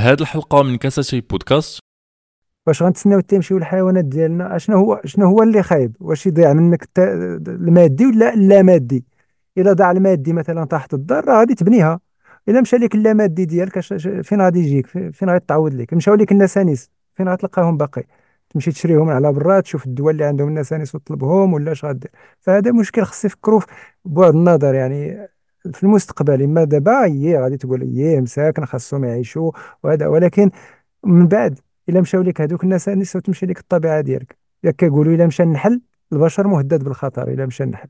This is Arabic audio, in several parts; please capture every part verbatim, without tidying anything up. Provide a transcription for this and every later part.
هاد الحلقه من كاساتي بودكاست. واش غنتسناو تيمشيو الحيوانات ديالنا؟ اشنو هو شنو هو اللي خايب؟ واش يضيع منك الت- المادي ولا اللا مادي؟ الا ضاع المادي مثلا تحت الدار راه غادي تبنيها. الا مشى لك اللا مادي ديالك اش- اش- فين غادي يجيك؟ في- فين غادي تعوض لك؟ مشاو لك النسانيس فين غتلقاهم باقي؟ تمشي تشريهم على برا، تشوف الدول اللي عندهم النسانيس وتطلبهم ولا اش غدير؟ فهذا مشكل خص يفكروا في بعد النظر يعني في المستقبل. اما دابا هي غادي تقول هي مساكن خاصهم يعيشوا وهذا، ولكن من بعد الا مشاو لك هذوك الناس نساو تمشي لك الطبيعه ديالك. ياك كيقولوا الا مشى النحل البشر مهدد بالخطر. الا مشى النحل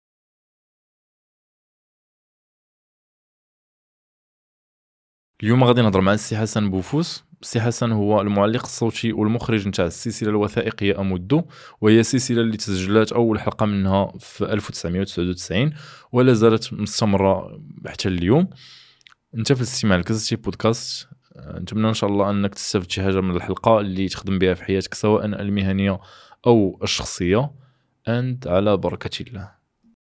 اليوم غادي نهضر مع السي حسن بوفوس. السي حسن هو المعلق الصوتي والمخرج نتاع السلسله الوثائقيه امودو، وهي السلسله اللي تسجلات اول حلقه منها في ألف وتسعمائة وتسعة وتسعين ولا زالت مستمره حتى اليوم. انت في الاستماع لكاساتي بودكاست، نتمنى ان شاء الله انك تستفد شي حاجه من الحلقه اللي تخدم بها في حياتك سواء المهنيه او الشخصيه. اند على بركه الله.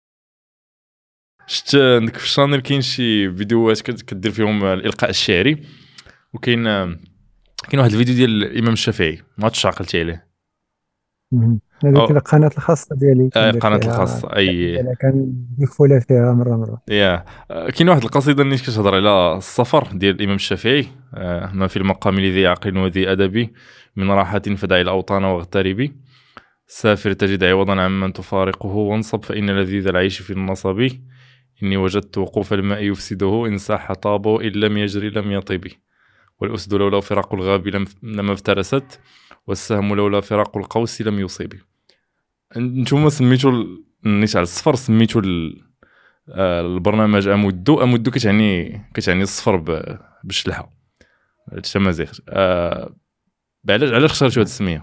شفت عندك في الشانل كاين شي فيديوهات كت- كدير فيهم الالقاء الشعري، وكاين كاين واحد الفيديو ديال الامام الشافعي، ما عرفتش عقلتي عليه. مهم. هذيك او القناه الخاصه ديالي آه، كندير قناه فيها الخاصه اي. ديالها كان يكفولا فيها مره مره. يا آه، كاين واحد القصيده اللي كتهضر على السفر ديال الامام الشافعي. آه، ما في المقام لذي عقل وذي ادب من راحه فدع الاوطان واغتربي، سافر تجد عوضا عمن تفارقه وانصب فان لذيذ العيش في النصب، اني وجدت وقوف الماء يفسده ان ساح طاب ان لم يجري لم يطب، والأسد لولا فراق الغاب لم لما افترست، والسهم لولا فراق القوس لم يصيب. نتوما سميتو ال- نيت على الصفر سميتو ال- آه، البرنامج امودو. امودو كتعني كتعني الصفر ب- بالشلحه التمازيغ. آه، علاش علاش اختارتو هاد السميه؟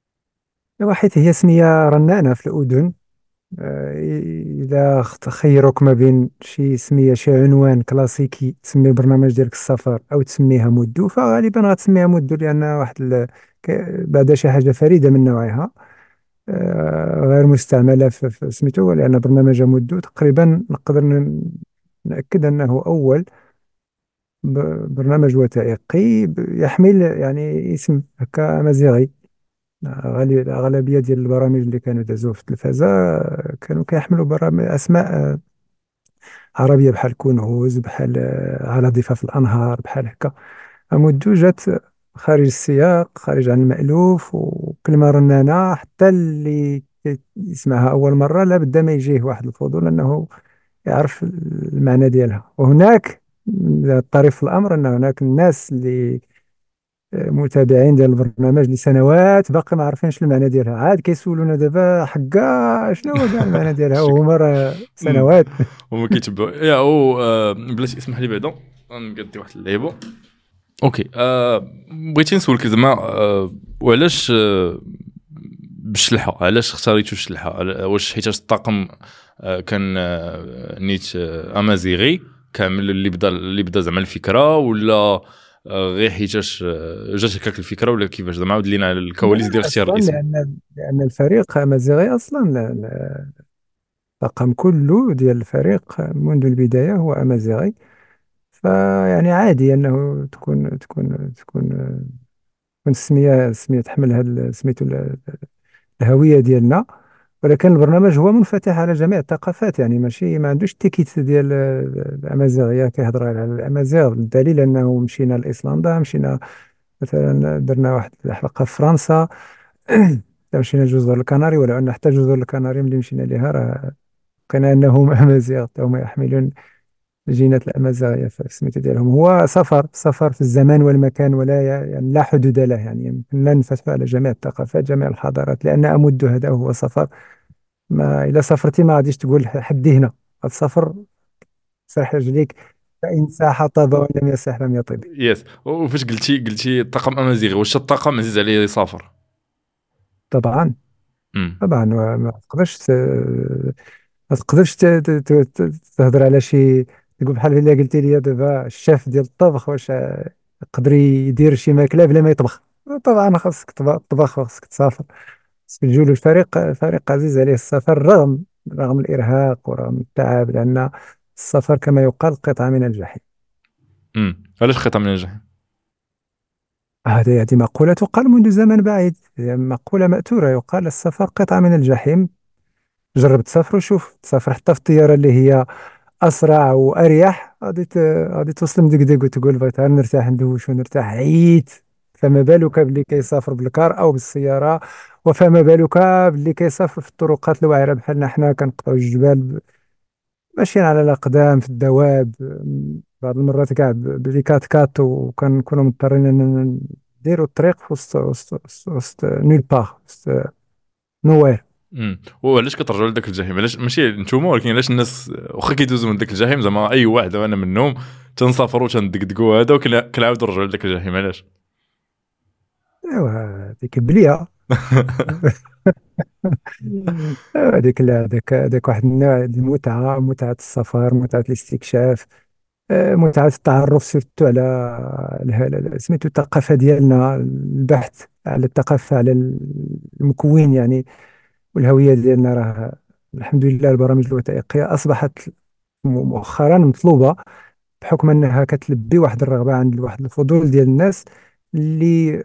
حيت هي سميه رنانه في الاذن. آه، اذا خت- خيروك ما بين شي سميه شي عنوان كلاسيكي تسمي البرنامج ديالك السفر او تسميها مدو، فغالبا غتسميها مدو لان واحد ال... ك- بعدا شي حاجه فريده من نوعها. آه، غير مستعملة في في سميتو، لأن برنامج مودو تقريبا نقدر ن- نأكد أنه أول ب- برنامج وثائقي ب- يحمل يعني اسم هكا أمازيغي. غالي- الأغلبية ديال البرامج اللي كانوا دازوا في التلفازة آه، كانوا كيحملوا برامج أسماء آه، عربية، بحال كنوز، بحال آه، على ضفاف الأنهار، بحال هكا. مودو جات خارج السياق، خارج عن المألوف، وكلمة رنانة حتى اللي يسمعها أول مرة لا بد ما يجيه واحد الفضول أنه يعرف المعنى ديالها. وهناك الطريف في الأمر أن هناك الناس اللي متابعين ديال البرنامج لسنوات باقي ما عارفينش المعنى ديالها، عاد كيسولونا دابا حقا شنو هو كاع المعنى ديالها وهما راه أمم. سنوات. هما كيتبعوا يا او آه، بلاتي اسمح لي بعدا غنقدي واحد اللعيبه. اوكي. آه، بغيتي نسولك زعما آه، وعلاش آه، بالشلحه؟ علاش اختاريتو الشلحه؟ علا- واش حيتاش الطاقم آه، كان آه، نيت آه، امازيغي كامل اللي بدا اللي بدا زعما الفكره، ولا آه، غير حيتاش آه، جات هكاك الفكره، ولا كيفاش؟ زعما عاود لينا على لا الكواليس ديال اختيار أصلا الاسم. لأن لأن الفريق أمازيغي أصلا. لا لا، الطاقم كله ديال الفريق منذ البداية هو أمازيغي. فيعني عادي أنه تكون تكون تكون تكون السمية سمية تحمل هذا سميتو ال- الهوية ديالنا. ولكن البرنامج هو منفتح على جميع الثقافات، يعني ماشي ما عندوش التيكيت ديال الأمازيغية كيهضر على الأمازيغ. بالدليل أنه مشينا لإيسلندا، مشينا مثلا درنا واحد الحلقة في فرنسا. مشينا جزر الكناري، ولو أن حتى جزر الكناري ملي مشينا ليها راه لقينا أنهم أمازيغ هم يحملون جينات الأمازيغية في السميتو ديالهم. هو سفر سفر في الزمان والمكان، ولا ي- يعني لا حدود له، يعني يمكن لا ننفتح على جميع الثقافات جميع الحضارات، لأن أمد هذا هو سفر. ما إلا سافرتي ما غاديش تقول حدي هنا. السفر سرح رجليك، فإن ساح طاب وإن لم يسح لم يطب. يس. وفاش قلتي قلتي الطاقم امازيغي، واش الطاقم عزيز عليه يسافر؟ طبعا امم. طبعا. وما تقدرش ت- ما تقدرش ت- ت- ت- ت- تهضر على شي، تقول بحال الا قلتي لي دابا الشيف ديال الطبخ واش يقدر يدير شي ماكله بلا ما يطبخ؟ طبعا خاصك تب- تطبخ وخاصك تسافر. بس في الجول الفريق فريق عزيز عليه السفر، رغم رغم الإرهاق ورغم التعب، لأن السفر كما يقال قطعة من الجحيم. امم. علاش خطه من النجاح؟ هذه هذه مقولة تقال منذ زمن بعيد، هي مقولة مأثورة، يقال السفر قطعة من الجحيم. جرب تسافر وشوف، تسافر حتى في الطيارة اللي هي أسرع وأريح، غادي ت- غادي توصل مدقدق وتقول بغيت غير نرتاح ندوش ونرتاح عييت. فما بالك باللي كيسافر بالكار أو بالسيارة، وفما بالك باللي كيسافر في الطرقات الوعرة بحالنا حنا كنقطعوا الجبال ماشيين على الأقدام في الدواب. م، بعض المرات كاع ب- بليكات كات، وكنكونوا مضطرين أننا نديروا الطريق في وسط وسط وسط, وسط نيل باغ، وسط نوير. امم وعلاش كترجعوا لذاك الجحيم؟ علاش ماشي نتوما، ولكن علاش الناس واخا كيدوزوا من ذاك الجحيم، زعما اي واحد وانا منهم تنسافروا تندقدقوا هذا، وكنعاودوا نرجعوا لذاك الجحيم؟ علاش؟ ايوا ديك البليه. هذيك هذاك هذاك واحد النوع ديال المتعه، متعه السفر، متعه الاستكشاف، آه، متعه التعرف سيرتو على على- سميتو الثقافه ديالنا، البحث على الثقافه، على المكون يعني، والهويه ديالنا. راه الحمد لله البرامج الوثائقيه اصبحت م- مؤخرا مطلوبه، بحكم انها كتلبي واحد الرغبه عند واحد الفضول ديال الناس اللي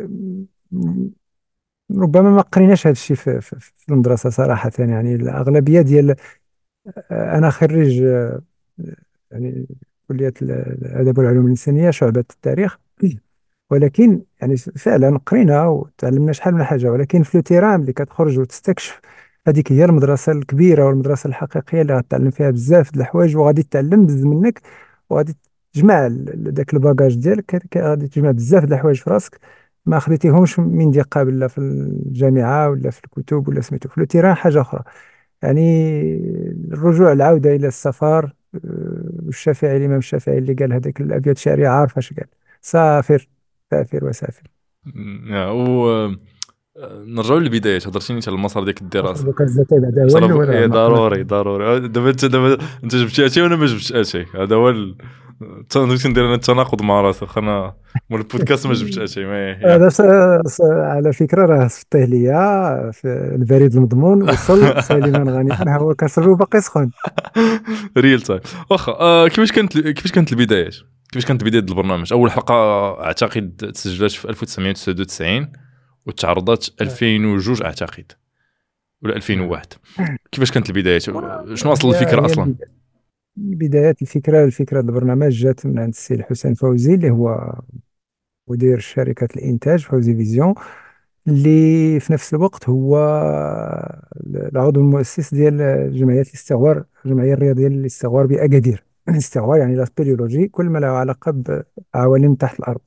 ربما ما قريناش هذا الشيء في, في, في المدرسة صراحة. يعني الأغلبية ديال، آه، أنا خريج، آه، يعني كلية ال- الآداب والعلوم الإنسانية شعبة التاريخ، ولكن يعني فعلا قرينا وتعلمنا شحال من حاجة، ولكن في لوتيران اللي كتخرج وتستكشف، هذيك هي المدرسة الكبيرة والمدرسة الحقيقية اللي غتعلم فيها بزاف د الحوايج، وغادي تعلم بز منك، وغادي تجمع ال- داك الباجاج ديالك، ك- غادي تجمع بزاف د الحوايج في راسك ما خديتيهمش من دي قبل، لا في الجامعة ولا في الكتب ولا سميتو. في لوتيران حاجة أخرى يعني. الرجوع، العودة إلى السفر. آه، الشافعي، الإمام الشافعي اللي قال هذيك الأبيات الشعرية، عارف اش قال؟ سافر، سافر وسافر. مم، يا و نرجعوا للبدايات. هضرتيني على المسار ديالك الدراسه. أشرب كأس الزيت بعد أول شرب ولا ايه، المقولة؟ ضروري ضروري. دابا انت دابا انت جبتي اتاي وانا ما جبتش اتاي، هذا هو ال- تنمشي ندير انا التناقض مع راسي. واخا انا مول البودكاست ما جبتش اتاي، ما يا هذا س- س- على فكرة راه صفطيه ليا في البريد المضمون، وصل سالما غانما، هو كنشرب وباقي سخون. ريل تايم. واخا آه كيفاش كانت كيفاش كانت البدايات؟ كيفاش كانت بدايه البرنامج؟ اول حلقه اعتقد تسجلت في ألف وتسعمائة وتسعة وتسعين وتعرضت ألفين وجوج اعتقد، ولا ألفين وواحد. كيفاش كانت البدايات؟ شنو اصل هي الفكره هي اصلا؟ البداية، بدايات الفكرة الفكرة البرنامج جات من عند السي الحسين فوزي، اللي هو مدير شركة الإنتاج فوزي فيزيون، اللي في نفس الوقت هو العضو المؤسس ديال جمعية الاستغوار، الجمعية الرياضية للاستغوار بأكادير. الاستغوار يعني لا سبيليولوجي، كل ما له علاقة بعوالم تحت الأرض.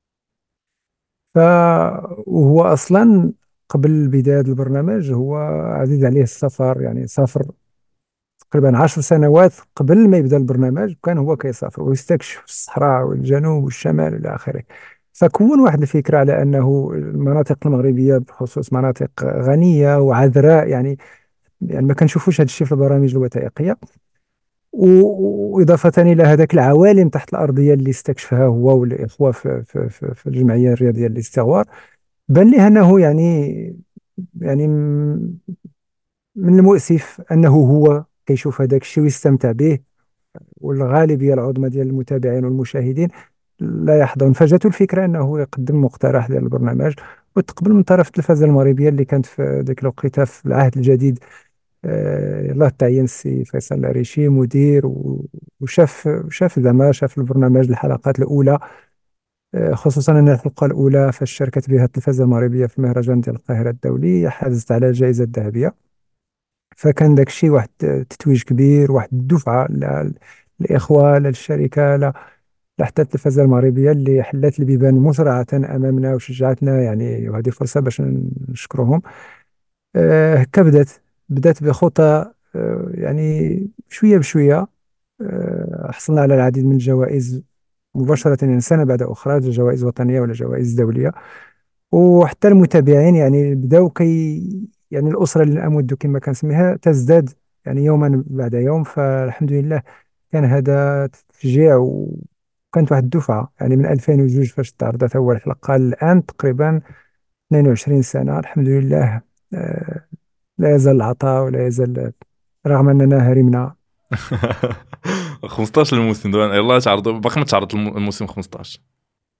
ف وهو أصلا قبل بداية البرنامج هو عزيز عليه السفر، يعني سافر تقريبا عشر سنوات قبل ما يبدأ البرنامج، كان هو كيسافر ويستكشف الصحراء والجنوب والشمال إلى آخره. فكون واحد الفكرة على أنه المناطق المغربية بخصوص مناطق غنية وعذراء، يعني يعني ما كنشوفوش هذا الشيء في البرامج الوثائقية. و- وإضافة إلى هذاك العوالم تحت الأرضية اللي استكشفها هو والإخوة في, في, في, في الجمعية الرياضية للاستغوار، بان لي أنه يعني يعني م- من المؤسف أنه هو كيشوف هذاك الشيء ويستمتع به، والغالبية العظمى ديال المتابعين والمشاهدين لا يحظون. فجاته الفكرة أنه يقدم مقترح ديال البرنامج، وتقبل من طرف التلفزة المغربية اللي كانت في ذاك الوقيته في العهد الجديد. آه، الله تعين السي فيصل العريشي مدير، و- وشاف شاف زعما شاف البرنامج الحلقات الأولى، آه، خصوصا أن الحلقة الأولى فاش شاركت بها التلفزة المغربية في المهرجان ديال القاهرة الدولي حازت على الجائزة الذهبية. فكان داك الشيء واحد التتويج كبير، واحد الدفعة ل- للإخوة، للشركة، ل- لحتى التلفزة المغربية اللي حلت البيبان مسرعة أمامنا وشجعتنا يعني. وهذه فرصة باش نشكرهم. آه، هكا بدات بدات بخطى، آه، يعني شوية بشوية. آه، حصلنا على العديد من الجوائز مباشرة، يعني سنة بعد أخرى، جوائز وطنية ولا جوائز دولية. وحتى المتابعين يعني بداو كي يعني الأسرة اللي أمد كما كنسميها تزداد يعني يوما بعد يوم. فالحمد لله كان هذا تشجيع، وكانت واحد الدفعة يعني من ألفين وجوج فاش تعرضت أول حلقة الآن تقريبا اثنين وعشرين سنة الحمد لله. آه، لا يزال العطاء ولا يزال، رغم أننا هرمنا. خمسطاش الموسم دابا، يلاه تعرضوا باقي ما تعرض الم- الموسم خمسطاش.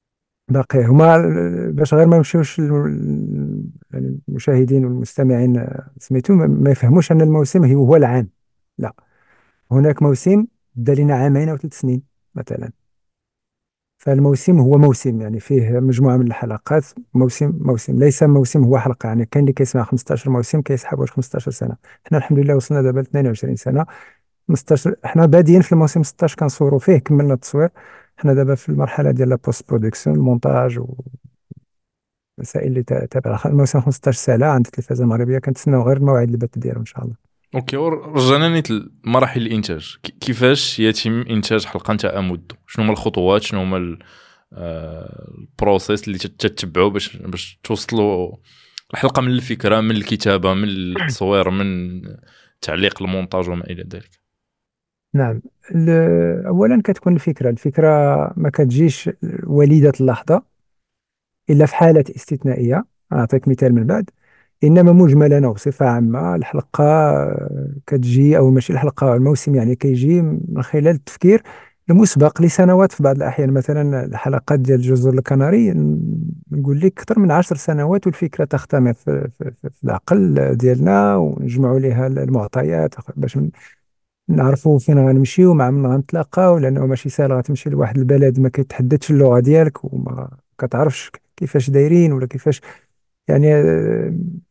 باقي هما باش غير ما نمشيوش لل- يعني المشاهدين والمستمعين آه، سميتو ما ما يفهموش ان الموسم هو هو العام. لا، هناك موسم دا لينا عامين او ثلاث سنين مثلا. فالموسم هو موسم يعني فيه مجموعة من الحلقات. موسم موسم ليس موسم هو حلقة. يعني كاين اللي كيسمع خمسطاش موسم كيسحب واش خمسطاش سنة. حنا الحمد لله وصلنا دابا ل اثنين وعشرين سنة. خمسطاش حنا بادئين في الموسم ستطاش كنصوروا فيه، كملنا التصوير. حنا دابا في المرحلة ديال لا بوست برودكسيون، المونتاج والمسائل اللي تا- تابعة. الموسم خمسطاش سنة عند التلفزة المغربية، كنتسناو غير الموعد البث ديالو إن شاء الله. اوكي، ورجعنا نيت لمراحل الانتاج. ك- كيفاش يتم انتاج حلقه نتاع امودو؟ شنو هما الخطوات؟ شنو هما ال- آه، البروسيس اللي تت- تتبعوا باش باش توصلوا الحلقه من الفكره، من الكتابه، من التصوير، من تعليق المونتاج وما الى ذلك؟ نعم. ال- أولا كتكون الفكرة الفكرة ما كتجيش وليدة اللحظة إلا في حالة استثنائية. أعطيك مثال من بعد. إنما مجملا وبصفة عامة الحلقة كتجي، أو ماشي الحلقة، الموسم يعني كيجي من خلال التفكير المسبق لسنوات. في بعض الأحيان مثلا الحلقات ديال الجزر الكناري ن- نقول لك أكثر من عشر سنوات والفكرة تختمر في, في, في, في العقل ديالنا، ونجمعوا لها المعطيات باش نعرفوا فين غنمشيو، مع من غنتلاقاو، لانه ماشي سهل غتمشي لواحد البلد ما كيتحدثش اللغه ديالك وما كتعرفش كيفاش دايرين ولا كيفاش. يعني آه،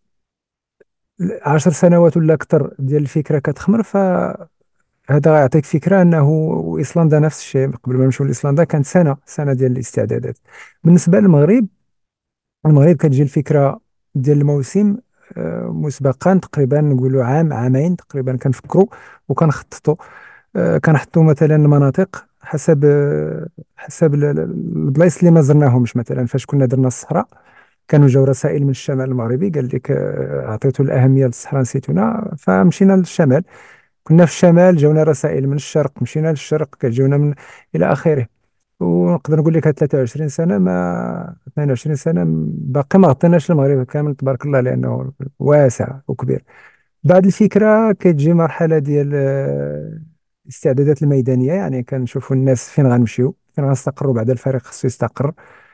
عشر سنوات ولا اكثر ديال الفكره كتخمر. فهذا غيعطيك فكره انه ايسلندا نفس الشيء. قبل ما نمشيو لايسلندا كانت سنه سنه ديال الاستعدادات. بالنسبه للمغرب، المغرب كتجي الفكره ديال الموسم آه، مسبقا تقريبا، نقولوا عام عامين تقريبا كنفكروا وكنخططوا. آه، كنحطوا مثلا المناطق حسب آه، حسب ال- ال- البلايص اللي ما زرناهمش. مثلا فاش كنا درنا الصحراء، كانوا جاو رسائل من الشمال المغربي قال لك آه، اعطيتوا الاهميه للصحراء نسيتونا، فمشينا للشمال. كنا في الشمال جاونا رسائل من الشرق، مشينا للشرق كتجونا من الى اخره. ونقدر نقول لك هاد ثلاث وعشرين سنه ما اثنين وعشرين سنه باقي ما غطيناش المغرب كامل تبارك الله، لانه واسع وكبير. بعد الفكرة كتجي مرحلة ديال آه، الاستعدادات الميدانية. يعني كنشوفوا الناس فين غنمشيو، فين غنستقروا بعد الفريق خصو يستقر.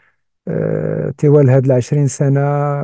آه، طوال هاد العشرين سنة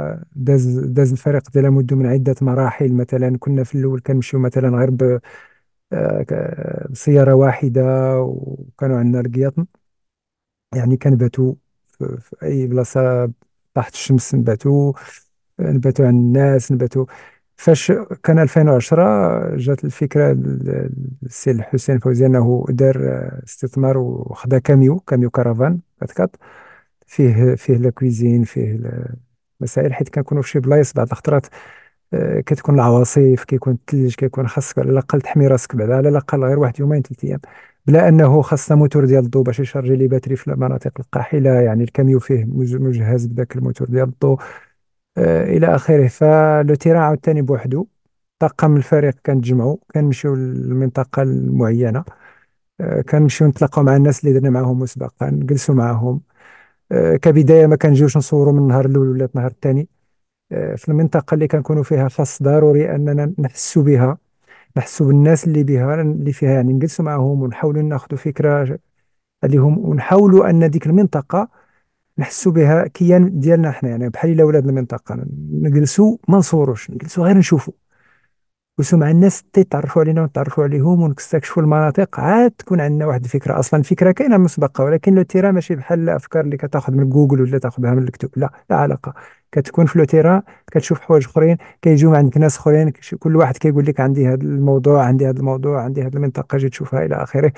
داز داز الفريق ديال مدو من عدة مراحل. مثلا كنا في الأول كنمشيو مثلا غير ب- آه، ك- بسيارة واحدة، وكانوا عندنا القياط. يعني كنباتوا في, في أي بلاصة تحت الشمس، نباتوا نباتوا عند الناس، نباتوا. فاش كان ألفين وعشرة جات الفكرة ل- للسي الحسين فوزي أنه دار آه، استثمار وخدا كاميو كاميو كرفان كات فيه فيه لا كويزين، فيه المسائل. حيت كنكونوا في شي بلايص بعض الخطرات آه، كتكون العواصف، كيكون الثلج، كيكون خاصك على الأقل تحمي راسك بعدا على الأقل غير واحد يومين ثلاث أيام. بلا أنه خاصنا موتور ديال الضوء باش يشارجي لي باتري في المناطق القاحلة. يعني الكاميو فيه مج- مجهز بداك الموتور ديال الضوء آه، الى اخره. فلو تيران عاوتاني بوحدو، طاقم الفريق كنتجمعوا كنمشيو للمنطقه المعينه. آه، كنمشيو نتلاقاو مع الناس اللي درنا معاهم مسبقا، نجلسوا معاهم. آه، كبدايه ما كنجيوش نصوروا من النهار الاول ولا النهار الثاني. آه، في المنطقه اللي كنكونوا فيها خاص ضروري اننا نحسوا بها، نحسوا بالناس اللي بها اللي فيها. يعني نجلسوا معاهم ونحاولوا ناخذوا فكره عليهم، ونحاولوا ان ديك المنطقه نحسوا بها كيان ديالنا احنا. يعني بحال الا ولاد المنطقه نجلسوا ما نصوروش، نجلسوا غير نشوفوا، نجلسوا مع الناس حتى يتعرفوا علينا ونتعرفوا عليهم ونستكشفوا المناطق. عاد تكون عندنا واحد الفكره. اصلا الفكره كاينه مسبقه، ولكن لو تيرا ماشي بحال الافكار اللي كتاخذ من جوجل ولا تاخذها من الكتب. لا، لا علاقه. كتكون في لو تيرا كتشوف حوايج اخرين، كيجيو عندك ناس اخرين، كش- كل واحد كيقول لك عندي هذا الموضوع، عندي هذا الموضوع، عندي هذه المنطقه جيت تشوفها الى اخره.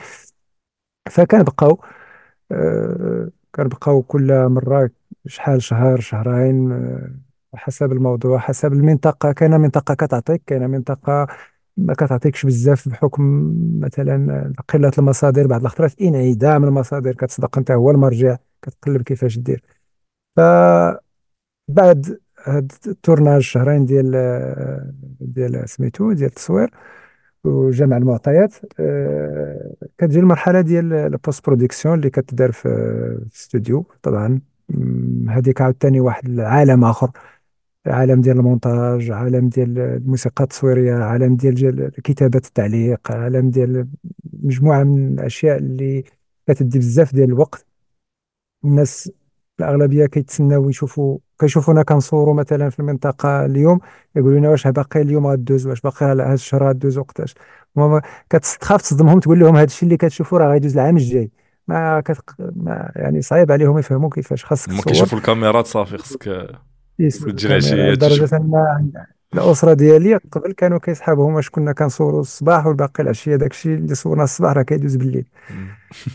فكنبقاو آه، كنبقاو كل مرة شحال شهر شهرين آه، حسب الموضوع حسب المنطقة. كاينة منطقة كتعطيك، كاينة منطقة ما كتعطيكش بزاف بحكم مثلا قلة المصادر. بعض الخطرات انعدام المصادر، كتصدق انت هو المرجع، كتقلب كيفاش دير. فبعد هاد التورناج شهرين ديال آه، ديال سميتو ديال التصوير وجمع المعطيات، آه، كتجي المرحله ديال البوست برودكسيون اللي كتدار في في الاستوديو طبعا. مم، هذيك عاوتاني واحد العالم اخر، عالم ديال المونتاج، عالم ديال الموسيقى التصويريه، عالم ديال جل- كتابه التعليق، عالم ديال مجموعه من الاشياء اللي كتدي بزاف ديال الوقت. الناس الأغلبية كيتسناو يشوفوا كيشوفونا كنصوروا مثلا في المنطقة اليوم، يقولوا لنا واش باقي اليوم غدوز، واش باقي هذا الشهر غدوز وقتاش. هما كتخاف تصدمهم تقول لهم هذا الشيء اللي كتشوفوا راه غيدوز العام الجاي. ما, كتق... ما يعني صعيب عليهم يفهموا كيفاش خاصك هما تصور. كيشوفوا الكاميرات صافي، خصك يسوي تجري الكاميرا شي تشوف. لدرجة أن الأسرة ديالي قبل كانوا كيسحابهم واش كنا كنصوروا الصباح والباقي العشية، داكشي اللي صورنا الصباح راه كيدوز بالليل. مم.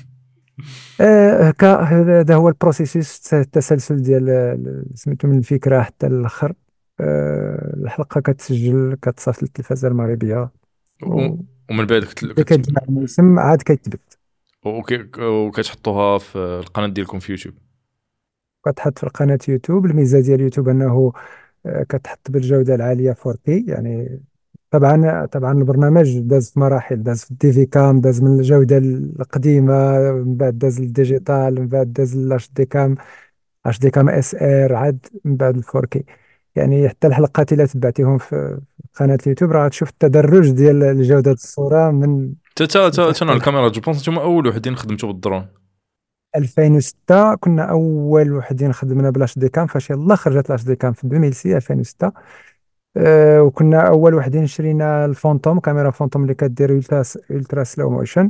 آه، هكا هذا هو البروسيسوس، التسلسل ديال ال- سميتو من الفكرة حتى الآخر. آه، الحلقة كتسجل كتصيفط للتلفزة المغربية، و- ومن بعد كت... وملي كت... كتجمع الموسم عاد كيتبت. وكي... وكتحطوها في القناه ديالكم في يوتيوب. كتحط في القناة يوتيوب. الميزة ديال يوتيوب أنه آه، كتحط بالجودة العالية فور كي يعني. طبعا طبعا البرنامج داز في مراحل، داز في الدي في كام، داز من الجودة القديمة، من بعد داز للديجيتال، من بعد داز للاش دي كام، اش دي كام اس ار، عاد من بعد الفور كي. يعني حتى الحلقات اللي تبعتيهم في قناة اليوتيوب راه تشوف التدرج ديال جودة الصورة من تا تا من تا تحت تا للفوق. الكاميرا جو بونس نتوما اول وحدين خدمتوا بالدرون. ألفين وستة كنا اول وحدين خدمنا بالاش دي كام، فاش يلاه خرجت لاش دي كام في ألفين وستة ألفين وستة. أه وكنا اول وحدين شرينا الفونتوم، كاميرا فونتوم اللي كدير الترا الترا سلو موشن.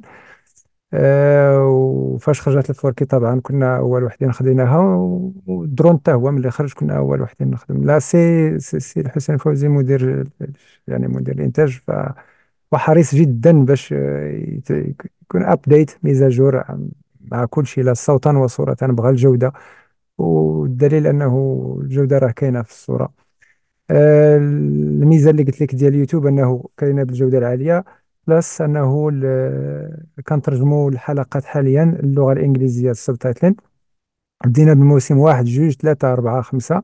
أه وفاش خرجت الفوركي طبعا كنا اول وحدين خديناها، و- والدرون حتى هو ملي خرج كنا اول وحدين نخدم. لا سي سي, سي الحسين فوزي مدير ال- يعني مدير الانتاج، ف وحريص جدا باش آه، يت- يكون ابديت ميزاجور مع كل شيء، لا صوتا وصورة، بغى الجودة. والدليل انه الجودة راه كاينة في الصورة. آه، الميزه اللي قلت لك ديال اليوتيوب انه كاينه بالجوده العاليه، بلس انه ال- كنترجموا الحلقات حاليا اللغه الانجليزيه السبتايتلين. بدينا بالموسم واحد جوج ثلاثة أربعة خمسة،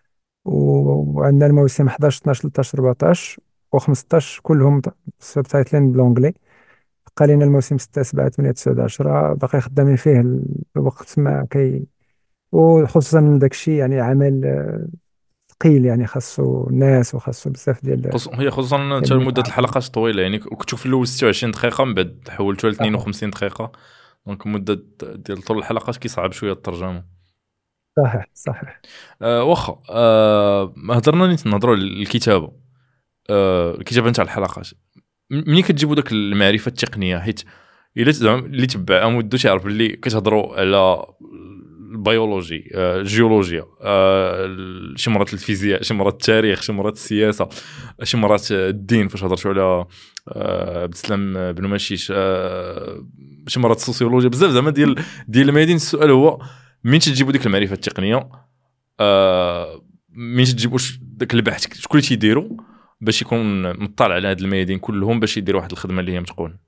و- وعندنا الموسم حداش اثناش ثلاثطاش أربعطاش و15 كلهم سبتايتلين بالونجلي. بقى لنا الموسم ستة سبعة ثمانية تسعة عشرة باقي خدامين فيه الوقت ما كي. وخصوصا داك الشيء يعني عمل آه، ثقيل، يعني خاصو ناس وخاصو بزاف ديال خص... هي خصوصا حتى مده المتعة. الحلقات طويله، يعني كنت في الاول ستة وعشرين دقيقه، من بعد حولتوها ل صحيح اثنين وخمسين دقيقه. دونك مده ديال طول الحلقات كيصعب شويه الترجمه. صحيح صحيح. أه واخا أه هضرنا نيت نهضروا على الكتابه. أه الكتابه نتاع الحلقات، م- منين كتجيبوا داك المعرفه التقنيه؟ حيت الا زعما اللي تبع مدو تيعرف باللي كتهضروا على البيولوجي، آه، الجيولوجيا، آه، شي مرات الفيزياء، شي مرات التاريخ، شي مرات السياسه، شي مرات الدين فاش هضرتوا على آه، عبد السلام بن مشيش، آه، شي مرات السوسيولوجيا، بزاف زعما ديال ديال الميادين. السؤال هو منين تجيبوا ديك المعرفه التقنيه؟ آه، منين تجيبوا ش- داك البحث؟ شكون اللي تيديروا باش يكون مطلع على هاد الميادين كلهم باش يدير واحد الخدمه اللي هي متقونه؟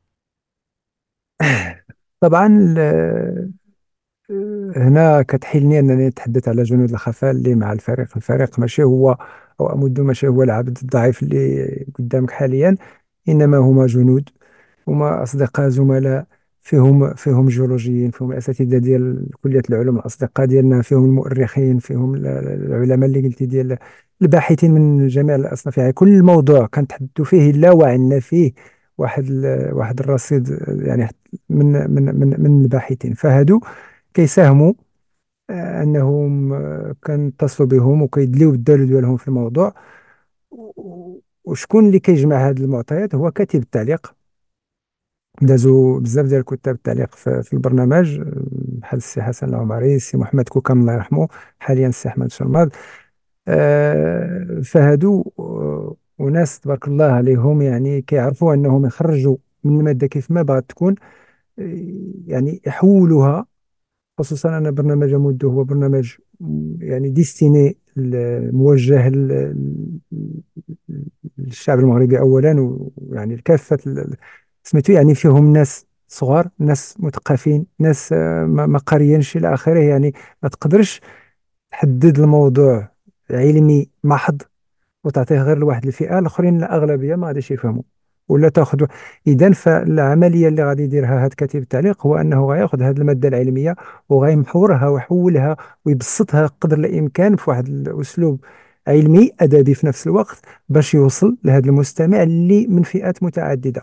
طبعا ال- هنا كتحيلني انني نتحدث على جنود الخفاء اللي مع الفريق. الفريق ماشي هو، او امد ماشي هو العبد الضعيف اللي قدامك حاليا، انما هما جنود، هما اصدقاء زملاء، فيهم فيهم جيولوجيين، فيهم الاساتذه ديال كليه العلوم، الاصدقاء ديالنا فيهم المؤرخين، فيهم ال- العلماء اللي قلتي ديال الباحثين من جميع الاصناف. يعني كل موضوع كنتحدثوا فيه الا وعندنا فيه واحد ال- واحد الرصيد يعني من من من من الباحثين. فهادو كيساهموا آه، انهم آه، كنتصلوا بهم وكيدليو الدلو ديالهم في الموضوع. و- وشكون اللي كيجمع هذه المعطيات؟ هو كاتب التعليق. دازوا بزاف ديال كتاب التعليق في, في البرنامج، آه، بحال السي حسن العمري، السي محمد كوكام الله يرحمه، حاليا السي احمد شرماد. آه، فهادو آه، وناس تبارك الله عليهم، يعني كيعرفوا انهم يخرجوا من الماده كيف ما بغات تكون، آه، يعني يحولوها. خصوصا أن برنامج مودو هو برنامج م- يعني ديستيني ل- موجه ل- ل- للشعب المغربي أولا، ويعني كافة ال- سميتو يعني فيهم ناس صغار، ناس مثقفين، ناس آه، ما ما قاريينش إلى آخره. يعني ما تقدرش تحدد الموضوع علمي محض وتعطيه غير لواحد الفئة، الآخرين الأغلبية ما غاديش يفهموا ولا تاخذ. إذا فالعملية اللي غادي يديرها هذا كاتب التعليق هو أنه غياخذ هذه المادة العلمية وغيمحورها ويحولها ويبسطها قدر الإمكان في واحد الأسلوب علمي أدبي في نفس الوقت، باش يوصل لهذا المستمع اللي من فئات متعددة.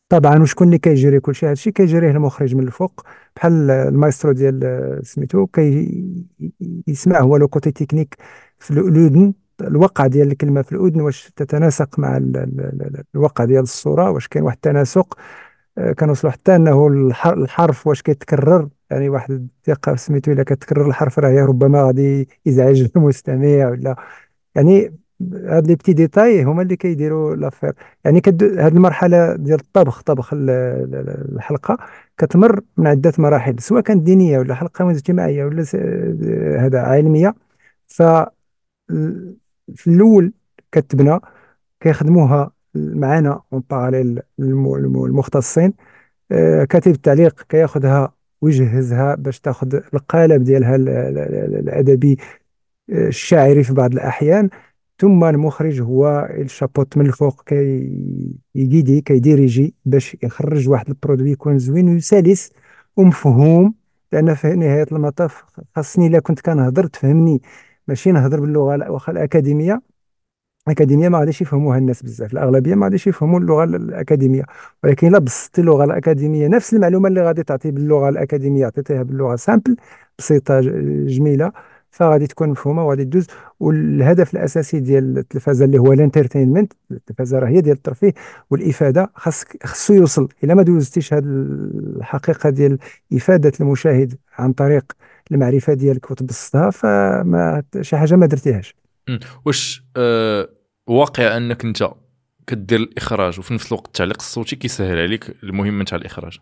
طبعا. وشكون اللي كيجري كلشي؟ هادشي كيجريه المخرج من الفوق، بحال المايسترو ديال آه، سميتو كي يسمع هو لو كوتي تكنيك في الأذن، الوقع ديال الكلمة في الأذن واش تتناسق مع ال- ال- ال- الوقع ديال الصورة، واش كاين واحد التناسق. آه، كنوصلوا حتى انه الح- الحرف واش كيتكرر، يعني واحد الدقة سميتو الا كتكرر الحرف راه هي ربما غادي يزعج المستمع ولا، يعني هاد لي بتي ديتاي هما اللي كيديروا لافير. يعني كد هاد المرحله ديال الطبخ، طبخ ال- ال- الحلقه كتمر من عده مراحل، سواء كانت دينيه ولا حلقه اجتماعيه ولا س- هذا علميه. ف في الاول كتبنى، كيخدموها معنا اون باراليل المختصين. آه، كاتب التعليق كياخذها ويجهزها باش تاخذ القالب ديالها ال- ال- ال- الادبي، آه، الشاعري في بعض الأحيان. ثم المخرج هو الشابوت من الفوق كي يجيدي كيديريجي باش يخرج واحد البرودوي يكون زوين وسلس ومفهوم. لأن في نهاية المطاف خاصني إلا كنت كنهضر تفهمني، ماشي نهضر باللغة لا- واخا الأكاديمية. الأكاديمية ما غاديش يفهموها الناس بزاف، الأغلبية ما غاديش يفهموا اللغة الأكاديمية. ولكن إلا بسطتي اللغة الأكاديمية، نفس المعلومة اللي غادي تعطي باللغة الأكاديمية عطيتيها باللغة سامبل بسيطة ج- جميلة، فغادي تكون مفهومة وغادي تدوز. والهدف الأساسي ديال التلفازة اللي هو الانترتينمنت، التلفازة راه هي ديال الترفيه والإفادة، خاص خصو يوصل. إلا ما دوزتيش هذه الحقيقة ديال إفادة المشاهد عن طريق المعرفة ديالك وتبسطها، فما شي حاجة ما درتيهاش. مم. واش آه واقع انك انت كدير الاخراج وفي نفس الوقت التعليق الصوتي كيسهل عليك المهمه تاع الاخراج؟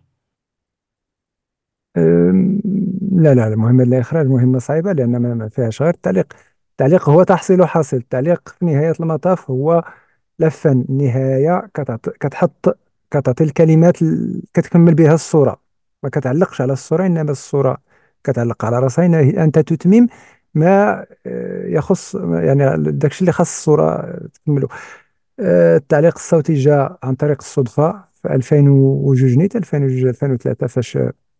أم، لا لا، المهمة الإخراج مهمة صعيبة، لأن ما ما فيهاش غير التعليق. التعليق هو تحصيل حاصل. التعليق في نهاية المطاف هو لفن نهاية كتعط- كتحط كتعطي الكلمات ال- كتكمل بها الصورة. ما كتعلقش على الصورة، إنما الصورة كتعلق على رأسها. إن- أنت تتمم ما آه، يخص، يعني داكشي اللي خاص الصورة تكمله. آه، التعليق الصوتي جاء عن طريق الصدفة في ألفين وجوج نيت ألفين وجوج ألفين وثلاثة، فاش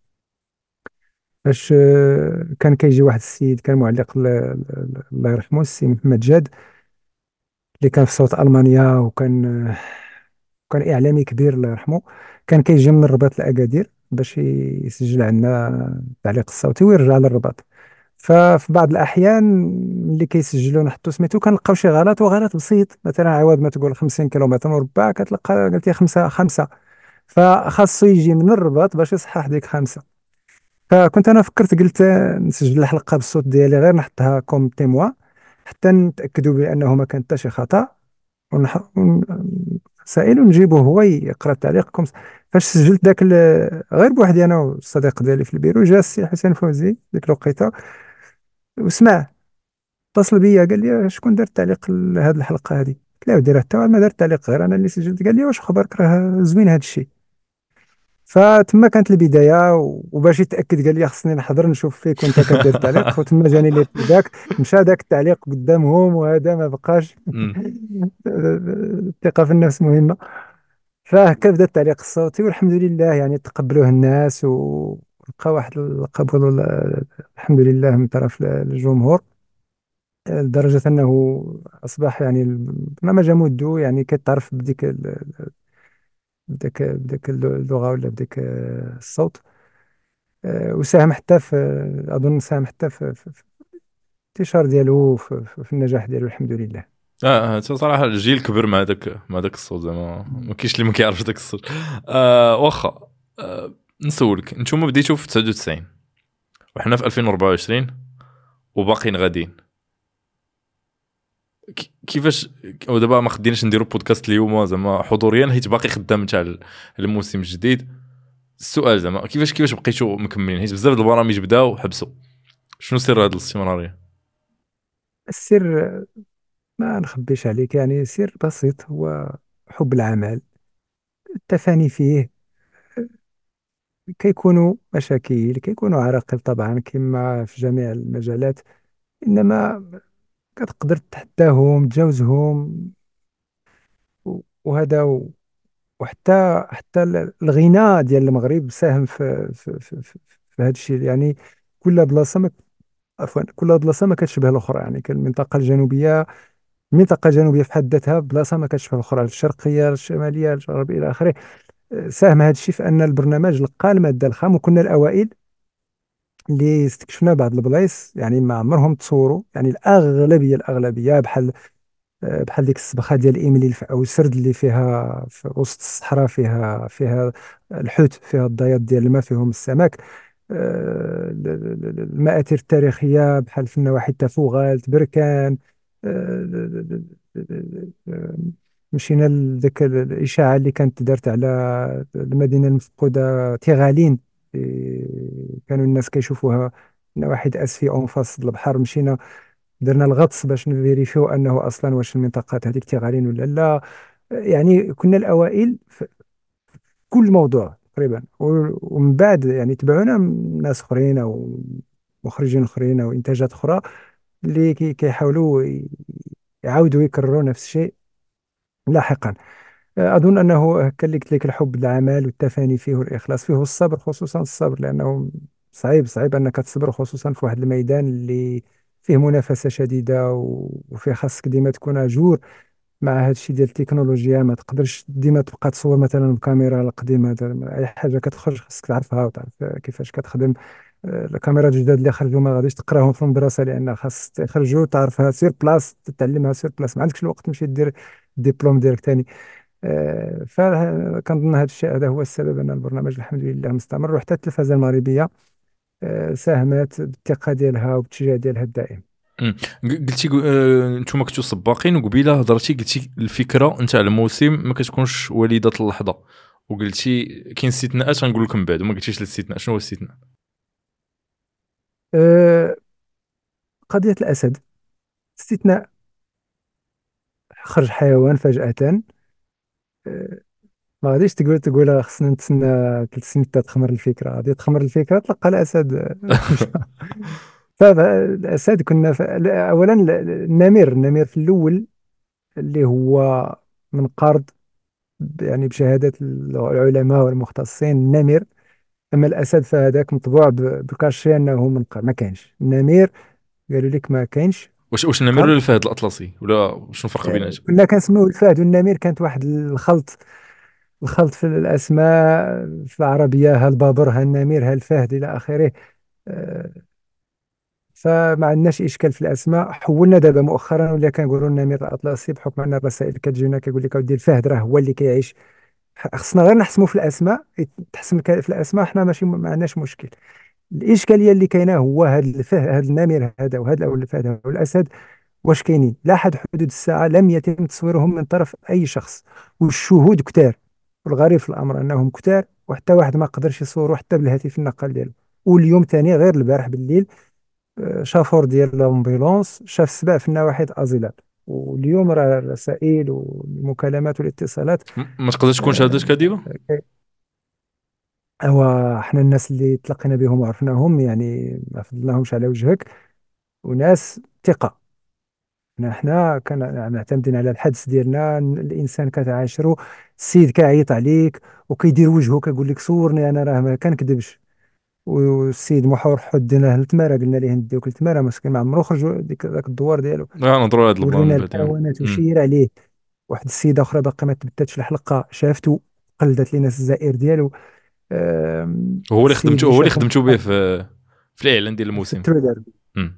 فاش آه، كان كيجي واحد السيد كان معلق ل- ل- الله يرحمه السي محمد جاد، اللي كان في صوت ألمانيا، وكان آه، كان إعلامي كبير الله يرحمه. كان كيجي من الرباط لأكادير باش ي- يسجل عندنا التعليق الصوتي ويرجع للرباط. ففي بعض الأحيان اللي كيسجلوا نحطوا سميتو كنلقاو شي غلط، وغلط بسيط، مثلا عوض ما تقول خمسين كيلومتر مربع كتلقى قلتي خمسة خمسة، فخاصو يجي من الرباط باش يصحح ديك خمسة. فكنت انا فكرت قلت آه، نسجل الحلقه بالصوت ديالي غير نحطها كوم تيموا حتى نتاكدوا بانه ما كان حتى شي خطا، ونح... ون... سائل ونجيبه هو يقرا التعليق كوم. فاش سجلت ذاك ال... غير بوحدي انا والصديق ديالي في البيرو، جا السي حسين فوزي ديك الوقيته وسمع، اتصل بيا قال لي شكون دار التعليق لهذه الحلقه هذه؟ قلت له دير حتى واحد ما دار التعليق، غير انا اللي سجلت. قال لي واش خبرك، راه زوين هذا الشيء. فتما كانت البدايه، و- وباش يتاكد قال لي خصني نحضر نشوف فيك وانت كدير التعليق، وتما جاني الارتباك، مشى ذاك التعليق قدامهم وهذا ما بقاش. مم. الثقه في النفس مهمه. فهكا بدا التعليق الصوتي، والحمد لله يعني تقبلوه الناس، ولقى واحد القبول وال- الحمد لله من طرف الجمهور، لدرجه انه اصبح يعني البرنامج مده يعني كتعرف بديك ال- بديك بديك اللغه ولا بديك الصوت. آه، وساهم حتى في، اظن ساهم حتى في في- في الانتشار ديالو، في, في في النجاح ديالو الحمد لله. اه آه، صراحه الجيل كبر مع داك مع داك الصوت، زعما ما كاينش اللي ما كيعرفش داك الصوت. آه واخا. آه نسولك، نتوما بديتوا في تسعة وتسعين وحنا في ألفين وأربعة وعشرين وباقيين غاديين. كي- كيفاش ودابا ما خديناش نديروا بودكاست اليوم زعما حضوريا حيت باقي خدام تاع الموسم الجديد؟ السؤال زعما كيفاش كيفاش بقيتوا مكملين حيت بزاف د البرامج بداو حبسوا؟ شنو سر هذه الاستمراريه؟ السر ما نخبيش عليك، يعني سر بسيط، هو حب العمل، التفاني فيه. كيكونوا مشاكل، كيكونوا عراقيل طبعا كما في جميع المجالات، انما كتقدر تتحداهم تجاوزهم. و- وهذا و- وحتى حتى الغناء ديال المغرب ساهم في في في, في, في هذا الشيء. يعني كل بلاصه ما عفوا كل بلاصه ما كتشبه الاخرى. يعني كان المنطقه الجنوبيه، المنطقه الجنوبيه في حد ذاتها بلاصه ما كتشبه الاخرى، الشرقيه الشماليه الغربيه الى اخره. ساهم هذا الشيء في ان البرنامج لقى الماده الخام، وكنا الاوائل اللي استكشفنا بعض البلايص يعني ما عمرهم تصوروا. يعني الاغلبيه الاغلبيه بحال آه، بحال ديك السبخه ديال ايميلي او سرد اللي فيها في وسط الصحراء، فيها فيها الحوت، فيها الضياط ديال الماء، فيهم السمك. آه، ال- ال- ال- المآثر التاريخية بحال في النواحي تافوغال، تبركان. آه، آه، مشينا لذاك الإشاعة اللي كانت دارت على المدينة المفقودة تيغالين. إيه، كانوا الناس كيشوفوها نواحي اسفي اون فاس البحر. مشينا درنا الغطس باش نفيريفيو انه اصلا واش المنطقات هذيك تيغالين ولا لا. يعني كنا الاوائل في كل موضوع تقريبا. و- ومن بعد يعني تبعونا ناس اخرين او مخرجين اخرين او انتاجات اخرى اللي كي- كيحاولوا ي- يعاودوا يكرروا نفس الشيء لاحقا. اظن انه كان اللي قلت لك الحب للعمل والتفاني فيه والاخلاص فيه والصبر، خصوصا الصبر، لانه صعيب صعيب انك تصبر خصوصا في واحد الميدان اللي فيه منافسة شديدة، و- وفيه خاصك ديما تكون اجور مع هذا الشيء ديال التكنولوجيا. ما تقدرش ديما تبقى تصور مثلا بكاميرا القديمه. اي حاجه كتخرج خصك تعرفها وتعرف كيفاش كتخدم. آه، الكاميرا الجداد اللي خرجوا ما غاديش تقراهم في المدرسه، لان خاص يخرجوا تعرفها سير بلاس، تتعلمها سير بلاس، ما عندكش الوقت تمشي دير الدبلوم ديالك ثاني. فكنظن هذا الشيء هذا هو السبب ان البرنامج الحمد لله مستمر، وحتى التلفزه المغربيه آه، ساهمت بالثقه ديالها وبالتشجيع ديالها الدائم. مم. ق- قلتي آه، نتوما كنتو سباقين، وقبيله هضرتي قلتي الفكره نتاع الموسم ما كتكونش وليده اللحظه، وقلتي كاين استثناءات غنقول لكم بعد، وما قلتيش الاستثناء. شنو هو الاستثناء؟ آه، قضيه الاسد استثناء. خرج حيوان فجاه. آه، ما غاديش تقول تقول خصنا نتسنى ثلاث سنين حتى تخمر الفكره. غادي تخمر الفكره تلقى الاسد مشى. فالاسد كنا ف... اولا النمر النمر في الاول اللي هو منقرض ب- يعني بشهاده العلماء والمختصين النمر. اما الاسد فهذاك مطبوع ب- بكاشي انه منقرض، ما كاينش النمر. قالوا لك ما كاينش. واش واش النمر قال ولا الفهد الاطلسي، ولا شنو الفرق آه، بيناتهم؟ كنا كنسميوه الفهد والنمر. كانت واحد الخلط الخلط في الاسماء في العربيه، ها البابر ها النمر ها الفهد الى اخره. آه، فما عندناش اشكال في الاسماء. حولنا دابا مؤخرا ولا كنقولوا النمر الاطلسي بحكم ان الرسائل كتجينا كيقول لك اودي الفهد راه هو اللي كيعيش. خصنا غير نحسموا في الاسماء. تحسم الك- في الاسماء حنا ماشي ما عندناش مشكل. الاشكاليه اللي كاينه هو هذا الفهد هذا النمر هذا وهذا او الفهد او الاسد واش كاينين. لا حد حدود الساعه لم يتم تصويرهم من طرف اي شخص، والشهود كتار. والغريب في الامر انهم كتار وحتى واحد ما قدرش يصوروا حتى بالهاتف النقال ديالو. واليوم ثاني غير البارح بالليل آه، شافور ديال الامبيلونس شاف سبع في نواحي ازيلال. واليوم راه الرسائل والمكالمات والاتصالات. م- ما تقدر تكون شهادات آه، كاذبه؟ هو احنا الناس اللي تلقينا بهم وعرفناهم يعني ما فضلناهمش على وجهك، وناس ثقة. احنا كان معتمدين على الحدس ديالنا. الانسان كتعاشرو، السيد كيعيط عليك وكيدير وجهه كيقول لك صورني انا راه ما كنكذبش. والسيد محور حدنا للتماره، قلنا ليه نديوك للتماره مسكين ما عمرو خرج ديك ذاك الدوار ديالو. لا نهضروا على هذا البلان ورينا من بعد يعني. الحيوانات مم. وشير عليه. واحد السيده اخرى باقي ما تبداتش الحلقه شافته، قلدت لنا الزائر ديالو. آم، وهو اللي السيد خدمته اللي هو اللي شافه خدمته به في في الاعلان ديال في الموسم. التريلر. مم.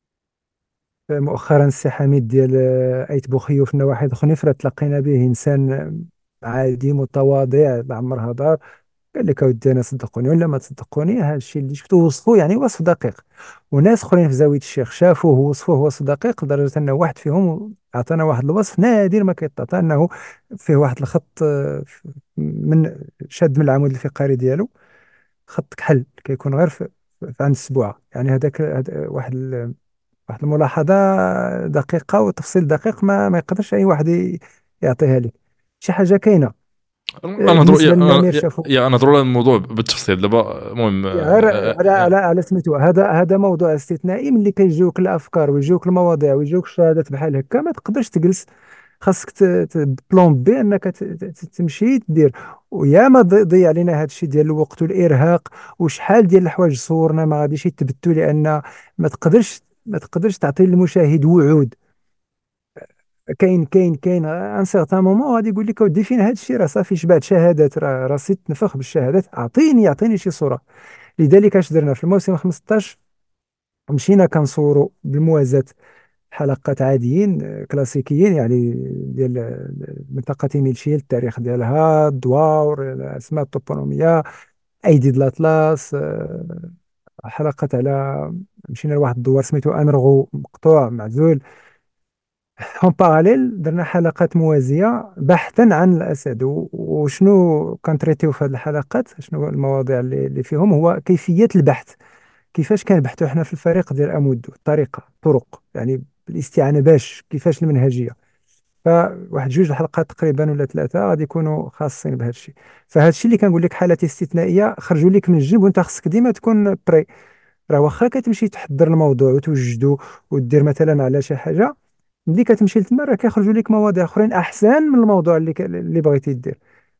مؤخرا السي حميد ديال آه، ايت بوخيو في النواحي الخنيفره تلاقينا به انسان عادي متواضع لا عمرها دار. قال لك اودي انا صدقوني ولا ما تصدقوني هذا الشيء اللي شفته وصفه يعني وصف دقيق. وناس اخرين في زاويه الشيخ شافوه ووصفوه وصف دقيق لدرجه انه واحد فيهم اعطانا واحد الوصف نادر ما كيتعطى، انه فيه واحد الخط آه، من شاد من العمود الفقري ديالو. خط كحل كيكون غير في في عند السبوعه. يعني هذاك هاد- واحد واحد الملاحظة دقيقة وتفصيل دقيق ما ما يقدرش أي واحد ي- يعطيها لك. شي حاجة كاينة. آه، انا نهضروا بالنسبة يا للنمير يا شافوا يا نهضروا على الموضوع بالتفصيل دابا. المهم غير آه، على على آه، على سميتو. هذا هذا موضوع استثنائي. ملي كيجيوك الأفكار ويجيوك المواضيع ويجيوك الشهادات بحال هكا ما تقدرش تجلس. خاصك ت- ت- بلون بي انك ت- ت- تمشي تدير. وياما ضي ضيع علينا هذا الشيء ديال الوقت والارهاق. وشحال ديال الحوايج صورنا ما غاديش يتبتوا، لان ما تقدرش ما تقدرش تعطي للمشاهد وعود. كاين كاين كاين ان سيغتان مومون غادي يقول لك اودي فين هذا الشيء، راه صافي شبعت شهادات، راه راسي تنفخ بالشهادات، اعطيني اعطيني شي صوره. لذلك اش درنا في الموسم خمسطاش، مشينا كنصوروا بالموازاة حلقات عاديين آه، كلاسيكيين يعني، ديال آه، منطقة ميلشيل، التاريخ ديالها، الدواور، الأسماء الطوبونومية، أيدي د الأطلس، آه، حلقات على، مشينا لواحد الدوار سميتو أنرغو مقطوع معزول. اون باراليل درنا حلقات موازية بحثا عن الأسد، و- وشنو كنتريتيو في هذه الحلقات، شنو المواضيع اللي اللي فيهم، هو كيفية البحث. كيفاش كنبحثوا احنا في الفريق ديال امود، الطريقه، الطرق يعني، بالاستعانه باش كيفاش المنهجيه. فواحد جوج الحلقات تقريبا ولا ثلاثه غادي يكونوا خاصين بهذا الشيء. فهذا الشيء اللي كنقول لك حالات استثنائيه خرجوا لك من الجيب، وانت خصك ديما تكون بري. راه واخا كتمشي تحضر الموضوع وتوجدو ودير مثلا على شي حاجه، ملي كتمشي لتما راه كيخرجوا لك مواضيع اخرين احسن من الموضوع اللي ك... اللي بغيتي دير.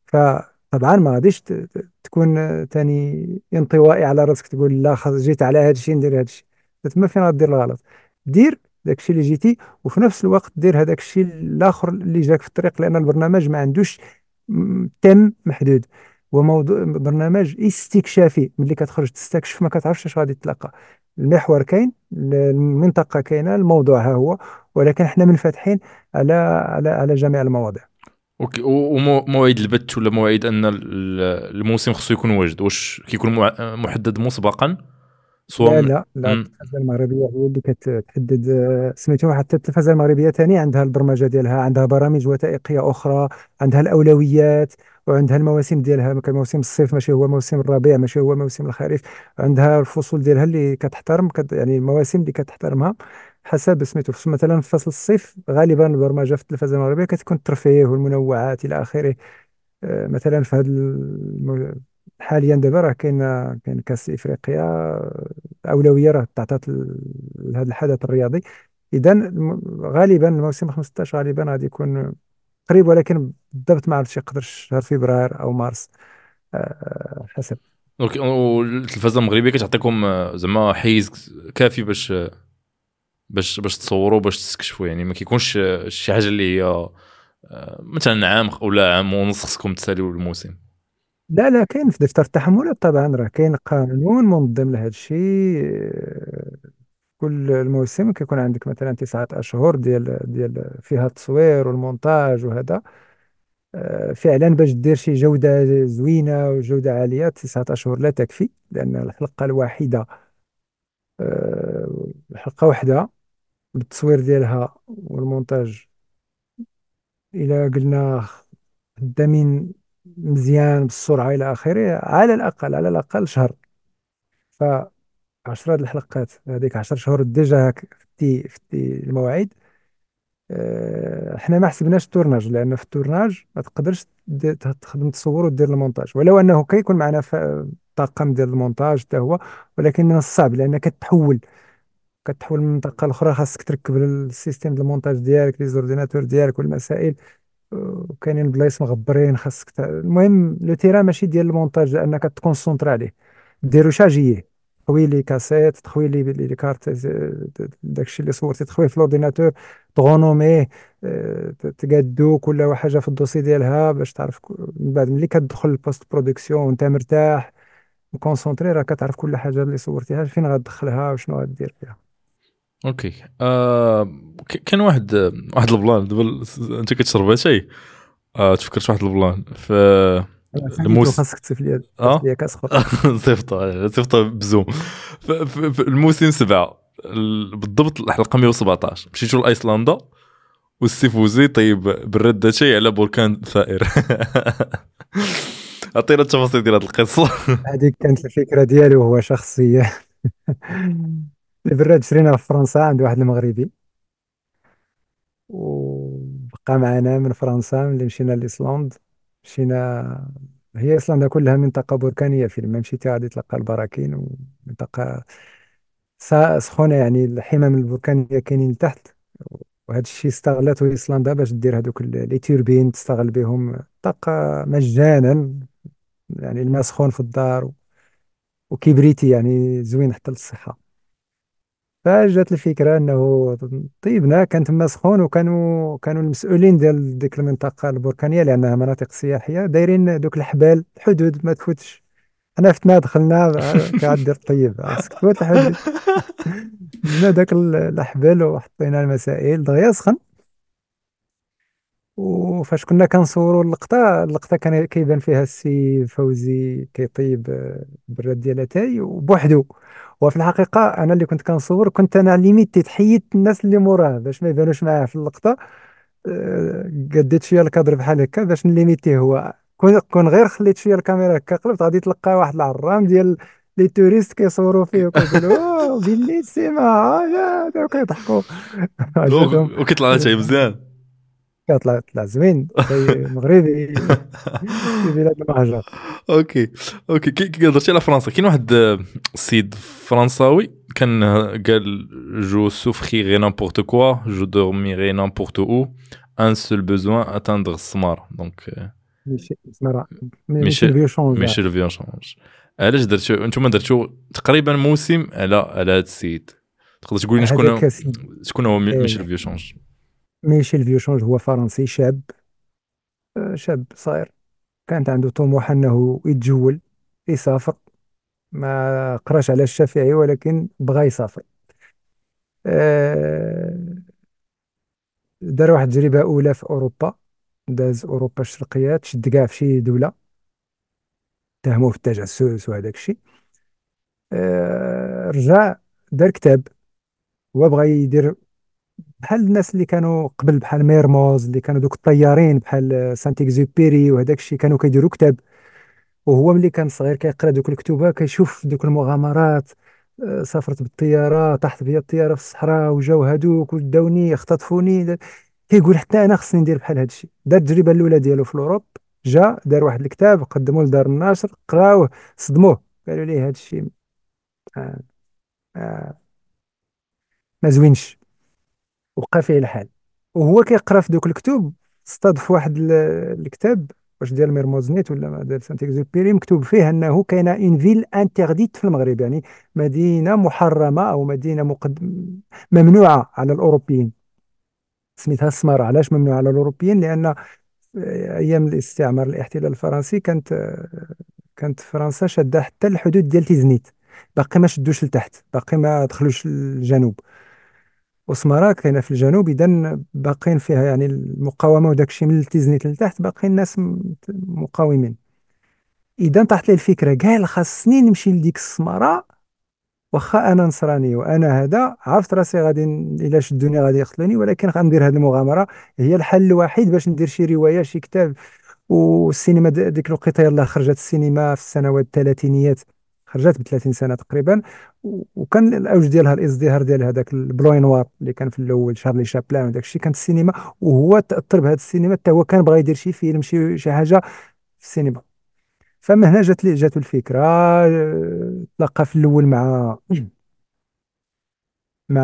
فطبعا ما غاديش ت... ت- تكون آه، تاني انطوائي على راسك، تقول لا خلاص جيت على هذا الشيء ندير هذا الشيء. تما فين غدير الغلط. دير داك الشيء اللي جيتي، وفي نفس الوقت دير هذاك الشيء الاخر اللي جاك في الطريق، لان البرنامج ما عندوش م- تم محدود. هو موضوع برنامج استكشافي، ملي كتخرج تستكشف ما كتعرفش اش غادي تلقى. المحور كاين، المنطقة كاينة، الموضوع ها هو، ولكن احنا منفتحين على على على جميع المواضيع. اوكي. ومواعيد البث ولا مواعيد ان ال- الموسم خصو يكون واجد، واش كيكون مع- محدد مسبقا سواء لا من... لا لا، مم. التلفزة المغربية هي اللي كتحدد آه، سميتو. حتى التلفزة المغربية ثاني عندها البرمجة ديالها، عندها برامج وثائقية أخرى، عندها الأولويات، وعندها المواسم ديالها. كموسم الصيف ماشي هو موسم الربيع، ماشي هو موسم الخريف. عندها الفصول ديالها اللي كتحترم كت يعني المواسم اللي كتحترمها حسب سميتو. مثلا في فصل الصيف غالبا البرمجة في التلفزة المغربية كتكون الترفيه والمنوعات إلى آخره. آه، مثلا في هذا الم... حاليا دابا راه كاين كاين كاس افريقيا، آه، اولويه راه تعطات ل- لهذا الحدث الرياضي. اذا الم- غالبا الموسم خمسطاش غالبا غادي يكون قريب، ولكن بالضبط ما عرفتش، يقدر شهر فبراير او مارس، آه، حسب. اوكي. والتلفازه المغربيه كتعطيكم آه، زعما حيز كافي باش باش باش تصوروا باش تستكشفوا، يعني ما كيكونش آه، شي حاجه اللي هي آه، مثلا عام ولا عام ونص خصكم تساليو الموسم. لا لا، كاين في دفتر التحملات طبعا، راه كاين قانون منظم لهذا الشيء. آه، كل الموسم كيكون عندك مثلا تسعة أشهر ديال ديال فيها التصوير والمونتاج وهذا. آه، فعلا باش دير شي جودة زوينة وجودة عالية، تسعة أشهر لا تكفي، لأن الحلقة الواحدة، آه، حلقة واحدة بالتصوير ديالها والمونتاج، إلى قلنا خدامين مزيان بالسرعة إلى آخره، على الأقل على الأقل شهر. فعشرة د الحلقات هذيك عشر شهور ديجا هاك في في المواعيد. آه، احنا ما حسبناش التورناج، لان في التورناج ما تقدرش د- تخدم تصور ودير المونتاج، ولو انه كيكون معنا ف- طاقم ديال المونتاج حتى هو، ولكن من الصعب لانك كتحول كتحول من منطقه لاخرى، خاصك تركب السيستم ديال المونتاج ديالك، لي زورديناتور ديالك والمسائل. آه، وكاينين بلايص مغبرين خاصك ت... المهم لو تيرا ماشي ديال المونتاج، لانك تكونسونطرا عليه، ديرو شارجيه، تخوي لي كاسيت، تخوي لي لي لي كارت، آه، داكشي اللي صورتي تخويه في الاورديناتور، تغونوميه، آه، ت- تقادو كل حاجه في الدوسي ديالها باش تعرف ك- من بعد ملي كتدخل البوست برودكسيون وانت مرتاح مكونسونطري، راه كتعرف كل حاجه اللي صورتيها فين غتدخلها وشنو غدير فيها. اوكي. آه ك- كان واحد واحد البلان دابا ال- انت كتشرب اتاي. آه تفكرت واحد البلان في أنا سميتو، الموس خاصك تصيف لي تصيفط اه لي كاس اخر. صيفطه صيفطه بزوم. ف- ف- في الموسم سبعة ال- بالضبط الحلقه مية وسبعطاش مشيتو لايسلندا، والسي فوزي طيب بالرده شيء على بركان ثائر. عطينا التفاصيل ديال هذه القصه. هذيك كانت الفكره ديالو هو شخصيه. البراد شريناه في فرنسا عند واحد المغربي، وبقى معنا من فرنسا ملي مشينا لإسلند. مشينا، هي إسلندا كلها منطقة بركانية، فين ما مشيتي غادي تلقى البراكين، ومنطقة سا- سخونة يعني، الحمم البركانية كاينين لتحت. وهذا الشيء استغلته إسلندا باش دير هذوك ال- لي توربين، تستغل بهم الطاقة مجانا، يعني الماء سخون في الدار، وكبريتي يعني زوين حتى للصحة. فجات الفكرة أنه طيبنا كان تما سخون، وكانوا كانوا المسؤولين ديال ديك المنطقة البركانية لأنها مناطق سياحية دايرين دوك الحبال الحدود ما تفوتش. حنا فتنا دخلنا كغدير طيب خاصك تفوت الحدود. جبنا داك ال- الأحبال وحطينا المسائل دغيا سخن. وفاش كنا كنصوروا اللقطة اللقطة كان كيبان فيها السي فوزي كيطيب آه، البراد ديال اتاي وبوحدو. وفي الحقيقة أنا اللي كنت كنصور كنت أنا ليميتي تحيدت الناس اللي موراه باش ما يبانوش معاه في اللقطة. آه، قديت شوية الكادر بحال هكا باش نليميتيه هو. كون كون غير خليت شوية الكاميرا هكا قلبت غادي تلقى واحد العرام ديال لي توريست كيصوروا فيه وكيقولوا اوه بيليسيما آه لا دا وكيضحكوا. عجبتهم. وك- وكيطلع لها شي مزيان. طلع طلع زوين تاي مغربي في بلاد المهجر. اوكي. اوكي كي كي هضرتي على فرنسا، كاين واحد آه، السيد فرنساوي كان آه، قال: جو سوفريغي نامبورت كوا، جو دورميغي نامبورت او، ان سول بوزوان اتاندر السمار. دونك آه، ميشيل سمرا ميشيل ميشيل فيو شونجا. ميشيل فيان شونج. علاش درتو انتم درتو تقريبا موسم على على هذا السيد؟ تقدر تقول لي شكون هو- هذاك سي- شكون هو مي- ميشيل إيه، فيان شونج؟ ميشيل فيو شونج هو فرنسي شاب، آه، شاب صغير كانت عنده طموح انه يتجول يسافر. ما قراش على الشافعي ولكن بغى يسافر. آه، دار واحد التجربة أولى في أوروبا. داز أوروبا الشرقية تشد كاع في شي دولة تهموا في التجسس وهذاك الشيء. آه، رجع دار كتاب. هو بغى يدير بحال الناس اللي كانوا قبل بحال ميرموز اللي كانوا دوك الطيارين بحال سانت اكزوبيري وهداك الشيء كانوا كيديروا كتاب. وهو ملي كان صغير كيقرا دوك الكتوبه كيشوف دوك المغامرات. آه، سافرت بالطياره طاحت بيا الطياره في الصحراء وجاو هادوك وداوني اختطفوني. كيقول حتى انا خصني ندير بحال هادشي. دار التجربه الاولى ديالو في الاوروب. جا دار واحد الكتاب قدموه لدار النشر قراوه صدموه قالوا ليه هادشي آه، آه، ما زوينش. وبقى فيه الحال. وهو كيقرا في دوك الكتب اصطادف واحد ال- الكتاب واش ديال ميرموزنيت ولا ما ديال سانت اكزوبيري مكتوب فيه انه كاينه اون فيل انترديت في المغرب، يعني مدينه محرمه او مدينه مقد... ممنوعه على الاوروبيين. سميتها السمارة. علاش ممنوعه على الاوروبيين؟ لان آه، ايام الاستعمار الاحتلال الفرنسي كانت آه، كانت فرنسا شاده حتى الحدود ديال تيزنيت. باقي ما شدوش لتحت، باقي ما دخلوش للجنوب. وسمارة كاينة في الجنوب، إذا باقين فيها يعني المقاومة وداك الشيء من التيزنيت لتحت باقيين الناس م- مقاومين. إذا طاحت لي الفكرة قال خاصني نمشي لديك السمارة. واخا أنا نصراني وأنا هذا عرفت راسي غادي ن- إلا شدوني غادي يقتلوني، ولكن غندير هذه المغامرة. هي الحل الوحيد باش ندير شي رواية شي كتاب. والسينما د- ديك الوقيته يلاه خرجت السينما في السنوات الثلاثينيات. خرجت ب ثلاثين سنه تقريبا. و- وكان الاوج ديالها الازدهار ديال هذاك البلوي نوار اللي كان في الاول شارلي شابلان وداك الشيء كانت السينما. وهو تاثر بهذه السينما حتى هو كان بغى يدير شي فيلم شي شي حاجه في السينما. فمن هنا جات لي جاتو الفكره. آه، تلاقى في الاول مع مع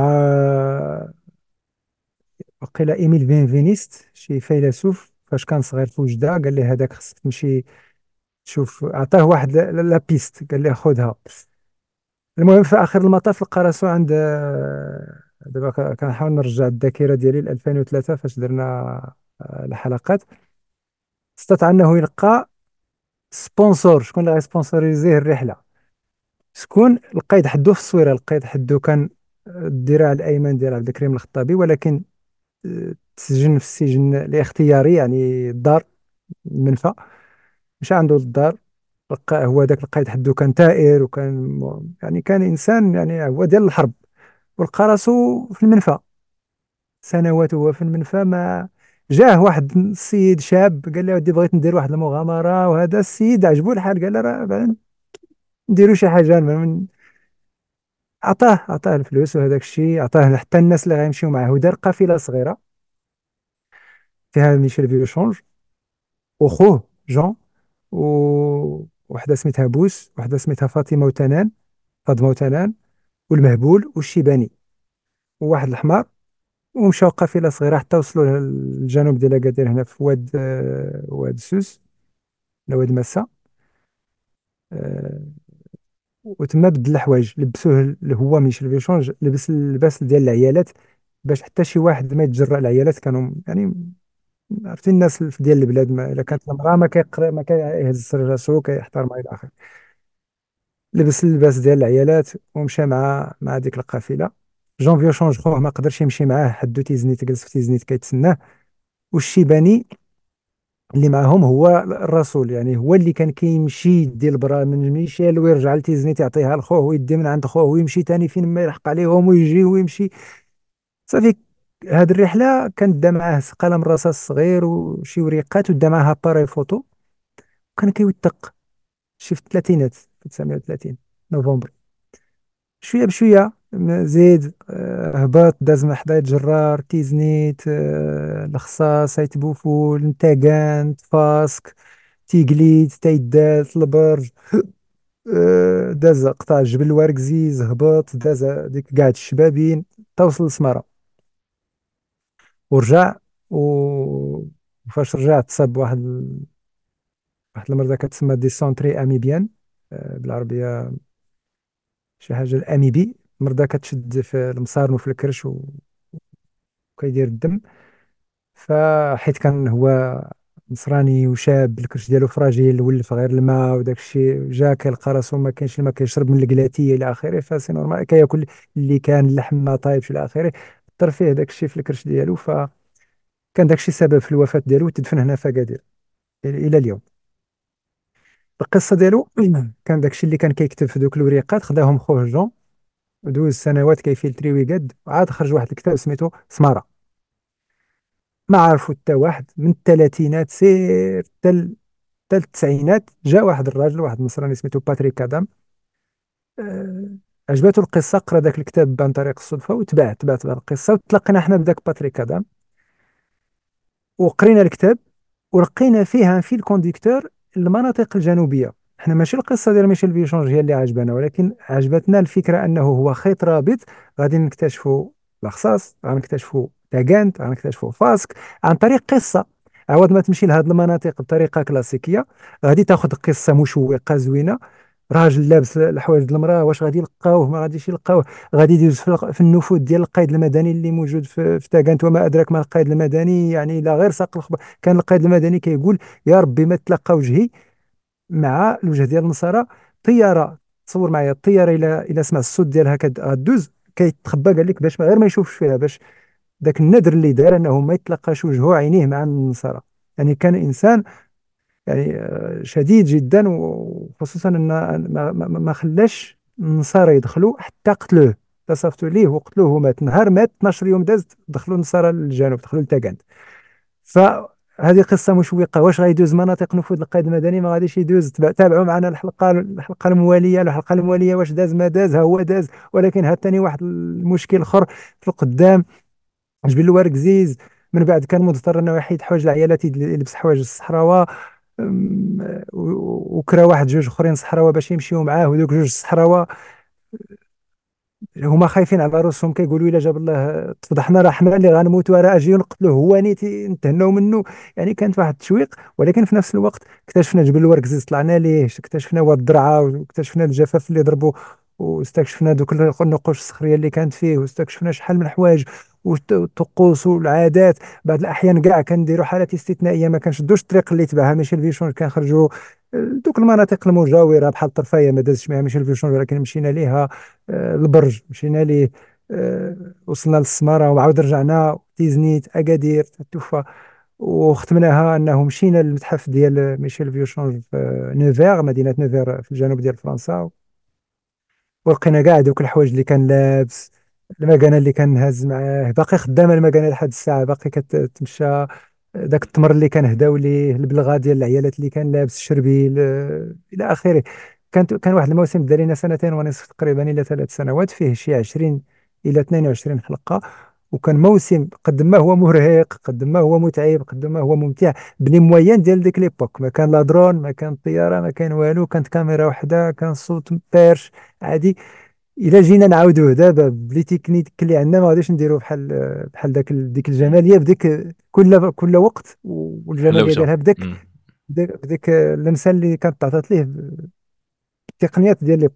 وقيل ايميل بنفينيست شي فيلسوف. فاش كان صغير في وجده قال لي هذاك خصك تمشي شوف. عطاه واحد لا لا- لا بيست قال لي خذها. المهم في اخر المطاف لقى راسو عند آه، دابا ك- كنحاول نرجع الذاكره ديالي ل ألفين وثلاثة فاش درنا آه، الحلقات. استطاع انه يلقى سبونسور. شكون اللي غيسبونسوريزيه الرحله؟ شكون؟ القايد حدو في الصويره. القايد حدو كان الذراع الايمن ديال عبد الكريم الخطابي، ولكن آه، تسجن في السجن الاختياري يعني الدار المنفى. مشى عنده للدار. لقى هو ذاك القايد حدو كان ثائر وكان م- يعني كان انسان يعني هو ديال الحرب. ولقى راسو في المنفى. سنوات هو في المنفى. ما جاه واحد السيد شاب قال له ودي بغيت ندير واحد المغامره. وهذا السيد عجبو الحال قال له راه بغا نديروا شي حاجه من عطاه عطاه الفلوس وهذاك الشيء. عطاه حتى الناس اللي غيمشيو معاه. ودار قافله صغيره فيها ميشيل فيلوشونج وخوه جون و وحده سميتها بوس، وحده سميتها فاطمه وتنان، فاطمه وتنان، والمهبول والشيباني وواحد الحمار. ومشاو قافله صغيره حتى وصلوا للجنوب ديال اكادير هنا في واد آه، واد سوس ولا واد مسا. آه، وتما بدل الحوايج، لبسوه اللي هو ميشيل فيشونج، لبس اللباس ديال العيالات باش حتى شي واحد ما يتجرأ. العيالات كانوا يعني عرفتي الناس في ديال البلاد، ما الا كانت المراه ما كيقرا ما كيهز راسو كيحترمها الى اخره. لبس اللباس ديال العيالات ومشى مع مع ديك القافله. جون فيوشونج خوه ما قدرش يمشي معاه، حدو تيزنيت، جلس في تيزنيت كيتسناه. والشيباني اللي معاهم هو الرسول، يعني هو اللي كان كيمشي يدي البرا من ميشيل ويرجع لتيزنيت يعطيها لخوه، ويدي من عند خوه ويمشي تاني فين ما يلحق عليهم ويجي ويمشي. صافي. هاد الرحله كانت دا معاه قلم رصاص صغير وشي وريقات، ودا معاه اباري فوتو. كان كيوثق شي في الثلاثينات، في تسعمية وثلاثين نوفمبر. شويه بشويه م- زيد، آه، هبط داز مع حدايا جرار تيزنيت، آه، الخصاص، عيت بوفول، نتاكان، فاسك، تيقليد، تيدات، البرج، آه، داز قطاع جبل الوركزيز، هبط داز ديك قاعد الشبابين، توصل لسمارة ورجع. و- وفاش رجع تصاب واحد ال- واحد المرضى كتسمى ديسونتري اميبيان، آه، بالعربية شي حاجة الاميبي، مرضى كتشد في المصارن وفي الكرش و- وكيدير الدم. فحيت كان هو نصراني وشاب، الكرش ديالو فراجيل، ولف غير الماء وداك الشيء، جا كيلقى راسو ما كاينش الماء، كيشرب من الكلاتيه الى اخره، فسي نورمال كياكل اللي كان اللحم ما طايبش الى اخره. اثر فيه داك الشيء في الكرش ديالو، فكان داك الشيء سبب في الوفاه ديالو، وتدفن هنا في اكادير الى الى اليوم. القصه ديالو كان داك الشيء اللي كان كيكتب في دوك الوريقات خداهم خوه جون، ودوز سنوات كيفيلتري ويقاد، وعاد خرج واحد الكتاب سميتو سمارة. ما عرفوا حتى واحد من الثلاثينات سير حتى ال- حتى التسعينات. جاء واحد الراجل، واحد النصراني سميتو باتريك ادام، آه، عجبته القصه، قرا ذاك الكتاب عن طريق الصدفه وتبع تبع تبع القصه، وتلاقينا حنا بداك باتريك ادام وقرينا الكتاب، ولقينا فيها في الكونديكتور المناطق الجنوبيه. احنا ماشي القصه ديال ميشيل فيشونج هي اللي عجبنا، ولكن عجبتنا الفكره انه هو خيط رابط. غادي نكتشفوا لاخصاص، غنكتشفوا تاغانت، غنكتشفوا فاسك عن طريق قصه. عوض ما تمشي لهذه المناطق بطريقه كلاسيكيه، غادي تاخذ قصه مشوقه زوينه. راجل لابس الحوايج د المراه، واش غادي يلقاوه ما غاديش يلقاوه؟ غادي يدوز في الق- في النفوذ ديال القائد المدني اللي موجود في في تاغانت. وما ادراك ما القائد المدني، يعني لا غير ساق الخبر. كان القائد المدني كيقول يا ربي ما تلقى وجهي مع الوجه ديال النصارى. طياره، تصور معايا الطياره الى الى سمع الصوت ديالها كد- غدوز، كيتخبى قال لك باش ما غير ما يشوفش فيها، باش ذاك النذر اللي دار انه ما يتلقاش وجهه عينيه مع النصارى. يعني كان انسان يعني آه، شديد جدا، وخصوصا ان ما, ما, ما خلاش النصارى يدخلوا حتى قتلوه. تصفتوا ليه وقتلوه ومات. نهار مات اثناش يوم داز دخلوا النصارى للجنوب، دخلوا لتاكانت. فهذه قصه مشوقه. واش غيدوز مناطق نفوذ القائد المدني؟ ما غاديش يدوز. تبع- تابعوا معنا الحلقه الحلقه المواليه. الحلقه المواليه واش داز؟ ما داز، ها هو داز. ولكن ها ثاني واحد المشكل اخر في القدام. جبل الورق زيز، من بعد كان مضطر انه يحيد حوايج العيالات، يلبس حوايج الصحراوه. أم، و- وكرا واحد جوج اخرين صحراوه باش يمشيو معاه، ودوك جوج صحراوه هما خايفين على راسهم، كيقولوا الا جاب الله تفضحنا راه حنا اللي غنموتوا، راه اجيو نقتلوه هو نيتي نتهناو منه. يعني كانت واحد التشويق. ولكن في نفس الوقت اكتشفنا جبل الوركزيز طلعنا ليه، اكتشفنا واد الدرعا، واكتشفنا الجفاف اللي ضربوا، واستكشفنا دوك النقوش الصخريه اللي كانت فيه، واستكشفنا شحال من الحوايج والطقوس والعادات. بعض الاحيان كاع كنديروا حالات استثنائيه ما كنشدوش الطريق اللي تبعها ميشيل فيشون، كنخرجوا دوك المناطق المجاوره بحال طرفايه ما دازش معها ميشيل فيشون، ولكن مشينا ليها. آه، البرج مشينا ليه، آه، وصلنا للسمارة وعاود رجعنا تيزنيت أكادير التوفا. وختمناها أنه مشينا للمتحف ديال ميشيل فيوشونج في نوفير، مدينة نوفير في الجنوب ديال فرنسا. ولقينا كاع دوك الحوايج اللي كان لابس، المكانه اللي كان هاز معاه باقي خدامه، المكانه لحد الساعه باقي كتمشى. داك التمر اللي كان هداو ليه، البلغه ديال العيالات اللي كان لابس، الشربيل، آه، الى اخره. كانت كان واحد الموسم دار لنا سنتين ونصف تقريبا الى ثلاث سنوات، فيه شي عشرين الى اثنين وعشرين حلقه. وكان موسم قد ما هو مرهق، قد ما هو متعب، قد ما هو ممتع، بلي موين ديال ديك ليبوك. ما كان لا درون، ما كان طياره، ما كان والو، كانت كاميرا واحده، كان صوت بيرش عادي. الا جينا نعاودوه دابا بلي تكنيك اللي عندنا ما غاديش نديروه بحال بحال داك ال- ديك الجماليه بديك كل كل وقت، والجماليه حلاوته. ديالها بداك مم. بداك بديك اللمسه اللي كانت تعطات ليه التقنيات ديال ليبوك.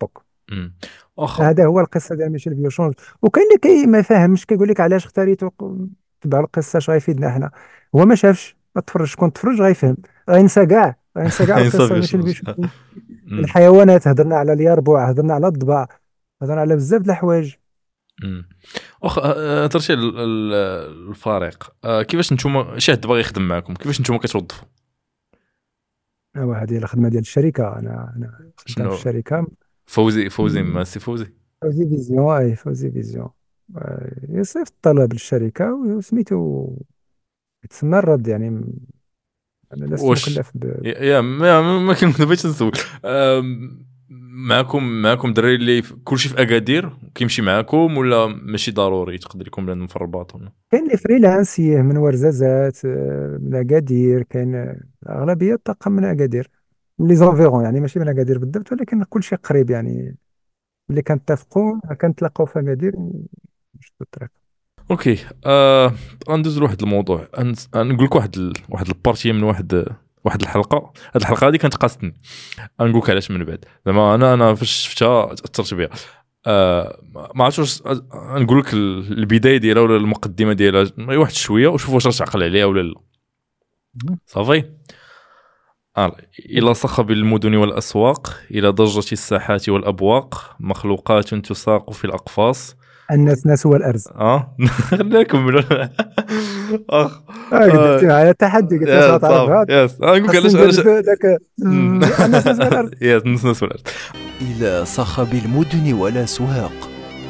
مم. واخا. هذا هو القصه ديال ميشيل فيوشون. وكاين اللي كي ما فاهمش كيقول لك علاش اختاريتو، تبع القصه اش غيفيدنا حنا. هو ما شافش، ما تفرج. شكون تفرج غيفهم، غينسى كاع، غينسى كاع القصه صافي ديال شو. ميشيل فيوشون. مم. الحيوانات، هضرنا على اليربوع، هضرنا على الضباع، هضرنا على بزاف د الحوايج. مم. واخا. آه، هضرتي على ال- ال- الفريق. آه، كيفاش نتوما شي حد بغى يخدم معكم، كيفاش نتوما كتوظفوا؟ هو هذه الخدمه ديال الشركه. انا انا خدام في شنو؟ الشركه. فوزي فوزي مم. ما سي فوزي. فوزي فيزيون، اي فوزي فيزيون. آه، يصيفط الطلب للشركه وسميتو يتسنى الرد يعني. انا لست واش مكلف ب... يا يا- ما ما ما كنت بغيت نسول. آم، معكم معكم دراري اللي في- كلشي في اكادير كيمشي معكم، ولا ماشي ضروري تقدر يكون بلان في الرباط ولا؟ كاين اللي فريلانس يه من ورزازات، آه، من اكادير. كاين آه، الاغلبيه الطاقم من اكادير، من لي زونفيرون يعني، ماشي من اكادير بالضبط، ولكن كل شيء قريب يعني. اللي كنتفقوا كنتلاقاو في اكادير ونشدوا الطريق. اوكي. آه غندوز لواحد الموضوع. أن- نقول لك واحد ال... واحد البارتيه من واحد واحد الحلقه. هاد الحلقه هذه كانت قاصتني. نقول لك علاش من بعد. زعما انا انا فاش شفتها تاثرت بها. آه ما عرفتش واش نقول لك ال- البدايه ديالها ولا المقدمه ديالها غير واحد شويه، وشوف واش راك تعقل عليها ولا لا. مهم. صافي. آه. إلى صخب المدن والأسواق، إلى ضجة الساحات والأبواق، مخلوقات تساق في الأقفاص. الناس ناس هو الارز. اه. خلينا نكمل. اخ. اه درتي آه. معايا التحدي، قلت واش يا غتعرف صافي هاد. يس. آه، نقول لك خاصني علاش ندير علاش. الب- ذاك مم. الناس ناس هو الارز. يس نص نص ولا. إلى صخب المدن والأسواق،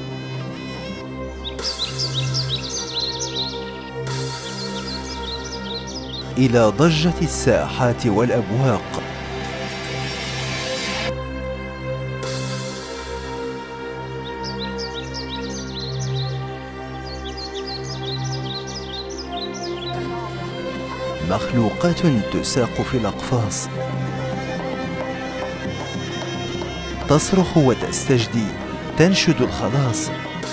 إلى ضجة الساحات والأبواق، مخلوقات تساق في الأقفاص، تصرخ وتستجدي، تنشد الخلاص.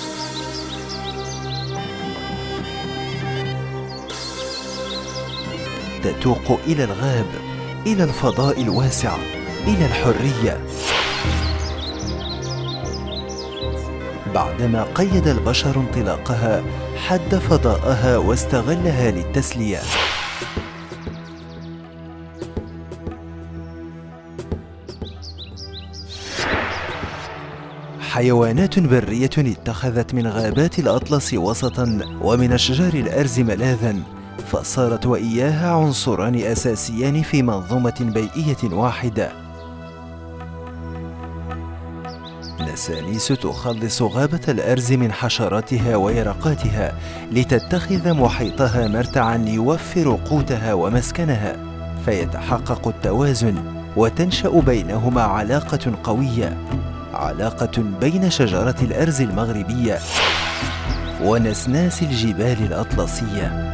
تتوق إلى الغاب، إلى الفضاء الواسع، إلى الحرية. بعدما قيد البشر انطلاقها، حد فضاءها واستغلها للتسلية. حيوانات برية اتخذت من غابات الأطلس وسطا، ومن أشجار الأرز ملاذا، فصارت وإياها عنصران أساسيان في منظومة بيئية واحدة. نسانيس تخلص غابة الأرز من حشراتها ويرقاتها، لتتخذ محيطها مرتعا ليوفر قوتها ومسكنها، فيتحقق التوازن وتنشأ بينهما علاقة قوية، علاقة بين شجرة الأرز المغربية ونسناس الجبال الأطلسية.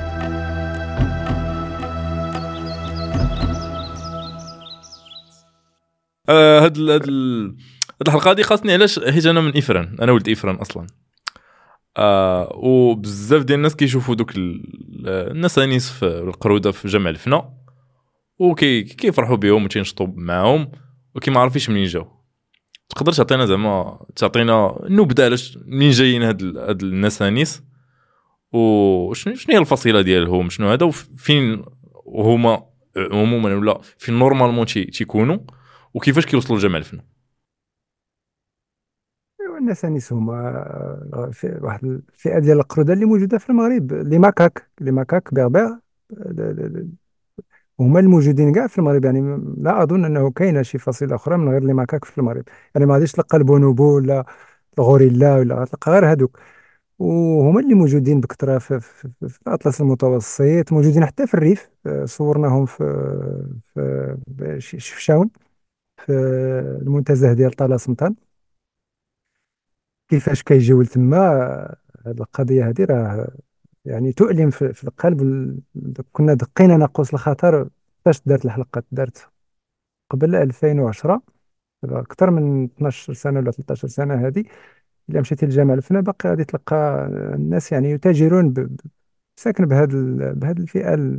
آه هاد ال- هاد ال- هاد الحلقه هذه خاصني علاش حيت انا من افران، انا ولد افران اصلا. آه وبزاف ديال الناس كيشوفوا دوك ال- النسانيس في القروده في جمع الفنا، وكي كيفرحوا بهم وتينشطوا معاهم، وكي ما عارفينش منين جاو. تقدر تعطينا زعما تعطينا نبذه علاش منين جايين هاد ال- هاد النسانيس، وشنو شنو هي الفصيله ديالهم، شنو هذا، وفين هما عموما ولا فين نورمالمون تي تيكونوا، وكيفاش كيوصلوا لجمع الفن. ايوا الناس انيس هما آه، في واحد الفئه ديال القروده اللي موجوده في المغرب، لي ماكاك لي ماكاك بربر. هما الموجودين كاع في المغرب يعني. م- لا اظن انه كاينه شي فصيله اخرى من غير لي ماكاك في المغرب. يعني ما غاديش تلقى البونوبو ولا الغوريلا، ولا غتلقى غير هادوك. وهما اللي موجودين بكثره في, في, في, في الاطلس المتوسط، موجودين حتى في الريف. آه، صورناهم في في في شفشاون، في المنتزه ديال طلس مطال، كيفاش كيجيو لتما. هذه القضيه هذه راه يعني تؤلم في, في القلب. ال- كنا دقينا ناقوس الخطر فاش دارت الحلقه. دارت قبل ألفين وعشرة، اكثر من اثناش سنه ولا ثلاثة عشر سنه هذه. الا مشيتي لجامع الفنا باقي غادي تلقى الناس يعني يتاجرون ب- ب- ساكن بهذه بهذه الفئه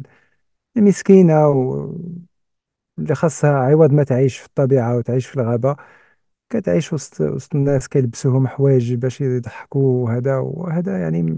المسكينه، واللي خاصها عوض ما تعيش في الطبيعه وتعيش في الغابه. كتعيش وسط وسط الناس كيلبسوهم حوايج باش يضحكوا، وهذا وهذا يعني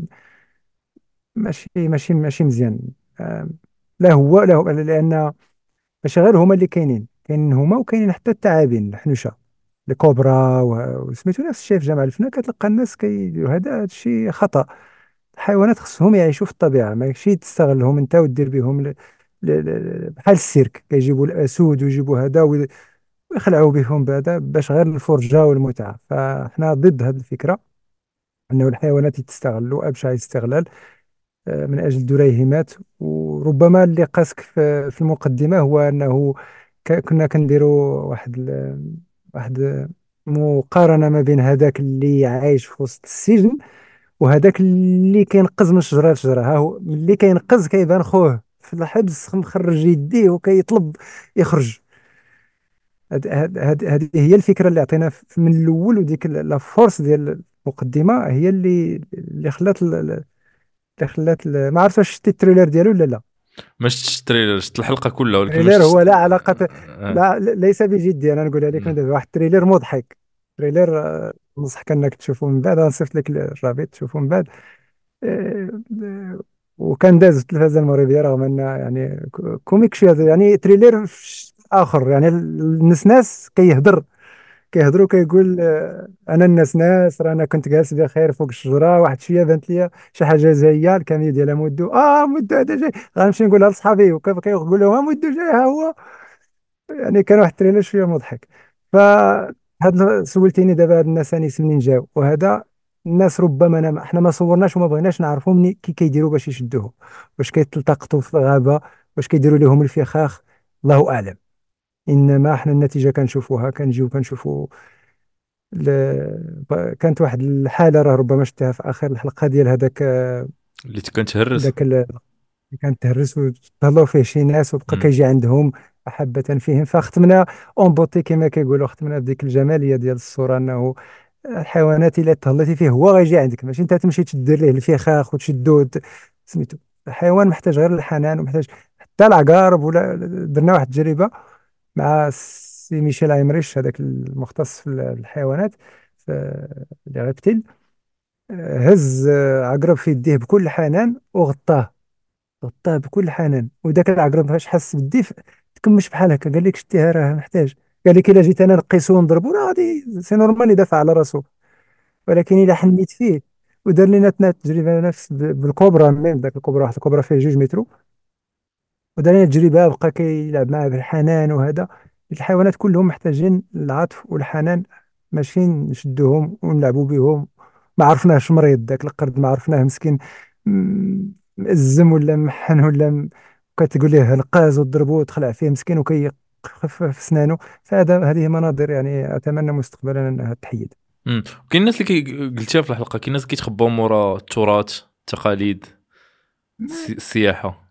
ماشي ماشي ماشي مزيان. آم، لا هو لا هو لان ماشي غير هما اللي كاينين، كاينين هما وكاينين حتى الثعابين الحنوشه، الكوبرا و- وسميتو نفس الشيء في جامع الفنا. كتلقى الناس كي هذا الشيء خطأ. الحيوانات خصهم يعيشوا في الطبيعة، ماشي تستغلهم انت ودير بهم ل... ل... ل... بحال السيرك كيجيبوا الاسود ويجيبوا هذا وي- ويخلعوا بهم بهذا باش غير الفرجة والمتعة. فاحنا ضد هذه الفكرة، انه الحيوانات تستغلوا ابشع استغلال آه، من اجل الدريهمات. وربما اللي قاسك في في المقدمة هو انه ك... كنا كنديروا واحد ال... واحد مقارنة ما بين هذاك اللي عايش في وسط السجن وهذاك اللي كينقز من شجره لشجره. ها هو ملي كينقز كيبان خوه في الحبس مخرج يديه وكيطلب يخرج. هاد- هاد- هاد- هذه هي الفكره اللي عطينا ف- من الاول، وديك ال- لا فورس ديال المقدمه هي اللي اللي خلات ال- ال- اللي خلات ال- ما عرفت واش شتي التريلر ديالو ولا لا. ما شفتش التريلر، شفت الحلقه كلها ولكن ما التريلر شفتش. هو لا علاقه، آه. لا لا- ليس بجدي، انا نقولها لك من مم. دابا. واحد التريلر مضحك، تريلر آه، ننصحك انك تشوفه من بعد. غنصيفط لك الرابط تشوفه من بعد. آه، آه، وكان داز في التلفازه المغربيه رغم ان يعني كو- كوميك شويه يعني تريلر ش- اخر. يعني الناس ناس كيهضر كيهضروا كيقول آه، انا الناس ناس رانا كنت جالس بخير فوق الشجره، واحد شويه بانت لي شي حاجه زاهيه، الكاميو ديالها مودو اه مودو هذا جاي، غنمشي نقولها لصحابي وكيف كيقول لهم آه، مودو جاي ها هو. يعني كان واحد التريلر شويه مضحك. ف هاد ال- سولتيني دابا هاد الناس انيس منين جاو وهذا. الناس ربما أنا احنا ما صورناش وما بغيناش نعرفوا مني كي كيديروا باش يشدوهم، واش كيتلتقطوا في الغابه، واش كيديروا لهم الفخاخ، الله اعلم. انما احنا النتيجه كنشوفوها، كنجيو كنشوفوا ل... ب- كانت واحد الحاله راه ربما شفتها في اخر الحلقه ديال هذاك اللي كان تهرس. ذاك كان تهرس وتهلاو فيه شي ناس وبقى مم. كيجي عندهم محبة فيهم. فختمنا اون بوتي كما كيقولوا، ختمنا بديك الجمالية ديال الصورة، انه الحيوانات الا تهليتي فيه هو غيجي عندك، ماشي انت تمشي تدير ليه الفخاخ وتشدو وت- سميتو. الحيوان محتاج غير الحنان، ومحتاج حتى العقارب. ولا درنا واحد التجربة مع سي ميشيل ايمريش هذاك المختص في الحيوانات في لي ريبتيل. هز عقرب في يديه بكل حنان وغطاه، غطاه بكل حنان. وذاك العقرب فاش حس بالدفء تكمش بحال هكا، قال لك شتيها راه محتاج. قال لك الا جيت انا نقيسو ونضربو راه غادي سي نورمال يدافع على راسو. ولكن الا حنيت فيه ودار لنا تنا تجربه نفس ب- بالكوبرا. ميم ذاك الكوبرا، واحد الكوبرا فيه جوج مترو، ودار لنا تجربه بقى كيلعب معاه بالحنان وهذا. الحيوانات كلهم محتاجين العطف والحنان، ماشي نشدوهم ونلعبوا بهم. ما عرفناهش مريض ذاك القرد، ما عرفناه مسكين م- مأزم ولا محن ولا م- كتقول ليه القاز وتضربه وتخلع فيه مسكين وكيخف في سنانه. فهذا هذه مناظر يعني اتمنى مستقبلا انها تحيد. مم. كاين الناس اللي كي قلتيها في الحلقه، كاين الناس كيتخباو مورا التراث، التقاليد، السي- السياحه.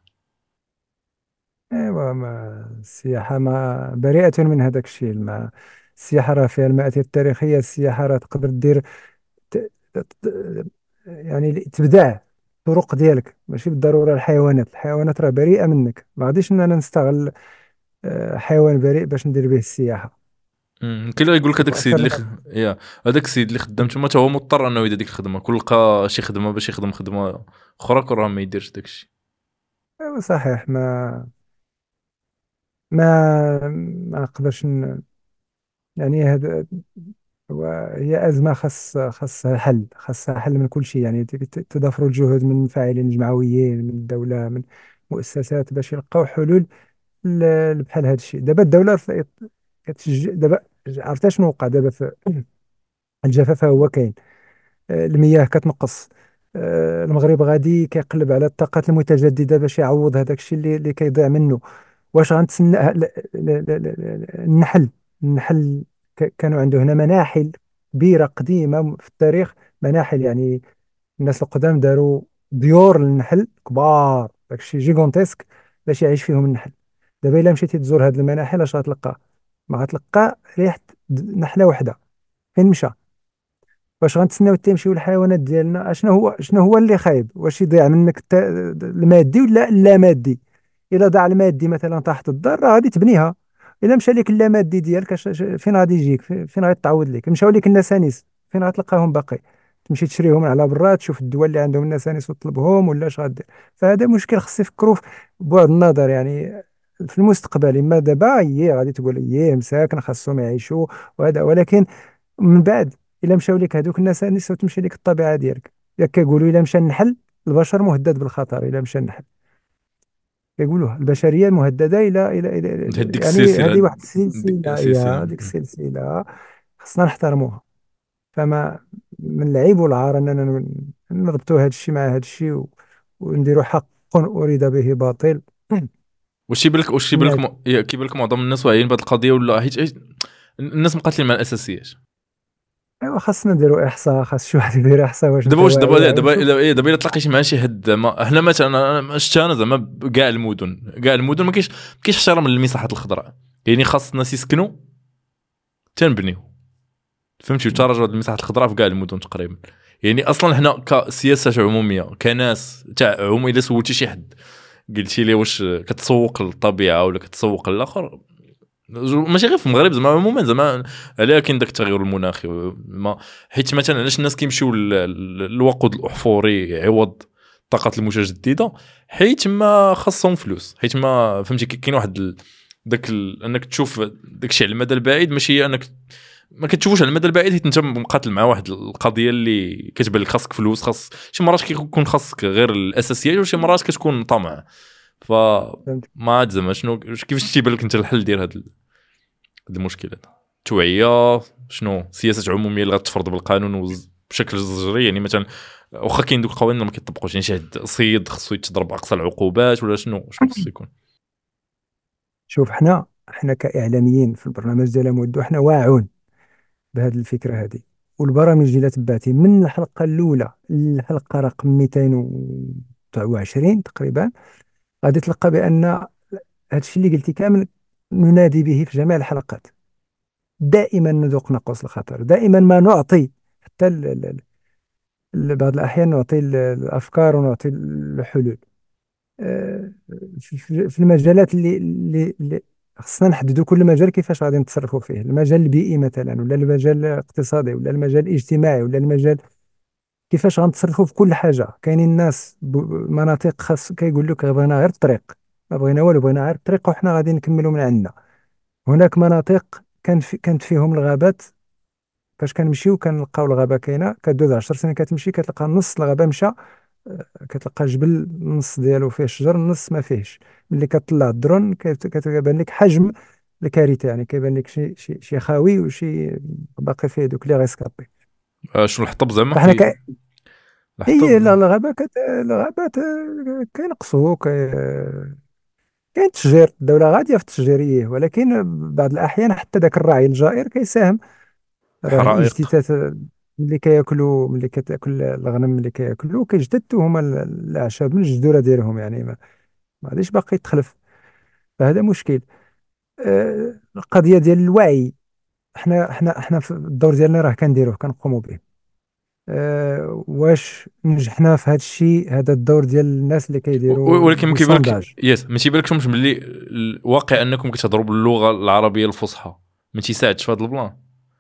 ايوا ما السياحه ما بريئه من هذاك الشيء. ما السياحه راه فيها المآثر التاريخيه. السياحه راه تقدر دير ت- ت- يعني تبدع الطرق ديالك، ماشي بالضروره الحيوانات. الحيوانات راه بريئه منك، ما غاديش ان انا نستغل آه، حيوان بريء باش ندير به السياحه. امم كاين اللي يقول لك هذاك السيد اللي وأكثر خ... يا هذاك السيد اللي خدام تما تا هو مضطر انه يدير ديك الخدمه، كل لقى شي خدمه باش يخدم خدمه اخرى كون راه ما يديرش داك الشيء. أيوة صحيح. ما ما ما نقدرش ن- يعني هذا هو هي أزمة خاص خاصها حل، خاصها حل من كل شيء. يعني ت- ت- تضافر الجهود من فاعلين جمعويين، من الدولة، من مؤسسات باش يلقاو حلول ل- بحال هذا الشيء. دابا الدولة ف- كتشجع دابا. عرفت شنو وقع دابا في الجفاف؟ هو كاين آه، المياه كتنقص. آه، المغرب غادي كيقلب على الطاقات المتجددة باش يعوض هذاك الشيء اللي اللي كيضيع منه. واش غنتسنى لا- لا- لا- لا- لا- النحل النحل ك- كانوا عنده هنا مناحل كبيرة قديمة في التاريخ. مناحل يعني الناس القدام داروا ديور للنحل كبار، داكشي جيجونتيسك باش يعيش فيهم النحل. دابا الا مشيتي تزور هاد المناحل اش غتلقى؟ ما غتلقى ريحة د- نحلة واحدة. فين مشى؟ واش غنتسناو حتى يمشيو الحيوانات ديالنا؟ اشنو هو شنو هو اللي خايب؟ واش يضيع منك الت- المادي ولا اللا مادي؟ الا ضاع المادي مثلا تحت الدار راه غادي تبنيها، الا مشى لك اللامادي ديالك اش- اش- فين غادي يجيك؟ في- فين غادي تعوض لك؟ مشاو لك النسانيس، فين غتلقاهم باقي؟ تمشي تشريهم من على برا، تشوف الدول اللي عندهم النسانيس وتطلبهم، ولا اش غدير؟ فهذا مشكل خص يفكروا في بعد النظر يعني في المستقبل. اما دابا هي غادي تقول هي مساكن خاصهم يعيشوا وهذا، ولكن من بعد الا مشاو لك هذوك النسانيس وتمشي لك الطبيعه ديالك. ياك كيقولوا الا مشى النحل البشر مهدد بالخطر. الا مشى النحل كيقولوا البشريه مهدده الى الى الى إلى- هديك يعني السلسله، هذه واحد ديك السلسله، يا السلسله. هذيك السلسله خصنا نحترموها. فما من العيب والعار اننا ن- نربطوا هذا الشيء مع هذا الشيء و- ونديروا حق اريد به باطل. واش يبان لك واش يبان لك الناس م- يا- كيبان لك معظم الناس واعيين بهذه القضيه ولا حيت حيت الناس مقاتلين مع الاساسيات؟ ايوا خاصنا نديروا احصاء، خاص شي واحد يدير احصاء واش دابا انت واش دابا واعي. دابا ونشوف الا إيه دابا الا تلاقيتي مع شي حد زعما حنا مثلا انا أنا شفت انا زعما كاع المدن كاع المدن ما كاينش ما كاينش احترام للمساحات الخضراء. يعني خاص الناس يسكنوا تنبنيو، فهمتي، وتراجعوا هاد المساحات الخضراء في كاع المدن تقريبا. يعني اصلا حنا كسياسه عموميه كناس تاع عموم، الا سولتي شي حد قلتي لي واش كتسوق للطبيعه ولا كتسوق للاخر، ماشي غير في المغرب زعما عموما زعما علاه كاين داك التغير المناخي ما. حيت مثلا علاش الناس كيمشيو للوقود الاحفوري عوض الطاقات المتجدده؟ حيت ما خاصهم فلوس، حيت ما فهمتي كاين واحد ال... داك ال... انك تشوف داك الشيء على المدى البعيد، ماشي انك ما كتشوفوش على المدى البعيد، حيت انت مقاتل مع واحد القضيه اللي كتبان لك خاصك فلوس. خاص شي مرات كيكون خاصك غير الاساسيات، وشي مرات كتكون طمع. ف فهمت. ما عاد زعما شنو كيفاش تيبان لك انت الحل ديال هذا المشكل هذا؟ توعيه؟ شنو سياسه عموميه اللي غتفرض بالقانون وز- بشكل زجري؟ يعني مثلا واخا كاين دوك القوانين ما كيطبقوش، يعني شي حد صيد خصو يتضرب اقصى العقوبات ولا شنو شنو خصو يكون؟ شوف حنا حنا كاعلاميين في البرنامج ديال مودو حنا واعون بهذه الفكره هذه. والبرامج اللي تبعتي من الحلقه الاولى للحلقه رقم مئتين وعشرين تقريبا غادي تلقى بان هذا الشيء اللي قلتي كامل ننادي به في جميع الحلقات. دائما نذوق نقص الخطر، دائما ما نعطي حتى ال- ال- ال- بعض الأحيان نعطي ال- الأفكار ونعطي الحلول. آه، في في- في المجالات اللي اللي اللي خصنا نحددوا كل مجال كيفاش غادي نتصرفوا فيه. المجال البيئي مثلا، ولا المجال الاقتصادي، ولا المجال الاجتماعي، ولا المجال كيفاش غنتصرفوا في كل حاجة. كاينين الناس ب- مناطق خاص كيقول لك بغينا غير الطريق، ما بغينا والو، بغينا غير الطريق وحنا غادي نكملوا من عندنا. هناك مناطق كان في كانت فيهم الغابات، فاش كنمشيو كنلقاو الغابه كاينه كدوز عشر سنين كتمشي كتلقى نص الغابه مشى. آه، كتلقى جبل النص ديالو فيه شجر النص ما فيهش. ملي كتطلع الدرون كت- كتبان لك حجم الكارثه، يعني كيبان لك شي شي شي خاوي وشي باقي فيه دوك لي غيسكابي. آه شنو الحطب زعما فحنا كي ك... هي لا الحطب؟ الغابه كت... الغابات آه، كينقصوا كي... كاين تشجير، الدوله غاديه في التشجيريه، ولكن بعض الاحيان حتى ذاك الراعي الجائر كيساهم. راه حرائق. الاجتثاث ملي كياكلوا، ملي كتاكل الغنم ملي كياكلوا كيجتثوا هما ال- الاعشاب من الجذوره ديالهم، يعني ما ما غاديش باقي يتخلف. فهذا مشكل. آه، القضيه ديال الوعي، احنا احنا احنا في الدور ديالنا راه كنديروه كنقوموا به. أه واش نجحنا في هذا الشيء؟ هذا الدور ديال الناس اللي و- كيديروا ولكن ما دي كيبان لك سونداج. يس ما تيبان لكمش باللي الواقع انكم كتهضروا باللغه العربيه الفصحى ما تيساعدش في هذا البلان؟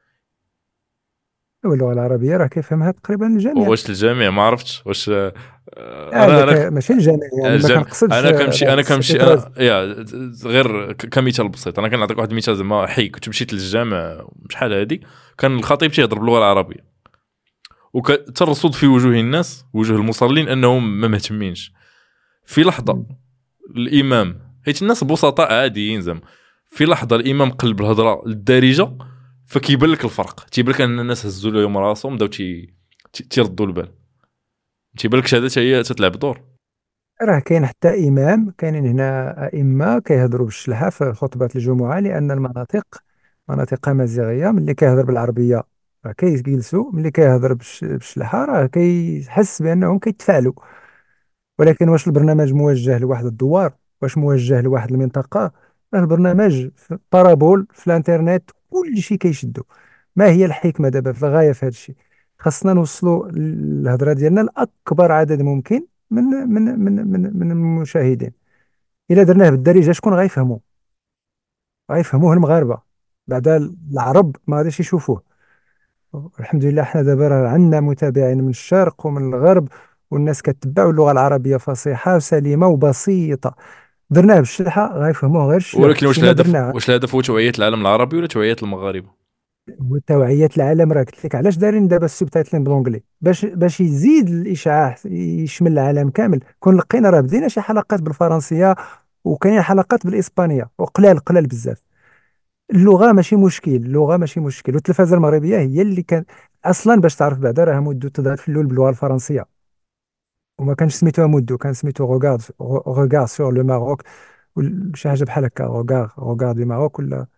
واللغه العربيه راه كيفهمها تقريبا الجميع. واش الجميع؟ ما عرفتش واش آه، آه انا لك انا ماشي الجميع، يعني ما الجميع. كنقصدش. انا آه، كنمشي راه انا كنمشي السبيكرات. انا يا غير ك- كمثال بسيط، انا كنعطيك واحد المثال زعما حي. كنت مشيت للجامع شحال هادي، كان الخطيب تيهضر باللغه العربيه، وترصد في وجوه الناس وجوه المصلين انهم ما مهتمينش. في لحظه الامام، حيت الناس بسطاء عاديين زعما، في لحظه الامام قلب الهضره للدارجه، فكيبان لك الفرق. تيبان لك ان الناس هزوا لهم راسهم بداو تي تي- تيردوا البال. تيبان لك هذا هي تتلعب دور. راه كاين حتى إمام، كاينين هنا أئمة كيهضروا بالشلحة في خطبة الجمعة، لأن المناطق مناطق أمازيغية. ملي كيهضر بالعربية راه كيجلسوا، ملي كيهضر بالش- بالشلحة راه كيحس بأنهم كيتفاعلوا. ولكن واش البرنامج موجه لواحد الدوار؟ واش موجه لواحد المنطقة؟ راه البرنامج في بارابول في الانترنت كل شيء كيشدو. ما هي الحكمة دابا في الغاية في هذا الشيء؟ خاصنا نوصلوا الهضرة ديالنا لأكبر عدد ممكن من من من من من المشاهدين. الا درناه بالدارجه شكون غيفهموا؟ غيفهموه المغاربه، بعد العرب ما غاديش يشوفوه. الحمد لله حنا دابا راه عندنا متابعين من الشرق ومن الغرب، والناس كتبعوا اللغه العربيه فصيحه وسليمه وبسيطه. درناه بالشلحه غيفهموه غير الشلوح، ولكن واش مشينا الهدف درناه. واش الهدف هو توعيه العالم العربي ولا توعيه المغاربه؟ وتوعية العالم، راه قلت لك علاش دايرين دابا السبتايتلين بالونجلي، باش باش يزيد الاشعاع يشمل العالم كامل. كون لقينا راه بدينا شي حلقات بالفرنسيه، وكاينين حلقات بالاسبانيه، وقلال قلال بزاف. اللغه ماشي مشكل، اللغه ماشي مشكل، والتلفازه المغربيه هي اللي كان اصلا، باش تعرف بعدا راه مودو تظهر في الاول باللغه الفرنسيه، وما كانش سميتوها مودو، كان سميتو روغارد، روغار سور لو ماروك، ولا شي حاجه بحال هكا، روغار روغار دو ماروك ولا.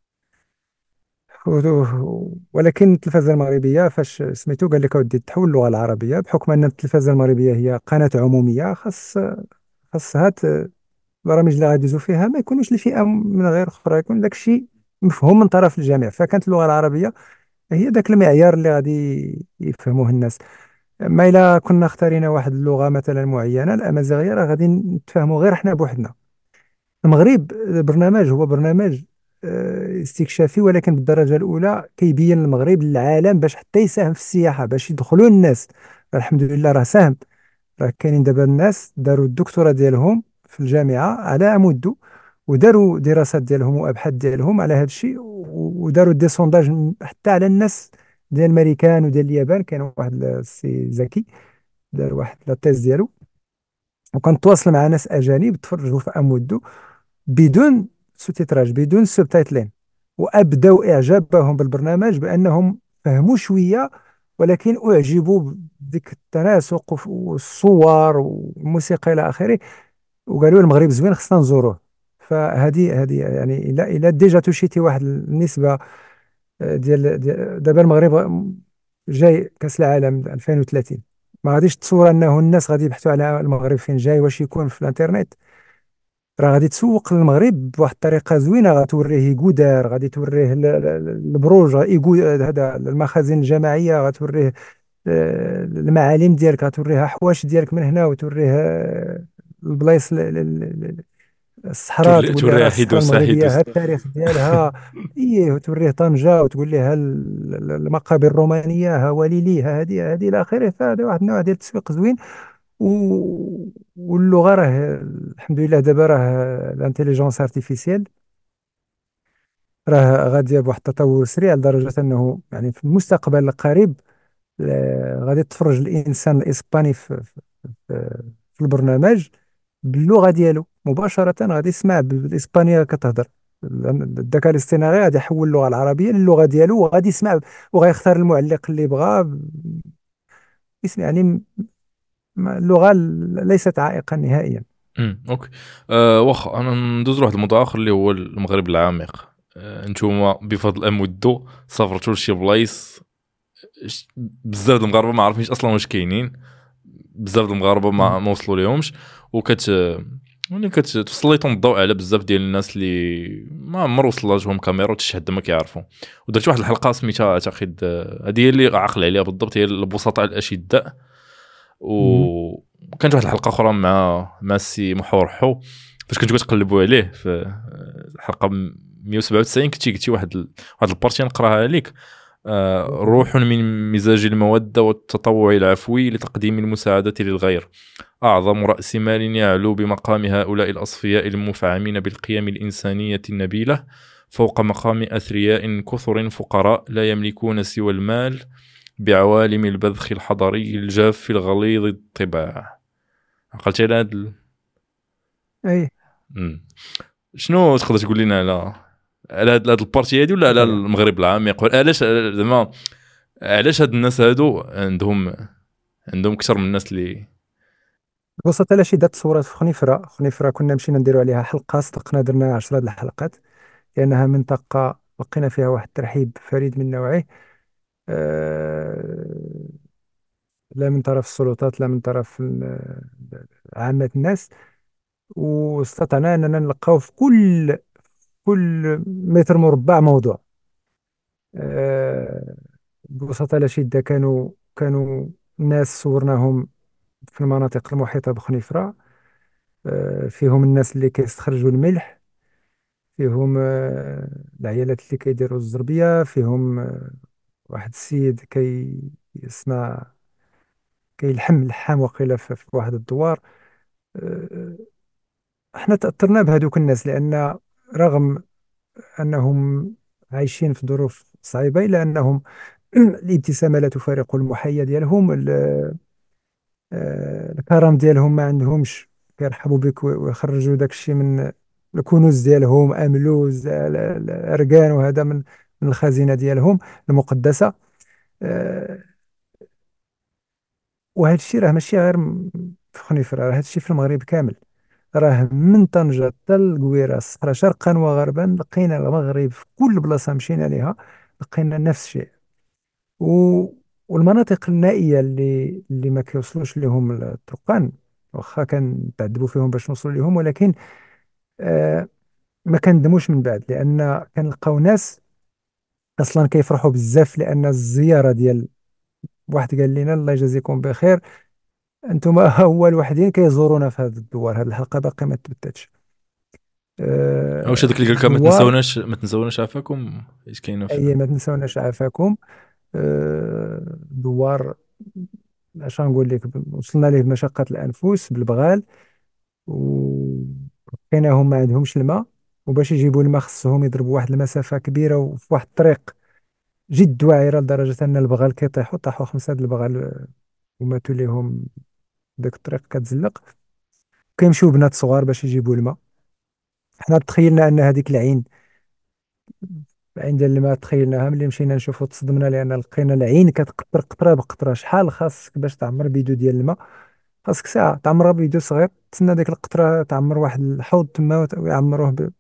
و- ولكن التلفازه المغربيه فاش سميتو قال لك اودي تحول اللغه العربيه، بحكم ان التلفازه المغربيه هي قناه عموميه، خاص خاصها ت- البرامج اللي غاديزو فيها ما يكونوش لفئه من غير اخرى، يكون داك الشيء مفهوم من طرف الجميع. فكانت اللغه العربيه هي ذاك المعيار اللي غادي يفهموه الناس. ما الا كنا اختارينا واحد اللغه مثلا معينه الامازيغيه، راه غادي نتفاهموا غير حنا بوحدنا. المغرب برنامج هو برنامج آه، استكشافي، ولكن بالدرجه الاولى كيبين المغرب للعالم باش حتى يساهم في السياحه، باش يدخلوا الناس. الحمد لله راه ساهم. راه كاينين دابا الناس داروا الدكتوراه ديالهم في الجامعه على امودو، وداروا دراسات ديالهم وابحاث ديالهم على هذا الشيء، و- وداروا دي سونداج حتى على الناس ديال الامريكان وديال اليابان. كان واحد السي ذكي دار واحد لا تيز ديالو، وكان تواصل مع ناس اجانب تفرجوا في امودو بدون سوتيتراج، بدون سبتايتلين، وابدوا اعجابهم بالبرنامج بانهم فهموا شويه، ولكن اعجبوا بديك التناسق وف- والصور والموسيقى الى اخره، وقالوا المغرب زوين خصنا نزوروه. فهذه هذه يعني الى الى ديجا توشيتي واحد النسبه آه، ديال ديال- دابا المغرب جاي كاس العالم ألفين وثلاثين، ما غاديش تصور انه الناس غادي يبحثوا على المغرب فين جاي، واش يكون في الانترنت. راه غادي تسوق للمغرب بواحد الطريقه زوينه، غتوريه يقودار، غادي توريه ال- ال- البروج، يقو- هذا المخازن الجماعيه، غتوريه آه، المعالم ديالك، غتوريه حواش ديالك من هنا، وتوريه آه، البلايص ال- ال- ال- الصحراء، تولي تقول ليه راه توري الصحراء حيدوسا المغربيه ها حيدوسا. التاريخ ديالها. ايه، وتوريه طنجه، وتقول ليه ها ال- ال- المقابر الرومانيه، ها وليلي، ها هذه هذه الى اخره. فهذا واحد النوع ديال التسويق زوين. و... واللغه راه الحمد لله دابا راه الانتيليجونس ارتيفيسيال راه غاديه بواحد التطور سريع، لدرجه انه يعني في المستقبل القريب آه، غادي تفرج الانسان الاسباني في, في, في في البرنامج باللغه ديالو مباشره، غادي يسمع بالاسبانيه كتهضر. الذكاء الاصطناعي غادي يحول اللغه العربيه للغه ديالو، وغادي يسمع، وغيختار المعلق اللي بغى. اسم يعني ما- اللغه ليست عائقا نهائيا. امم اوكي. أه واخا انا ندوز لواحد الموضوع اخر اللي هو المغرب العميق. أه انتوما بفضل امودو سافرتوا لشي بلايص ش- بزاف د المغاربه ما عارفينش اصلا واش كاينين، بزاف د المغاربه ما, ما وصلوا ليهمش، وكت يعني كتسليطوا الضوء على بزاف ديال الناس اللي ما عمر وصل لهم كاميرا وتشهد ما كيعرفوا. ودرت واحد الحلقه سميتها اعتقد آه، هذه هي اللي عاقل عليها بالضبط، هي البسطاء الاشداء. مهم. وكانت واحد الحلقه اخرى مع مع السي محور حو، فاش كنتو كتقلبوا عليه في آه، الحلقه مية وسبعة وتسعين كنتي قلتي واحد ال... واحد البارتي نقراها عليك. آه، روح من مزاج المودة والتطوع العفوي لتقديم المساعدة للغير، أعظم رأس مال يعلو بمقام هؤلاء الأصفياء المفعمين بالقيم الإنسانية النبيلة فوق مقام أثرياء كثر فقراء لا يملكون سوى المال بعوالم البذخ الحضري الجاف الغليظ الطباع. عقلتي على هاد ال... اي مم. شنو تقدر تقول لنا على على هاد هاد البارتي هادي، ولا على صحيح. المغرب العميق؟ علاش زعما علاش هاد الناس هادو عندهم عندهم اكثر من الناس اللي ببساطة لا، شي دات تصورات في خنيفرة. خنيفرة كنا مشينا نديرو عليها حلقة، صدقنا درنا عشرة د الحلقات، لأنها منطقة لقينا فيها واحد الترحيب فريد من نوعه. آه، لا من طرف السلطات، لا من طرف ال- عامة الناس. واستطعنا أننا نلقاو في كل كل متر مربع موضوع. آه، ببساطة لا شدة، كانوا كانوا ناس صورناهم في المناطق المحيطة بخنيفرة. آه، فيهم الناس اللي كيستخرجوا الملح، فيهم آه، العيالات اللي كيديروا الزربية، فيهم آه، واحد السيد كي يصنع كيلحم لحام وقيل في في واحد الدوار. آه، احنا تأثرنا بهذوك الناس، لأن رغم أنهم عايشين في ظروف صعيبة، إلا أنهم الابتسامة لا تفارق المحيا ديالهم. ال- آه، الكرم ديالهم ما عندهمش، كيرحبوا بك وي- ويخرجوا داك الشيء من الكنوز ديالهم، أملوز ال- ال- الأركان، وهذا من من الخزينة ديالهم المقدسة. آه، وهذا الشيء راه ماشي غير م- في خنيفر، راه هذا الشيء في المغرب كامل. راه من طنجة حتى القويرة الصحراء شرقا وغربا، لقينا المغرب في كل بلاصة مشينا لها لقينا نفس الشيء. و... والمناطق النائية اللي اللي ما كيوصلوش لهم الطرقان، واخا كنتعذبوا فيهم باش نوصلوا لهم، ولكن آه ما كندموش من بعد، لأن كنلقاو ناس أصلا كيفرحوا بزاف، لأن الزيارة ديال واحد قال لنا الله يجازيكم بخير، انتم اول وحدين كيزورونا في هذا الدوار، هذه الحلقة باقي ما تبتتش. واش آه هذاك اللي قال لك ما الدوار، تنساوناش ما تنساوناش عافاكم، اش كاينه في أي ما تنسوناش عافاكم. آه دوار، اش غنقول لك، وصلنا ليه بمشقة الأنفس بالبغال، وكاينهم ما عندهمش الماء، وباش يجيبوا الماء خصهم يضربوا واحد المسافة كبيرة وفي واحد الطريق جد واعرة، لدرجة أن البغال كيطيحوا، طاحوا خمسة د البغال آه، وماتوا ليهم. ديك الطريق كتزلق، كيمشيو بنات صغار باش يجيبوا الماء. حنا تخيلنا أن هذيك العين، العين ديال الماء تخيلناها، ملي مشينا نشوفوا تصدمنا، لأن لقينا العين كتقطر قطرة بقطرة. شحال خاصك باش تعمر بيدو ديال الماء؟ خاصك ساعة تعمرها بيدو صغير، تسنى ديك القطرة تعمر واحد الحوض تما، وت- ويعمروه ب...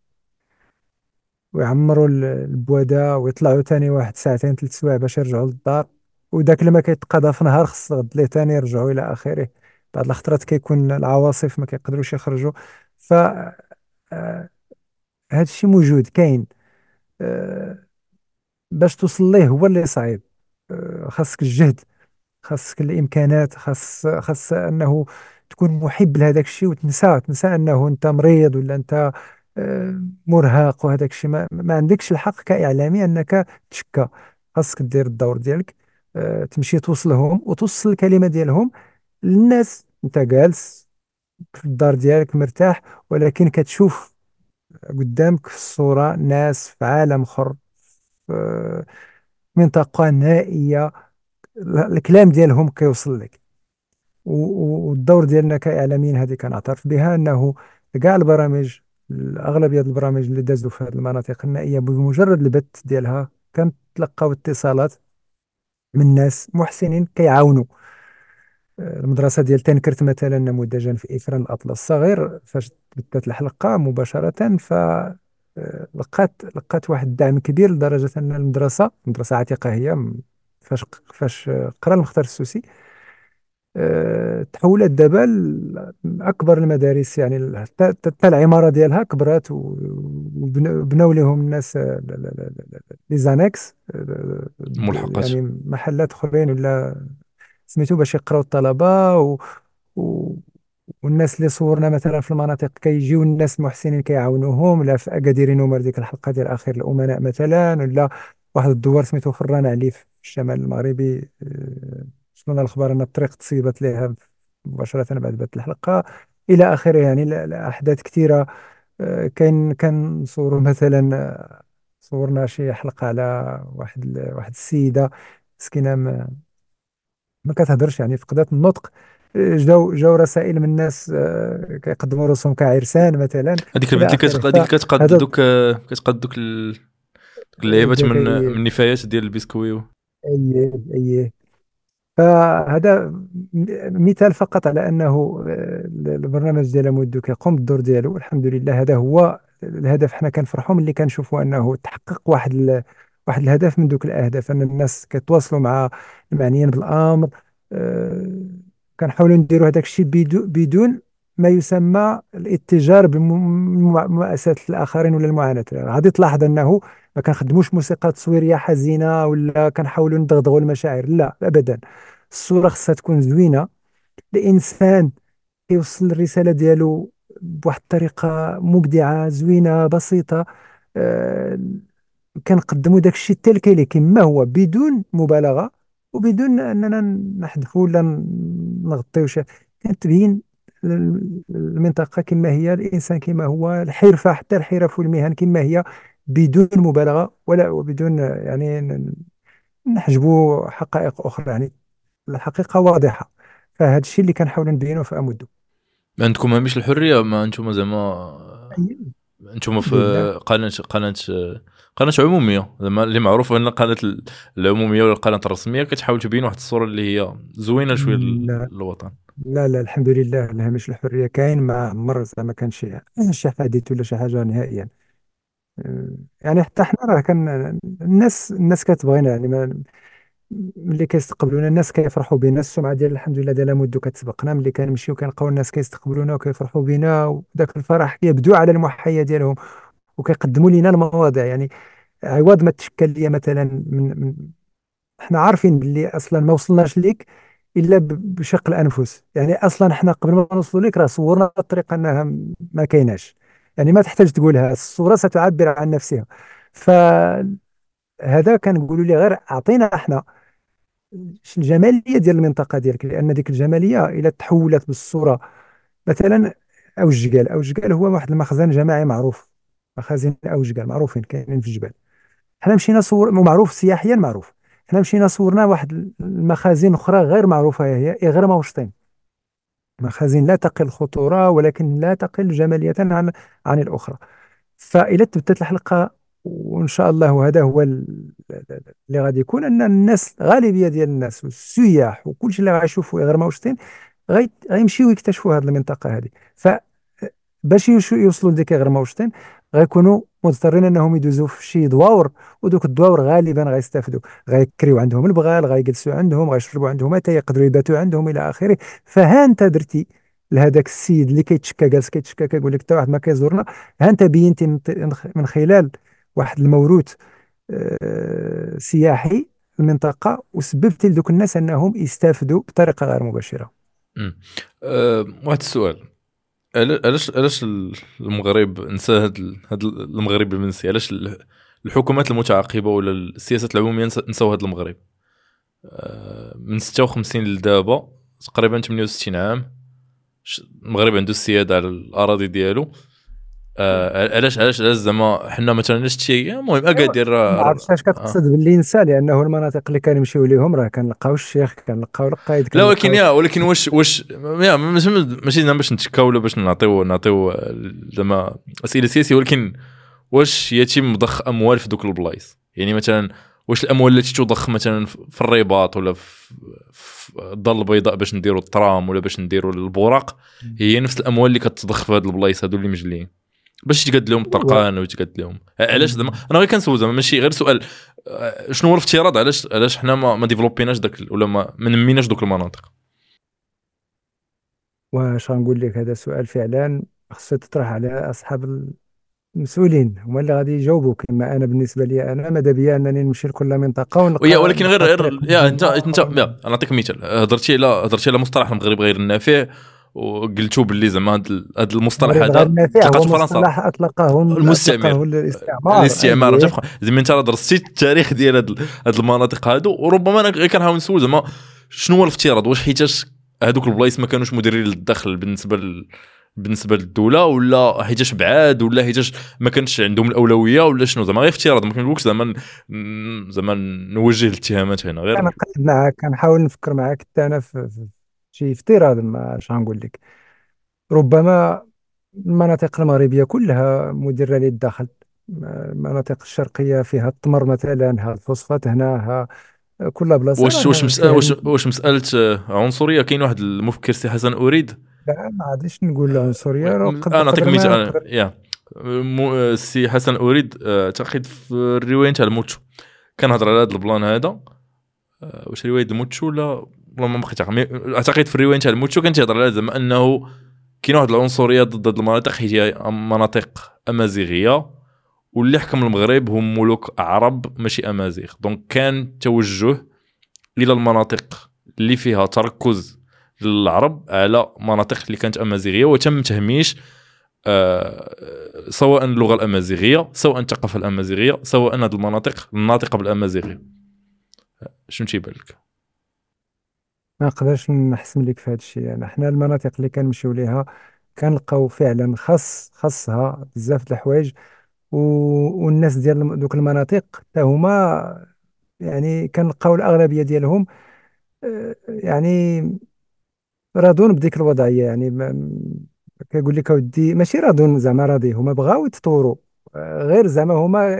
ويعمروا ال- البوادة، ويطلعوا تاني واحد ساعتين ثلاث سوايع باش يرجعوا للدار. وداك الماء كيتقاضى في نهار، خص غد ليه تاني يرجعوا إلى آخره. بعض الخطرات كيكون العواصف ما كيقدروش يخرجوا. ف آه، هاد الشيء موجود كاين. آه، باش توصل ليه هو اللي صعيب. آه، خاصك الجهد، خاصك الامكانات، خاص خاص انه تكون محب لهذاك الشيء، وتنسى تنسى انه انت مريض ولا انت آه، مرهق. وهذاك الشيء ما, ما عندكش الحق كاعلامي انك تشكى. خاصك دير الدور ديالك، آه، تمشي توصلهم وتوصل الكلمه ديالهم للناس. انت جالس في الدار ديالك مرتاح، ولكن كتشوف قدامك في الصوره ناس في عالم اخر، في منطقه نائيه، الكلام ديالهم كيوصل لك. و- و- والدور ديالنا كإعلاميين هذه كنعترف بها، أنه كاع البرامج، الأغلبية البرامج اللي دازوا في هذه المناطق النائية، بمجرد البث ديالها كنتلقاو اتصالات من ناس محسنين كيعاونوا. آه، المدرسة ديال تنكرت مثلا نموذجا في إفران الأطلس الصغير، فاش بدات الحلقة مباشرة، ف آه، لقات لقات واحد الدعم كبير، لدرجة أن المدرسة مدرسة عتيقة هي، م- فاش فاش آه، قرا المختار السوسي، آه، تحولت دابا لأكبر المدارس، يعني ال- حتى حتى العمارة ديالها كبرات، و- وبن- بناو لهم الناس آه، ل- ل- ل- ل- لي زانكس، آه، ب- الملحقات؟ يعني محلات أخرين ولا سميتو باش يقراو الطلبة. و... و... والناس اللي صورنا مثلا في المناطق كيجيو الناس المحسنين كيعاونوهم، لا في اكادير نومر ديك الحلقه ديال اخر الامناء مثلا، ولا واحد الدوار سميتو فران علي في الشمال المغربي. آه، وصلنا الاخبار ان الطريق تصيبت لها مباشره بعد بث الحلقه، الى اخره. يعني لا- لا، احداث كثيره. آه، كاين كان صوروا مثلا، آه، صورنا شي حلقه على واحد ال- واحد السيده مسكينه ما كتهضرش، يعني فقدات النطق. جاو جاو رسائل من الناس آه، كيقدموا راسهم كعرسان مثلا، هذيك الى البنت اللي اخره. كتق... هذيك اللي كتقاد فهذا دوك كتقاد دوك ال- دوك اللعيبات داك من اي من النفايات ديال البسكوي و... اي اي فهذا م- مثال فقط على انه آه، البرنامج ديال مودو كيقوم بالدور ديالو، الحمد لله. هذا هو الهدف. حنا كنفرحوا ملي كنشوفوا انه تحقق واحد ال... واحد الهدف من دوك الاهداف، ان الناس كيتواصلوا مع المعنيين بالامر. آه، كنحاولوا نديروا هذاك الشيء بدو- بدون ما يسمى الاتجار بمؤاسسات الاخرين ولا المعاناه. غادي تلاحظ انه ما كنخدموش موسيقى تصويريه حزينه، ولا كنحاولوا ندغدغوا المشاعر، لا ابدا. الصوره خصها تكون زوينه، الانسان يوصل الرساله ديالو بواحد الطريقه مبدعه زوينه بسيطه. آه، كنقدموا داك الشيء التلكيلي كما هو بدون مبالغه وبدون اننا نحذفوا ولا نغطيو شيء. كتبين المنطقه كما هي، الانسان كما هو، الحرفه حتى الحرف والمهن كما هي، بدون مبالغه ولا وبدون يعني ن- نحجبوا حقائق اخرى. يعني الحقيقه واضحه، فهذا الشيء اللي كنحاول نبينه في امده. ما عندكم هامش الحريه؟ ما انتم زعما الحمد انتم في لله. قناه قناه قناه عموميه زعما اللي معروف ان القناه العموميه ولا القناه الرسميه كتحاول تبين واحد الصوره اللي هي زوينه شويه لا للوطن. لا لا، الحمد لله الهامش الحريه كاين، ما عمر زعما كان شي شي حادث ولا شي حاجه نهائيا. أه، يعني حتى حنا راه كان الناس الناس كتبغينا، يعني ما ملي كيستقبلونا الناس كيفرحوا بنا، السمعه ديال الحمد لله ديال مدو كتسبقنا. ملي كنمشيو كنلقاو الناس كيستقبلونا وكيفرحوا بنا، وداك الفرح كيبدو على المحيا ديالهم وكيقدموا لنا المواضيع. يعني عوض ما تشكل لي مثلا من, من احنا عارفين باللي اصلا ما وصلناش ليك الا ب- بشق الانفس. يعني اصلا احنا قبل ما نوصلوا ليك راه صورنا الطريقه انها م- ما كايناش. يعني ما تحتاج تقولها، الصوره ستعبر عن نفسها. فهذا كنقولوا لي غير اعطينا احنا الجماليه ديال المنطقه ديالك، لان ديك الجماليه الى تحولت بالصوره. مثلا اوجكال اوجكال هو واحد المخزن جماعي معروف، مخازن اوجكال معروفين كاينين في الجبال. حنا مشينا صور ومعروف سياحيا معروف. حنا مشينا صورنا واحد المخازن اخرى غير معروفه، هي اغرام وشطين. مخازن لا تقل خطوره ولكن لا تقل جماليه عن عن الاخرى. فإلى تبدات الحلقه، وان شاء الله هذا هو ال- اللي غادي يكون، ان الناس غالبيه ديال الناس والسياح وكل شيء اللي غيشوفوا اغرام وشطين غي- غيمشيو يكتشفوا هذه المنطقه هذه. باش يوش- يوصلوا لديك غرماوشتين غيكونوا مضطرين انهم يدوزوا في شي دواور، ودوك الدواور غالبا غيستافدوا، غيكريو عندهم البغال، غيجلسوا عندهم، غيشربوا عندهم حتى يقدروا يباتوا عندهم الى اخره. فها انت درتي لهذاك السيد اللي كيتشكى جالس كيتشكى كيقول لك حتى واحد ما كيزورنا، ها انت بينتي من ط- من خلال واحد الموروث آه، سياحي المنطقه، وسببتي لذوك الناس انهم يستافدوا بطريقه غير مباشره. امم أه واحد السؤال، علا- علاش علاش المغرب نسى هاد ال- هاد المغرب المنسي؟ علاش ال- الحكومات المتعاقبه ولا السياسات العموميه نسى- نساو هاد المغرب؟ أه من ستة وخمسين لدابا تقريبا ثمانية وستين عام ش- المغرب عنده السياده على الاراضي ديالو. أه علاش علاش علاش زعما حنا مثلا علاش شي المهم اكادير ما راه- عرفتش اش آه. كتقصد باللي نسى، لانه المناطق اللي كنمشيو ليهم راه كنلقاو الشيخ، كنلقاو القائد، لا ولكن كنلقاو يا ولكن واش واش يا ماشي ماشي زعما باش نتشكاو ولا باش نعطيو نعطيو زعما اسئله سياسيه، ولكن واش يتم ضخ اموال في دوك البلايص؟ يعني مثلا واش الاموال التي تضخ مثلا في الرباط ولا في في الدار البيضاء باش نديروا الترام ولا باش نديروا البوراق هي نفس الاموال اللي كتضخ في هاد البلايص هادو اللي مجليين باش يتقاد لهم هو الطرقان ويتقاد لهم؟ علاش زعما انا غير كنسول زعما ماشي غير سؤال، آه، شنو هو الافتراض؟ علاش علاش حنا ما, ما ديفلوبيناش داك ال- ولا ما, ما نميناش دوك المناطق؟ واش غنقول لك، هذا سؤال فعلا خصو تطرح على اصحاب المسؤولين، هما اللي غادي يجاوبوك. اما انا بالنسبه لي انا ماذا بيا انني نمشي لكل منطقه ويا ونلقى ولكن غير نلقى غير الطريق يا انت مزيانه انت يا انا نعطيك مثال، هضرتي على هضرتي على مصطلح المغرب غير النافع وقلتوا باللي زعما هذا هذا المصطلح المغرب غير هذا نافع تلقاته هو في فرنسا. مصطلح اطلقه المستعمر، اطلقه الاستعمار الاستعمار انت اييه. فخ- زعما انت راه درستي التاريخ ديال هاد هاد المناطق هادو، وربما انا غير كنحاول نسول زعما شنو هو الافتراض؟ واش حيتاش هادوك البلايص ما كانوش مديرين للدخل بالنسبه ل... بالنسبه للدوله، ولا حيتاش بعاد، ولا حيتاش ما كانش عندهم الاولويه، ولا شنو؟ زعما غير افتراض، ما كنقولكش زعما ن- زعما نوجه الاتهامات هنا غير. كنقلب معاك، كنحاول نفكر معاك حتى انا في في- شي افتراض، ما اش غنقول لك. ربما المناطق المغربية كلها مدرة للداخل. المناطق الشرقية فيها التمر مثلا، ها الفوسفات هنا، ها كل بلاصة واش واش راه مسألة فيها واش الم... واش مسألة آه، عنصرية؟ كاين واحد المفكر سي حسن أريد، لا ما غاديش نقول العنصرية، راه م- قد انا نعطيك قدر مثال ما انا نقدر. يا مو- آه، سي حسن أريد آه، اعتقد في الرواية تاع الموتشو كان هضر على هذا البلان هذا. آه، واش رواية الموتشو ولا والله ما بقيت عارف. اعتقد في الرواية تاع الموتشو كان تيهضر على زعما انه كاين واحد العنصرية ضد هاد المناطق حيت هي مناطق امازيغية، واللي حكم المغرب هم ملوك عرب ماشي امازيغ. دونك كان توجه الى المناطق اللي فيها تركز للعرب على مناطق اللي كانت امازيغيه، وتم تهميش آه، سواء اللغه الامازيغيه، سواء الثقافه الامازيغيه، سواء هذه المناطق الناطقه بالامازيغيه. شنو تيبان لك؟ ما نقدرش نحسم لك في هذا الشيء. يعني احنا المناطق اللي كنمشيو ليها كنلقاو فعلا خاص خاصها بزاف د الحوايج، و... والناس ديال الم- دوك المناطق حتى هما يعني كنلقاو الاغلبيه ديالهم آه، يعني راضون بديك الوضعيه. يعني ما... كيقول لك اودي ماشي راضون زعما راضي، هما بغاو يتطوروا، آه، غير زعما هما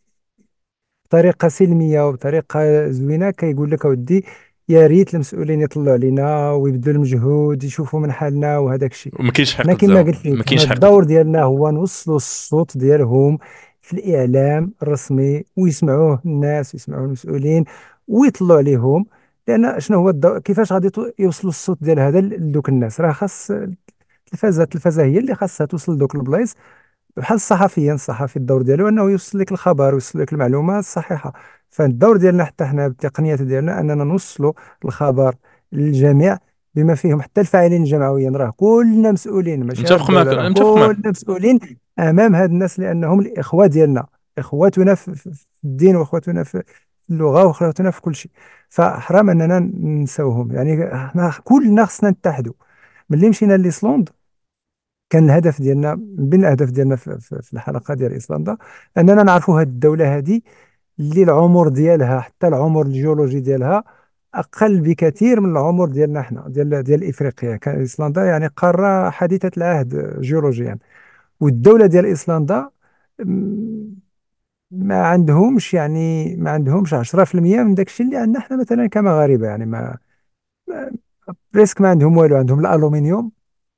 بطريقه سلميه وبطريقه زوينه كيقول لك اودي يا ريت المسؤولين يطلعوا علينا ويبذلوا المجهود يشوفوا من حالنا وهذاك الشيء. وما كاينش حنا حقد كما زعما، قلت ما لك، حنا كاينش حقد. الدور ديالنا هو نوصلوا الصوت ديالهم في الاعلام الرسمي ويسمعوه الناس، يسمعوه المسؤولين ويطلعوا عليهم. لان شنو هو الدور؟ كيفاش غادي تو- يوصلوا الصوت ديال هذا لدوك الناس؟ راه خاص التلفازه التلفازه هي اللي خاصها توصل لدوك البلايص، بحال الصحفيين. الصحفي الدور ديالو انه يوصل لك الخبر ويوصل لك المعلومه الصحيحه. فالدور ديالنا حتى حنا بالتقنيات ديالنا اننا نوصلوا الخبر للجميع بما فيهم حتى الفاعلين الجمعويين. راه كلنا مسؤولين، ماشي غير متفق معك، الدوله، راه متفق معك. كلنا مسؤولين امام هاد الناس لانهم الاخوه ديالنا، اخواتنا في في- في الدين واخواتنا في اللغه واخواتنا في كل شيء. فحرام اننا ننساوهم. يعني احنا كلنا خصنا نتحدوا. ملي مشينا لإيسلند كان الهدف ديالنا من بين الاهداف ديالنا في, في, في الحلقه ديال ايسلندا اننا نعرفوا هذه الدوله هذه اللي العمر ديالها حتى العمر الجيولوجي ديالها اقل بكثير من العمر ديالنا حنا ديال ديال افريقيا. كان ايسلندا يعني قاره حديثه العهد جيولوجيا. والدوله ديال ايسلندا م- ما عندهمش يعني ما عندهمش عشرة في المية من داك الشيء اللي عندنا حنا مثلا كمغاربه. يعني ما ما- بريسك ما عندهم والو. عندهم الالومنيوم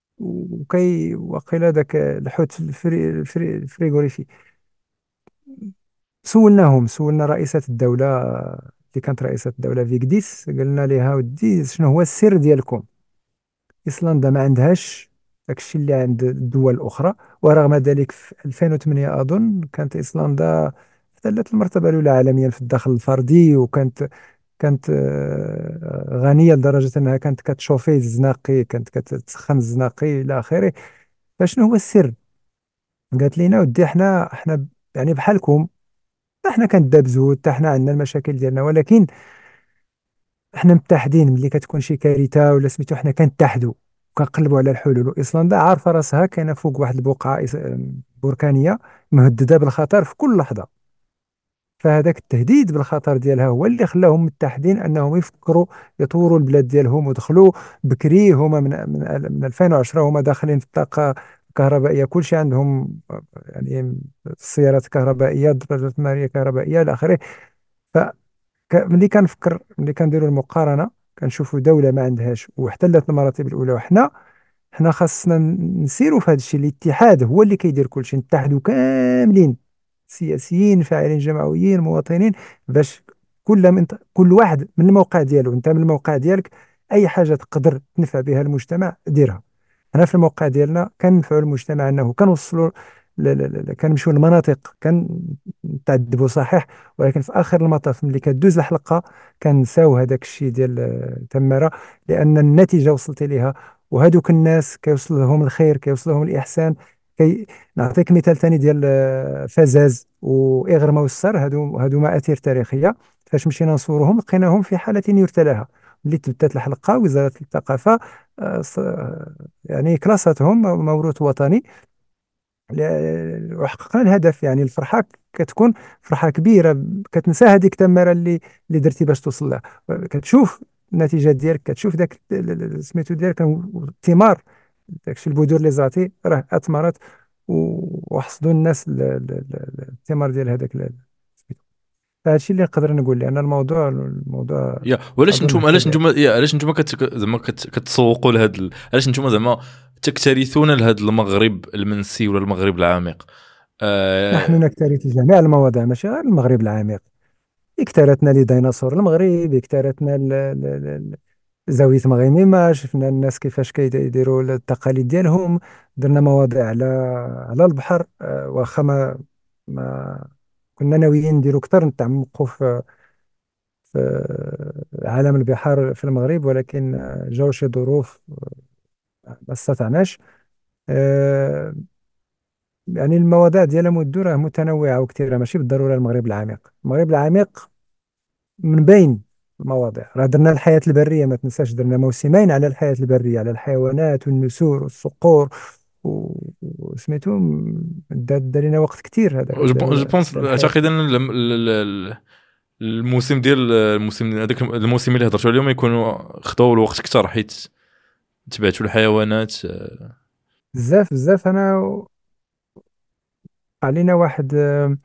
وكي وقيل ذاك الحوت الفري الفري الفريغوريفي. سولناهم سولنا رئيسة الدولة اللي كانت رئيسة الدولة فيغديس، قلنا لها ودي شنو هو السر ديالكم؟ ايسلندا ما عندهاش داك الشيء اللي عند الدول الأخرى، ورغم ذلك في ألفين وثمانية أظن كانت ايسلندا احتلت المرتبة الأولى عالميا في الدخل الفردي، وكانت كانت آه، غنية لدرجة أنها كانت كتشوفي الزناقي، كانت كتسخن الزناقي إلى آخره. فشنو هو السر؟ قالت لينا ودي احنا احنا يعني بحالكم، احنا كندابزو حتى احنا عندنا المشاكل ديالنا، ولكن احنا متحدين. ملي كتكون شي كارثه ولا سميتو احنا كنتحدوا وكنقلبوا على الحلول. وايسلندا عارفه راسها كاينه فوق واحد البقعه إس- بركانيه مهدده بالخطر في كل لحظه. فهذاك التهديد بالخطر ديالها هو اللي خلاهم متحدين انهم يفكروا يطوروا البلاد ديالهم، ودخلوا بكري. هما من من من ألفين وعشرة هما داخلين في الطاقه الكهربائيه، كل شيء عندهم يعني السيارات الكهربائيه، الدراجات الناريه كهربائيه الى اخره. فملي كنفكر ملي كنديروا المقارنه كنشوفوا دوله ما عندهاش واحتلت المراتب الاولى، وحنا حنا خاصنا نسيروا في هذا الشيء. الاتحاد هو اللي كيدير كل شيء. نتحدوا كاملين، سياسيين، فاعلين جمعويين، مواطنين، باش كل من كل واحد من الموقع ديالو. انت من الموقع ديالك اي حاجه تقدر تنفع بها المجتمع ديرها. انا في الموقع ديالنا كنفعوا المجتمع انه كنوصلوا ل- ل- ل- كنمشيو لمناطق كنتعذبوا صحيح، ولكن في اخر المطاف ملي كدوز الحلقه كنساو هذاك الشيء ديال التماره، لان النتيجه وصلت ليها. وهذوك الناس كيوصل لهم الخير، كيوصل لهم الاحسان. كي نعطيك مثال ثاني ديال آه، فزاز واغرما والسر. هادو هادو مآثر تاريخيه. فاش مشينا نصورهم لقيناهم في حاله يرثى لها. ملي تبدات الحلقه وزاره الثقافه آه، ص- آه، يعني كلاستهم موروث وطني، ل- وحققنا الهدف. يعني الفرحه كتكون فرحه كبيره، كتنسى هذيك التماره اللي اللي درتي باش توصل لها. كتشوف النتيجه ديالك، كتشوف ذاك ال- ال- سميتو ديالك الثمار. داكشي البذور اللي زرعتي راه اثمرت و- وحصدوا الناس ال- ال- ال- الثمار ديال هذاك ال- سميتو. فهذا الشيء اللي نقدر نقول، لان الموضوع الموضوع يا وعلاش اظن نتوما علاش محتاج. نتوما يا علاش نتوما كت... زعما كت... كتسوقوا لهاد ال... علاش نتوما زعما تكترثون لهاد المغرب المنسي ولا المغرب العميق؟ نحن آه... نكترث جميع المواضيع ماشي غير المغرب العميق. اكترثنا لي ديناصور المغرب، اكترثنا ال- ال- ال- زاوية مغيميمة، شفنا الناس كيفاش كيديروا التقاليد ديالهم. درنا مواضيع على على البحر، آه، واخا ما ما كنا ناويين نديروا اكثر نتعمقوا في في عالم البحار في المغرب، ولكن آه، جاو شي ظروف ما استطعناش. آه، يعني المواضيع ديالها مدو راه متنوعة وكثيرة، ماشي بالضرورة المغرب العميق. المغرب العميق من بين المواضيع راه درنا الحياة البرية، ما تنساش درنا موسمين على الحياة البرية، على الحيوانات والنسور والصقور و- وسميتو م- دا- دارينا وقت كتير هذاك جو بون- جو على بونس على الحياة. اعتقد ان الم- ال- ال- الموسم ديال الموسم هذاك الموسم اللي هضرتوا عليهم يكونوا خداو الوقت اكثر، حيت تبعتوا الحيوانات. بزاف بزاف. انا و- علينا واحد آه،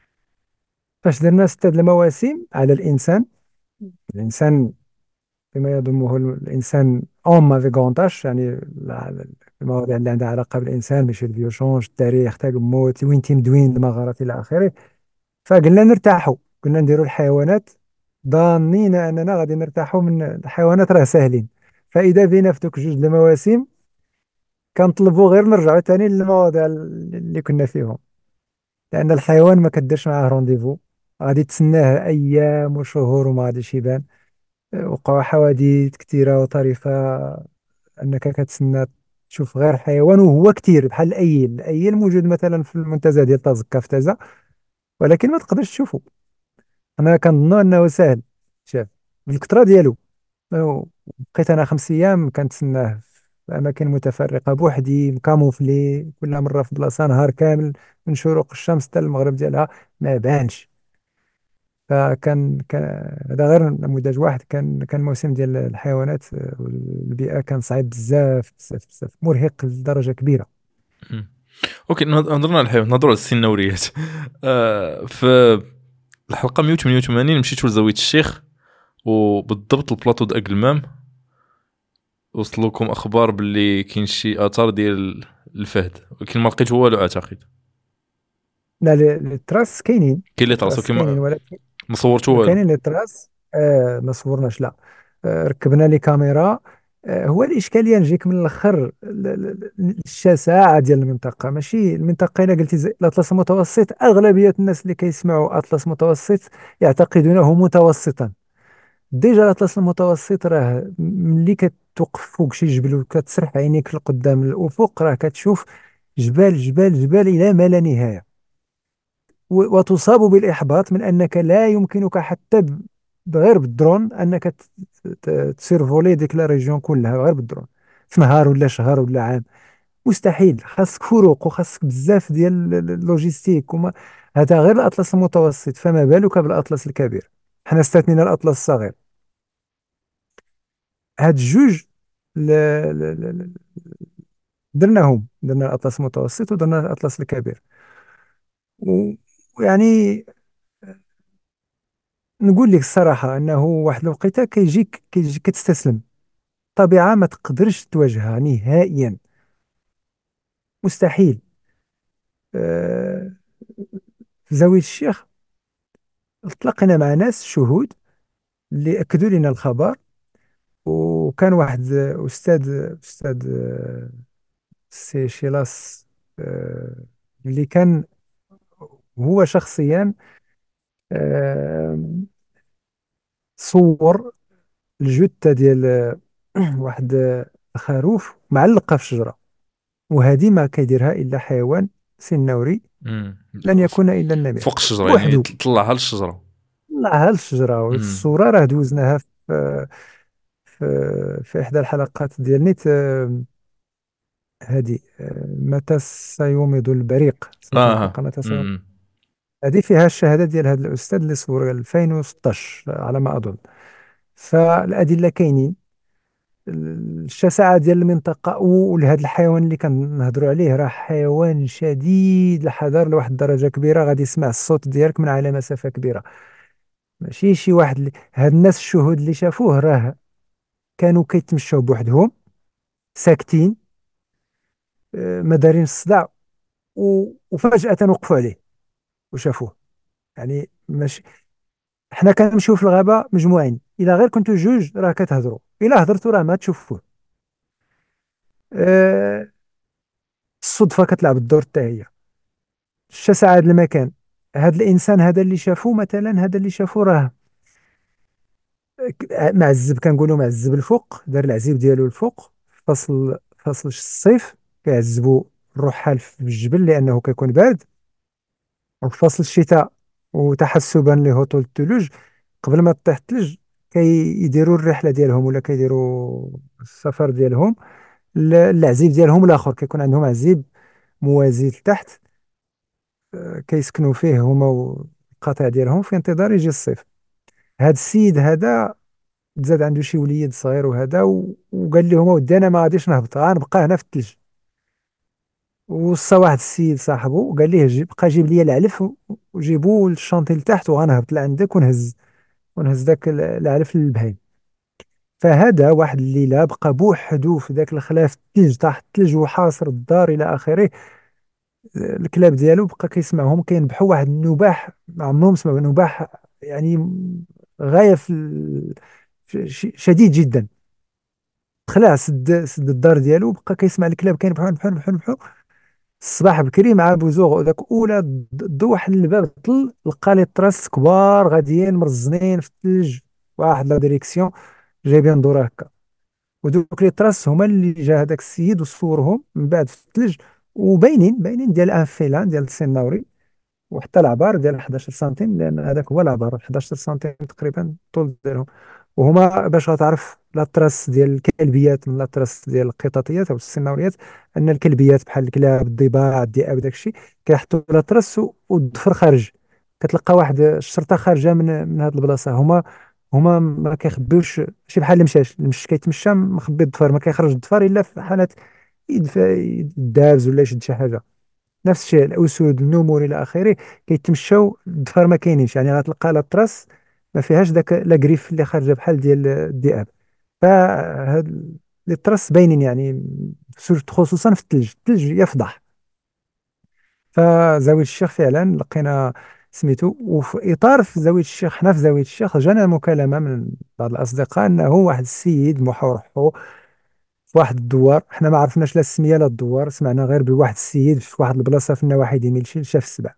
فاش درنا ستة د المواسم على الانسان. الانسان بما يضمه الانسان اون افيك غونتاش، يعني ال- المواضيع اللي عندها علاقه بالانسان، ماشي البيوشونج، التاريخ تاع الموت، وين تيمدوين، المغارات الى اخره. فقلنا نرتاحوا، قلنا نديروا الحيوانات ظانين اننا غادي نرتاحوا من الحيوانات، راه ساهلين. فاذا بينا في دوك جوج د المواسم كنطلبوا غير نرجعوا تاني للمواضيع اللي كنا فيهم، لان الحيوان ما كديرش معاه رونديفو، غادي تسناه ايام وشهور وما غاديش يبان. وقعوا حوادث كثيره وطريفه، انك كتسنى تشوف غير حيوان وهو كثير، بحال الايل. الايل موجود مثلا في المنتزه ديال طازكا في تازا، ولكن ما تقدرش تشوفه. انا كنظن انه سهل شاف بالكثره ديالو. بقيت انا خمس ايام كنتسناه في اماكن متفرقه بوحدي مكاموفلي، كل مره في بلاصه، نهار كامل من شروق الشمس حتى المغرب ديالها ما بانش. فكان كان هذا غير نموذج واحد. كان كان موسم ديال الحيوانات والبيئه كان صعيب بزاف بزاف بزاف، مرهق لدرجه كبيره. مم. اوكي، نهضرنا على الحيوانات، نهضروا على السنوريات. آه في الحلقه مية وثمانية وثمانين مشيتوا لزاويه الشيخ، وبالضبط البلاطو د اقلمام وصلوكم اخبار باللي كاين شي اثار ديال الفهد، ولكن ما لقيتو والو اعتقد. لا، ل- التراس كاينين. كاين اللي تراسو التراس كاينين، كيما ولكن ما صورتو والو. كاينين التراس. آه ما صورناش لا. آه ركبنا لي كاميرا. آه هو الاشكاليه نجيك من الاخر، ال- ال- ال- الشاسعه ديال المنطقه، ماشي المنطقه الا قلتي زي الاطلس المتوسط، اغلبيه الناس اللي كيسمعوا اطلس متوسط يعتقدونه متوسطا. ديجا الاطلس المتوسط راه ملي كتوقف فوق شي جبل وكتسرح عينيك لقدام الافق، راه كتشوف جبال جبال جبال الى ما لا نهايه. و- وتصاب بالإحباط من أنك لا يمكنك حتى ب- غير بالدرون أنك ت- ت- تسيرفولي ديك لا ريجيون كلها غير بالدرون في نهار ولا شهر ولا عام. مستحيل، خاصك فروق وخاصك بزاف ديال ال- ال- اللوجيستيك وما. هذا غير الأطلس المتوسط، فما بالك بالأطلس الكبير. حنا استثنينا الأطلس الصغير. هاد الجوج ل... ل... ل... درناهم، درنا الأطلس المتوسط ودرنا الأطلس الكبير. و- ويعني نقول لك الصراحة أنه واحد الوقيته كيجيك كيجيك كتستسلم. طبيعة ما تقدرش تواجهها نهائيا، مستحيل. آه، في زاوية الشيخ التقينا مع ناس شهود اللي أكدوا لنا الخبر. وكان واحد آه، أستاذ أستاذ آه، سي شيلاس، آه، اللي كان هو شخصيا آه، صور الجثة ديال آه، واحد آه، خروف معلقة في شجرة، وهذه ما كيديرها إلا حيوان سنوري، مم. لن ف- يكون إلا النمر فوق الشجره، يعني بوحده. طلعها للشجره. طلعها للشجرة، مم. والصورة راه دوزناها في في, في إحدى الحلقات ديال نيت. آه، هذه آه، متى سيومض البريق، سميتها اه. الحلقة متى سيومض. مم. هذه فيها الشهادة ديال هذا الأستاذ اللي صور ألفين وستطاش على ما أظن. فالأدلة كاينين. الشساعة ديال المنطقة ولهذا الحيوان اللي كنهضروا عليه، راه حيوان شديد الحذر لواحد الدرجة كبيرة، غادي يسمع الصوت ديالك من على مسافة كبيرة. ماشي شي واحد اللي... هاد الناس الشهود اللي شافوه راه كانوا كيتمشوا بوحدهم ساكتين، آه، ما دارين الصداع، و... وفجأة وقفوا عليه وشافوه. يعني ماشي، حنا كنمشيو في الغابة مجموعين، إلا غير كنتو جوج راه كتهضروا، إلا هضرتوا راه ما تشوفوه. أه... الصدفة كتلعب الدور حتى هي. الشاسع هذا المكان. هذا الانسان هذا اللي شافوه مثلا، هذا اللي شافوه راه ك- معذب، كنقولوا معذب الفوق، دار العزيب ديالو الفوق. فصل فصل الصيف كيعذبوا الرحال في الجبل لانه كيكون بارد. وفي فصل الشتاء وتحسبا لهطول الثلوج، قبل ما تطيح الثلج كيديروا الرحله ديالهم ولا كيديروا السفر ديالهم. ال- العزيب ديالهم الاخر كيكون عندهم عزيب موازي لتحت، آه، كيسكنوا فيه هما والقطيع ديالهم في انتظار يجي الصيف. هاد السيد هذا تزاد عنده شي وليد صغير وهذا و- وقال لهم ودي انا ما غاديش نهبط، غنبقى هنا في الثلج. وصى واحد السيد صاحبه وقال ليه جيب بقى جيب لي العلف و- وجيبوه للشانطي لتحت وغنهبط لعندك ونهز ونهز داك ال- العلف للبهيم. فهذا واحد الليله بقى بوحدو في ذاك الخلا في الثلج، تحت الثلج وحاصر الدار الى اخره. الكلاب ديالو بقى كيسمعهم كينبحوا واحد النباح ما عمرهم سمعوا نباح، يعني غايه في ال- في- ش- شديد جدا. خلع سد سد الدار ديالو بقى كيسمع الكلاب كينبحوا نبحوا نبحوا نبحوا. الصباح بكري مع بوزوغ ذاك اولى ضو واحد الباب طل، لقى لي طراس كبار غاديين مرزنين في الثلج واحد لا ديريكسيون جايبين دورة هكا. ودوك لي طراس هما اللي جا هذاك السيد وصورهم من بعد في الثلج، وباينين باينين ديال ان فيلان ديال السناوري. وحتى العبار ديال حداش سنتيم، لان هذاك هو العبار حداش سنتيم تقريبا الطول ديالهم. وهما باش غتعرف لاطراس ديال الكلبيات من لاطراس ديال القطاطيات او السناوريات، ان الكلبيات بحال الكلاب الضباع الذئاب داك الشيء كيحطوا لاطراس و- والظفر خارج. كتلقى واحد الشرطه خارجه من من هذه البلاصه. هما هما ما كيخبيوش، شي بحال المشاش المشي كيتمشى مخبي الظفر، ما كيخرج الظفر الا في حالات يدفع يدابز ولا يشد شي حاجه. نفس الشيء الاسود النمور الى اخره كيتمشاو الظفار ما كاينينش، يعني غتلقى لا طراس ما فيهاش داك لا جريف اللي خارجه بحال ديال الذئاب. فهاد لي طراس باينين يعني، سورت- خصوصا في الثلج، الثلج يفضح. فزاويه الشيخ فعلا لقينا سميتو. وفي اطار في زاويه الشيخ، حنا في زاويه الشيخ جانا مكالمه من بعض الاصدقاء انه واحد السيد محورحو في واحد الدوار. حنا ما عرفناش لا السميه لا الدوار، سمعنا غير بواحد السيد في واحد البلاصه في النواحي ديال ميلشيل شاف السبع.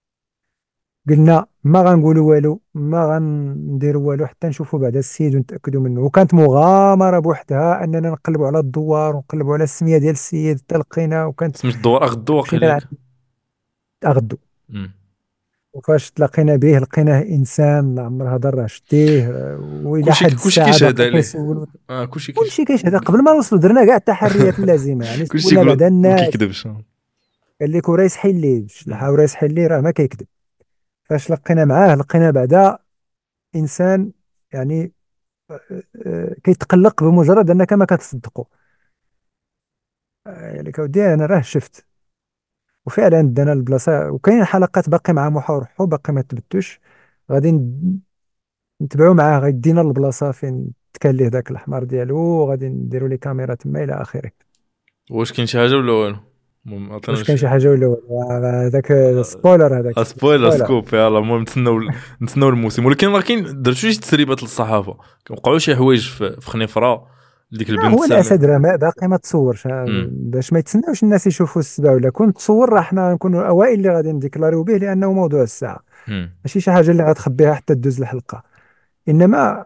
قلنا ما غنقولوا والو، ما غنديروا والو حتى نشوفوا بعدا السيد ونتاكدوا منه. وكانت مغامره بوحدها اننا نقلبوا على الدوار ونقلبوا على السميه ديال السيد حتى لقينا. وكانت سميت الدوار اغدو مشينا واقيلا لعند ياك. اغدو. مم. وفاش تلاقينا به لقيناه انسان لا عمر هضر راه شتيه، آه، والى كلشي حد كلشي الساعه كيشهد باقي عليه. كيسول. اه كلشي كيش كلشي كيشهد. قبل ما نوصلوا درنا كاع التحريات اللازمه، يعني كلشي سولنا بعدا يقول ما الناس. كيكذبش. قال لك وراه يسحي لي مم. وراه يسحي لي راه ما كيكذب. فاش لقينا معاه لقينا بعدا انسان يعني، آه، آه، كيتقلق بمجرد انك ما كتصدقه. آه، يعني كودي انا راه شفت. وفعلا دانا البلاصه، وكاين حلقات باقي مع محاور حو باقي ما تبتوش. غادي ن- نتبعوا معاه، غيدينا للبلاصه فين تكال ليه داك الاحمر ديالو، وغادي نديروا لي كاميرا تما الى اخره. واش كاين شي حاجه ولا والو؟ المهم واش عطينا كاين شي شي حاجه ولا لا؟ هذاك سبويلر، هذاك سبويلر سبويلر. سكوب. يلا المهم نتسناو ال- نتسناو الموسم. ولكن راه كاين درتو شي تسريبات للصحافه، وقعوا شي حوايج في في خنيفره ديك لا البنت هو سامي. الاسد راه ما- باقي ما تصورش، آه، امم باش ما يتسناوش الناس يشوفوا السبع. ولا كنت تصور راه حنا نكونوا الاوائل اللي غادي نديكلاريو به، لانه موضوع الساعه امم ماشي شي حاجه اللي غتخبيها حتى تدوز الحلقه. انما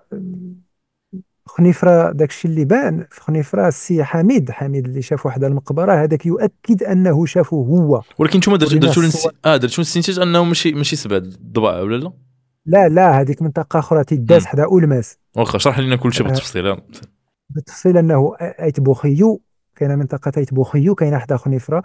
خنيفره داكشي اللي بان في خنيفره، السي حميد حميد اللي شاف واحد المقبره هذاك يؤكد انه شافه هو. ولكن نتوما درتو ورينا درتو الصور. الانس- اه درتو الاستنتاج انه ماشي ماشي سبع ضباع ولا لا؟ لا لا، هذيك منطقه اخرى تيداز امم حدا اولماس. واخا شرح لنا كل شيء آه، بالتفصيل يلا. بالتفصيل انه ايت بوخيو، كاينه منطقه ايت بوخيو كاينه حدا خنيفره،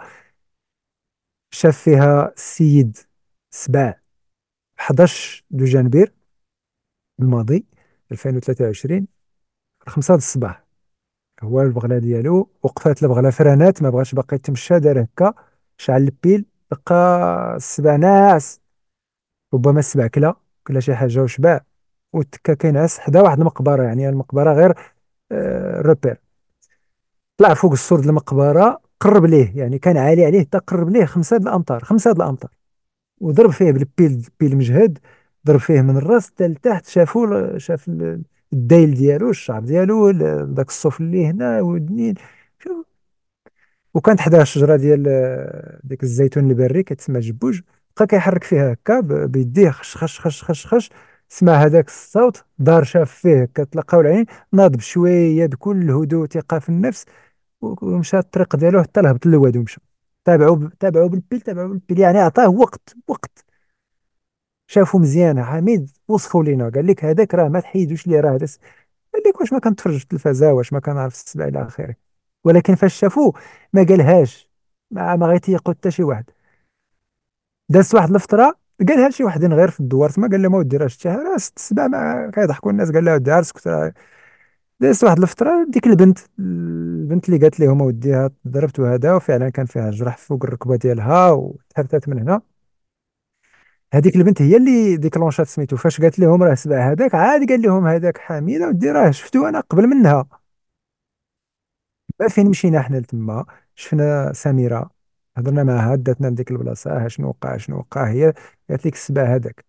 شاف فيها السيد سبع حداش دو جانبير الماضي ألفين وثلاثة وعشرين خمسة د الصباح. هو البغله ديالو وقفات البغله فرانات، ما بغاش باقي يتمشى، دار هكا شعل البيل، لقى السبع ناعس. ربما السبع كلا كلا شي حاجه وشبع، وتكا كينعس حدا واحد المقبره، يعني المقبره غير آه روبير. طلع فوق السور د المقبره، قرب ليه، يعني كان عالي عليه حتى قرب ليه خمسة د الامتار، خمسة د الامتار. وضرب فيه بالبيل، بيل مجهد. ضرب فيه من الراس حتى لتحت، شافوا شاف ال- الدايل ديالو، الشعر ديالو، ال- داك الصوف اللي هنا ودنين. شوف. وكانت حداه الشجره ديال آه، ديك الزيتون البري كتسمى جبوج. بقى كيحرك فيها هكا ب- بيديه، خش خش خش خش خش. سمع هذاك الصوت، دار شاف فيه كتلقاو العين، ناض بشويه بكل هدوء ثقه في النفس، و- ومشى الطريق ديالو حتى لهبط للواد ومشى. تابعوا ب- تابعوا بالبيل، تابعوا بالبيل، يعني عطاه وقت وقت. شافوا مزيان حميد، وصفوا لينا، قال لك هذاك راه ما تحيدوش ليه، راه هذا س- قال لك واش ما كنتفرج في التلفازه، واش ما كنعرف السبع الى اخره. ولكن فاش شافوه ما قالهاش، ما ما غيتيقوا حتى شي واحد. دازت واحد الفتره قالها لشي وحدين غير في الدوار تما، قال لهم اودي راه شتيها راه ست السبع، ما كيضحكوا الناس، قال لها ودي عرسك راه. دازت واحد الفتره، ديك البنت البنت اللي قالت لهم اوديها ضربت وهذا، وفعلا كان فيها جرح فوق الركبه ديالها وتحبتت من هنا. هذيك البنت هي اللي ديكلونشات سميتو، فاش قالت لهم راه سبع هذاك، عاد قال لهم هذاك حميده ودي راه شفتو انا قبل منها. ما فين مشينا حنا لتما، شفنا سميره، هضرنا معها، داتنا لديك البلاصه، ها شنو وقع شنو وقع، هي قالت لك السبع هذاك.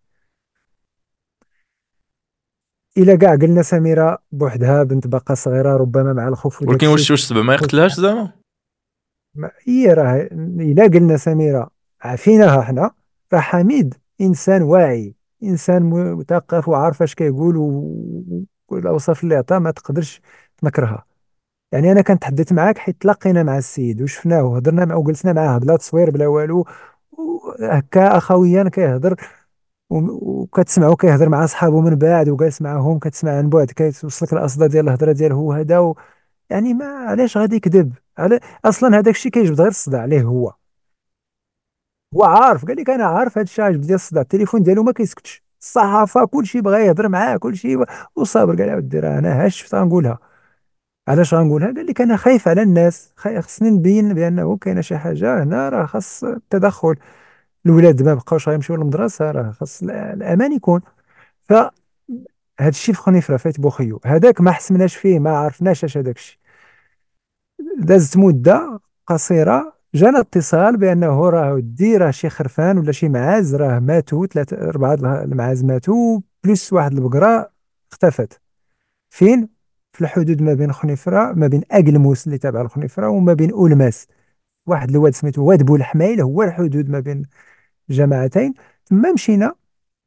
الا كاع قلنا سميره بوحدها بنت باقا صغيره، ربما مع الخوف وداك ولكن الشيء. واش واش سبع ما خوف. يقتلهاش زعما؟ ما- هي راه الا قلنا سميره عافيناها حنا، راه حميد انسان واعي، انسان م- مثقف وعارف اش كيقول، و- والاوصاف اللي عطاه ما تقدرش تنكرها. يعني انا كنت تحدثت معاك حيت تلاقينا مع السيد وشفناه وهضرنا معه وجلسنا معاه بلا تصوير بلا والو، هكا اخويا كيهضر، و- وكتسمعو كيهضر مع صحابه من بعد وجالس معاهم، كتسمع عن بعد كيوصلك الاصداء ديال الهضره ديالو هو هذا و... يعني ما علاش غادي يكذب على اصلا هذاك الشيء كيجبد غير الصداع عليه هو. هو عارف، قال لك انا عارف هذا الشيء عاجبد ديال الصداع، التليفون ديالو ما كيسكتش، الصحافه كل شيء بغى يهضر معاه كل شيء، وصابر. قال يا ودي راه انا هاش شفت غنقولها. علاش غنقولها؟ قال لك انا خايف على الناس، خايف خصني نبين بانه كاينه شي حاجه هنا، راه خاص التدخل. الولاد ما بقاوش غيمشيو للمدرسه، راه خاص ال- الامان يكون. ف هاد الشيء في خنيفره فايت بوخيو هذاك، ما حسبناش فيه، ما عرفناش اش هذاك الشيء. دازت مده قصيره، جانا اتصال بانه راه ودي راه شي خرفان ولا شي معاز راه ماتوا، ثلاثه اربعه د المعاز ماتوا، بلس واحد البقره اختفت. فين؟ في الحدود ما بين خنيفره، ما بين اقلموس اللي تابع لخنيفره وما بين اولماس. واحد الواد سميتو واد بولحمايل، هو الحدود ما بين الجماعتين. تما مشينا.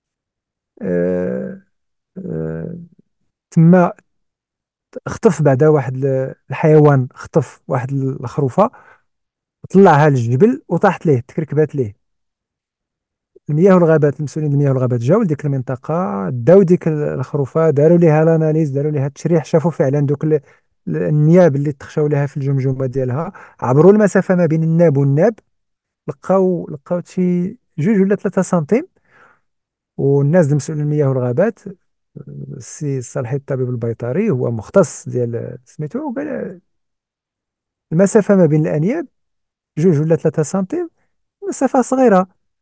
آه آه تما خطف بعدا واحد ال- الحيوان، خطف واحد الخروفه، طلعها للجبل وطاحت ليه، تكركبات ليه. المياه والغابات، المسؤولين المياه والغابات جاوا لديك المنطقه، داو ديك الخروفه، داروا ليها الاناليز، داروا ليها التشريح، شافوا فعلا دوك ال- النياب اللي تخشاو لها في الجمجمه ديالها. عبروا المسافه ما بين الناب والناب، لقاو لقاو شي جوج ولا ثلاثة سنتيم. والناس المسؤول المياه والغابات، السي صالحي الطبيب البيطري هو مختص ديال سميتو، قال المسافه ما بين الانياب جوج ولا ثلاثة سنتيم، مسافه صغيره.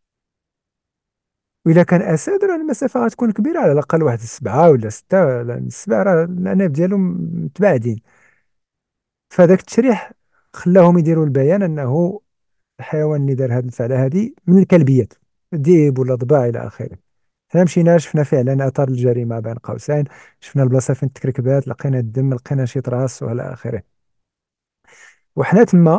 وإلا كان أسد راه المسافة غتكون كبيرة، على الأقل واحد السبعة ولا ستة، لأن السبع راه الأعناب ديالهم متباعدين. فهذاك التشريح خلاهم يديروا البيان أنه الحيوان اللي دار هذه الفعلة هذه من الكلبيات، ذئب ولا ضباع إلى آخره. حنا مشينا شفنا فعلا أثار الجريمة بين قوسين، شفنا البلاصة فين التكركبات، لقينا الدم، لقينا شي تراس وإلى آخره. وحنا تما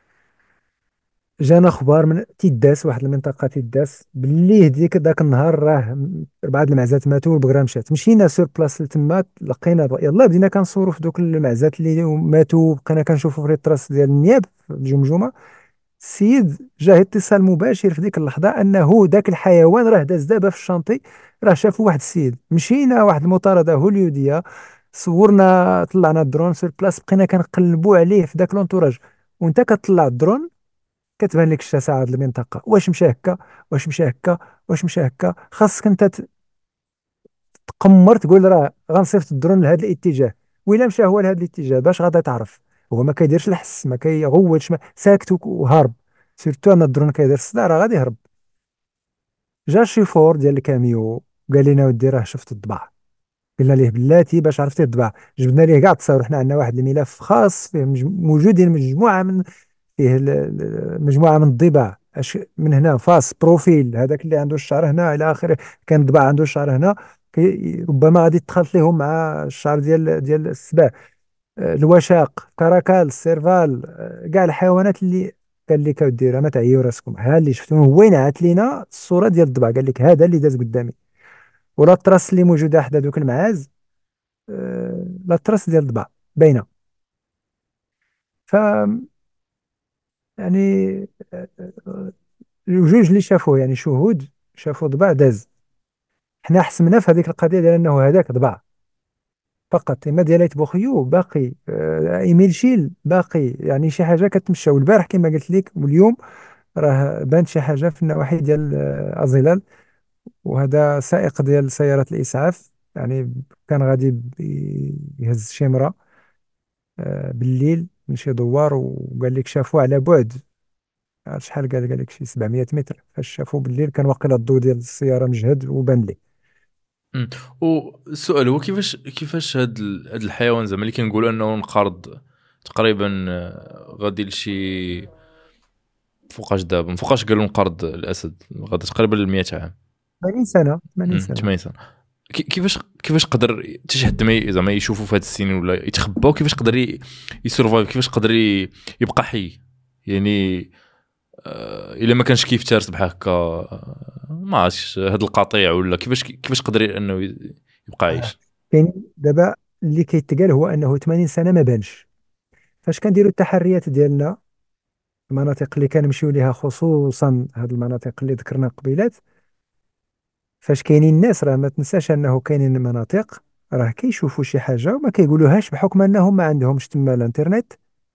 جانا اخبار من تيداس، واحد المنطقه تيداس، باللي هديك ذاك النهار راه اربعه د المعزات ماتوا والبقره مشات. مشينا سور بلاص لتما، لقينا يلا بدينا كنصوروا في دوك المعزات اللي ماتوا، بقينا كنشوفوا في التراس ديال النياب في الجمجمه. السيد جاه اتصال مباشر في ديك اللحظه انه ذاك الحيوان راه داز دابا في الشانطي، راه شافوا واحد السيد. مشينا واحد المطارده هوليوديه، صورنا، طلعنا الدرون سور بلاص، بقينا كنقلبوا عليه في ذاك لونتوراج. وانت كتطلع الدرون كتبان لك الشاسعه د المنطقه، واش مشى هكا، واش مشى هكا، واش مشى هكا. خاصك انت ت- تقمر تقول راه غنصيفط الدرون لهذا الاتجاه، وإلا مشى هو لهذا الاتجاه باش غادا تعرف. هو ما كيديرش الحس، ما كيغوتش، ما ساكت وك- وهارب. سيرتو ان الدرون كيدير الصداع راه غادي يهرب. جا الشيفور ديال الكاميو قال لنا ودي راه شفت الضباع. قلنا ليه بلاتي باش عرفتي الضباع؟ جبنا ليه كاع التصاور، حنا عندنا واحد الملف خاص فيه مج- موجودين مجموعه من، فيه ال- ال- مجموعه من الضباع. أش- من هنا فاس بروفيل هذاك اللي عنده الشعر هنا الى اخره، كان ضباع عنده الشعر هنا، كي ربما غادي تخلط لهم مع الشعر ديال ديال السباع. آه، الوشاق، كراكال، السيرفال، آه، كاع الحيوانات اللي. قال لك اودي راه ما تعيوا راسكم، ها اللي شفتوه هو ينعت لينا الصوره ديال الضباع، قال لك هذا اللي داز قدامي. ولا التراس اللي موجوده حدا دوك المعاز، آه، لا التراس ديال الضباع باينه. يعني آه، آه، الجوج اللي شافوه، يعني شهود شافوا ضباع داز. حنا حسمنا في هذيك القضيه ديال انه هذاك ضباع فقط، اما ديالات بوخيو باقي، آه، ايميل شيل باقي، يعني شي حاجه كتمشى. والبارح كما قلت لك واليوم راه بانت شي حاجه في النواحي ديال آه، ازيلال. وهذا سائق ديال سياره الاسعاف، يعني كان غادي ب- يهز شي مرا آه، بالليل من شي دوار، وقال لك شافوه على بعد. عرفت شحال قال؟ قال لك شي سبعمية متر. فاش شافوه بالليل كان واقيلا الضوء ديال السياره مجهد وبان ليه. مم. والسؤال هو كيفاش كيفاش هاد ال- هاد الحيوان زعما اللي كنقولوا انه انقرض تقريبا، آه، غادي لشي فوقاش دابا فوقاش قالوا انقرض الاسد، غادي تقريبا ل مية عام. ثمانين سنه، ثمانين مم، سنه. ثمانين سنه. كي- كيفاش كيفاش قدر حتى شي حد ما ي- زعما يشوفوا في هاد السنين ولا يتخباو؟ كيفاش قدر ي- يسرفايف؟ كيفاش قدر ي- يبقى حي يعني؟ آه، الا ما كانش كيفترس بحال هكا، آه، ما عرفتش هاد القطيع ولا كيفاش كيفاش قدر انه ي- يبقى آه. عايش؟ كاين دابا اللي كيتقال هو انه ثمانين سنه ما بانش. فاش كنديروا التحريات ديالنا، المناطق اللي كنمشيو ليها، خصوصا هاد المناطق اللي ذكرنا قبيلات، فاش كاينين الناس، راه ما تنساش انه كاينين مناطق راه كيشوفوا شي حاجه وما كيقولوهاش بحكم انهم ما عندهمش تما الانترنت،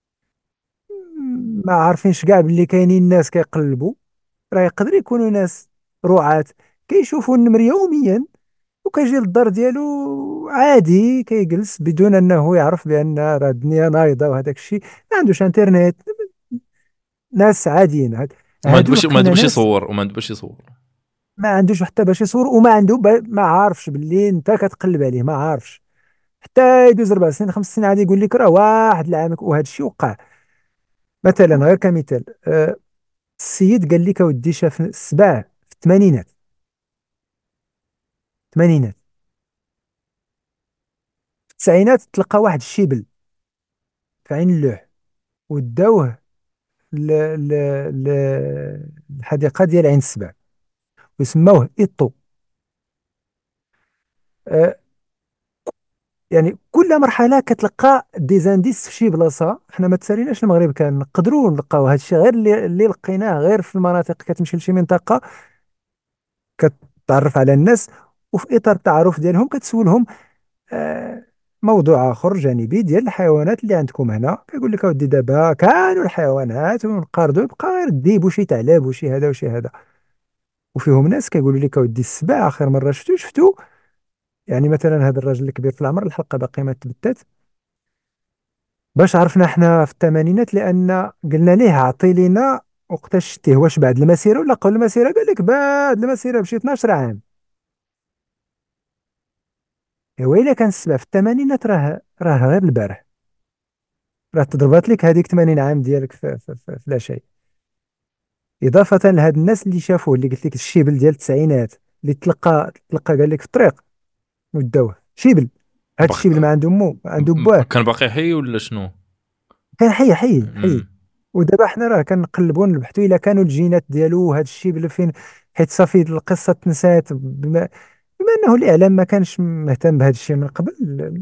ما عارفينش كاع باللي كاينين ناس كيقلبوا. راه يقدر يكونوا ناس رعاة كيشوفوا النمر يوميا، وكيجي للدار ديالو عادي كيجلس بدون انه يعرف بان راه الدنيا نايضه وهذاك الشيء. ما عندوش انترنت، ناس عاديين. هاد وما عنده هادو باش ما عنده لقينا باش ناس يصور وما عنده باش يصور. ما عندوش حتى باش يصور، وما عنده ب... ما عارفش باللي انت كتقلب عليه، ما عارفش. حتى يدوز اربع سنين خمس سنين عادي يقول لك راه واحد العام وهذا الشيء وقع. مثلا غير كمثال، آه، السيد قال لك اودي شاف السباع في الثمانينات، الثمانينات في التسعينات تلقى واحد الشيبل في عين اللوح، وداوه ل... ل... ل... الحديقه ديال عين السباع وسموه ايطو. آه، يعني كل مرحله كتلقى ديزانديس في شي بلاصه. حنا ما تساليناش المغرب، كان نقدروا نلقاو هذا الشيء، غير اللي, اللي لقيناه غير في المناطق. كتمشي لشي منطقه كتعرف على الناس، وفي اطار التعارف ديالهم كتسولهم آه، موضوع اخر جانبي ديال الحيوانات اللي عندكم هنا. كيقول لك اودي دابا كانوا الحيوانات ونقارضوا، يبقى غير الديب وشي ثعلب وشي هذا وشي هذا. وفيهم ناس كيقولوا لك اودي السباع اخر مره شفتو شفتو يعني مثلا هذا الراجل الكبير في العمر، الحلقه باقي ما تبتات. باش عرفنا احنا في الثمانينات؟ لان قلنا ليه عطي لنا وقتاش شتيه، واش بعد المسيره ولا قبل المسيره؟ قال لك بعد المسيره بشي اثناش عام. ايوا الا كان السبع في الثمانينات، راه راه غير البارح، راه تضربات لك هذيك ثمانين عام ديالك في, في, في, في لا شيء. اضافه لهاد الناس اللي شافوه، اللي قلت لك الشيبل ديال التسعينات اللي تلقى تلقى قال لك في الطريق وداوه شيبل. هاد الشيبل بق... ما عنده مو، ما عنده م- باه. كان باقي حي ولا شنو؟ كان حي حي حي. امم. ودابا حنا راه كنقلبوا نبحثوا الا كانوا الجينات ديالو هاد الشيبل فين، حيت صافي القصه تنسات بما, بما انه الاعلام ما كانش مهتم بهذا الشيء من قبل.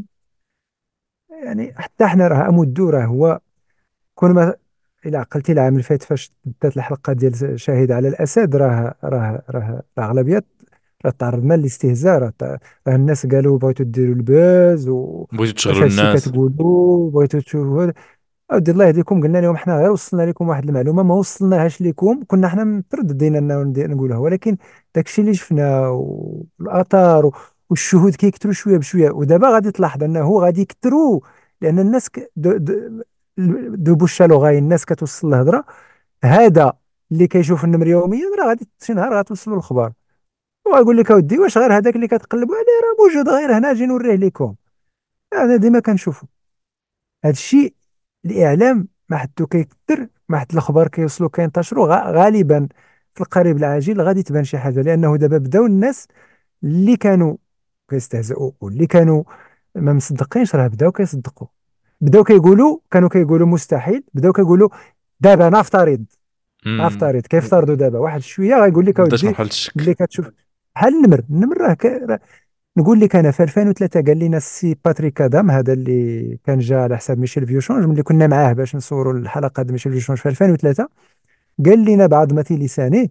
يعني حتى حنا راه امودو راه هو كون ما الى عقلتي العام اللي فات فاش بدات الحلقه ديال شاهد على الاسد، راه راه راه الاغلبيه راه تعرضنا للاستهزاء. راه تع- راه الناس قالوا بغيتوا ديروا الباز و بغيتو تشغلوا واش هادشي الناس. كتقولوا بغيتوا تشوفوا. اودي الله يهديكم، قلنا لهم حنا غير وصلنا لكم واحد المعلومه ما وصلناهاش لكم، كنا حنا مترددين انه ندي- نقولها، ولكن داكشي اللي شفنا والاثار و- والشهود كيكثروا شويه بشويه. ودابا غادي تلاحظ انه غادي يكثروا، لان الناس ك... دو, دو, دو بوش لغايه الناس كتوصل الهضره. هذا اللي كيشوف النمر يوميا راه غادي شي نهار غتوصلوا الاخبار، وغايقول لك اودي واش غير هذاك اللي كتقلبوا عليه راه موجود غير هنا، اجي نوريه لكم. انا ديما كنشوفه هذا الشيء. الاعلام ما حدو كيكثر، ما حد الاخبار كيوصلوا كينتشروا، غا- غالبا في القريب العاجل غادي تبان شي حاجه. لانه دابا بداو الناس اللي كانوا كيستهزئوا واللي كانوا ما مصدقينش راه بداو كيصدقوا. بداو كيقولوا، كانوا كيقولوا مستحيل، بداو كيقولوا دابا نفترض. امم. نفترض كيفترضوا دابا واحد شويه غايقول لك بدات اودي مرحله الشك. اللي كتشوف بحال النمر. النمر راه ك- راه نقول لك انا في ألفين وثلاثة قال لنا السي باتريك ادام، هذا اللي كان جا على حساب ميشيل فيوشونج ملي كنا معاه باش نصوروا الحلقه ديال ميشيل فيوشونج في ألفين وثلاثة، قال لنا بعظمه لسانه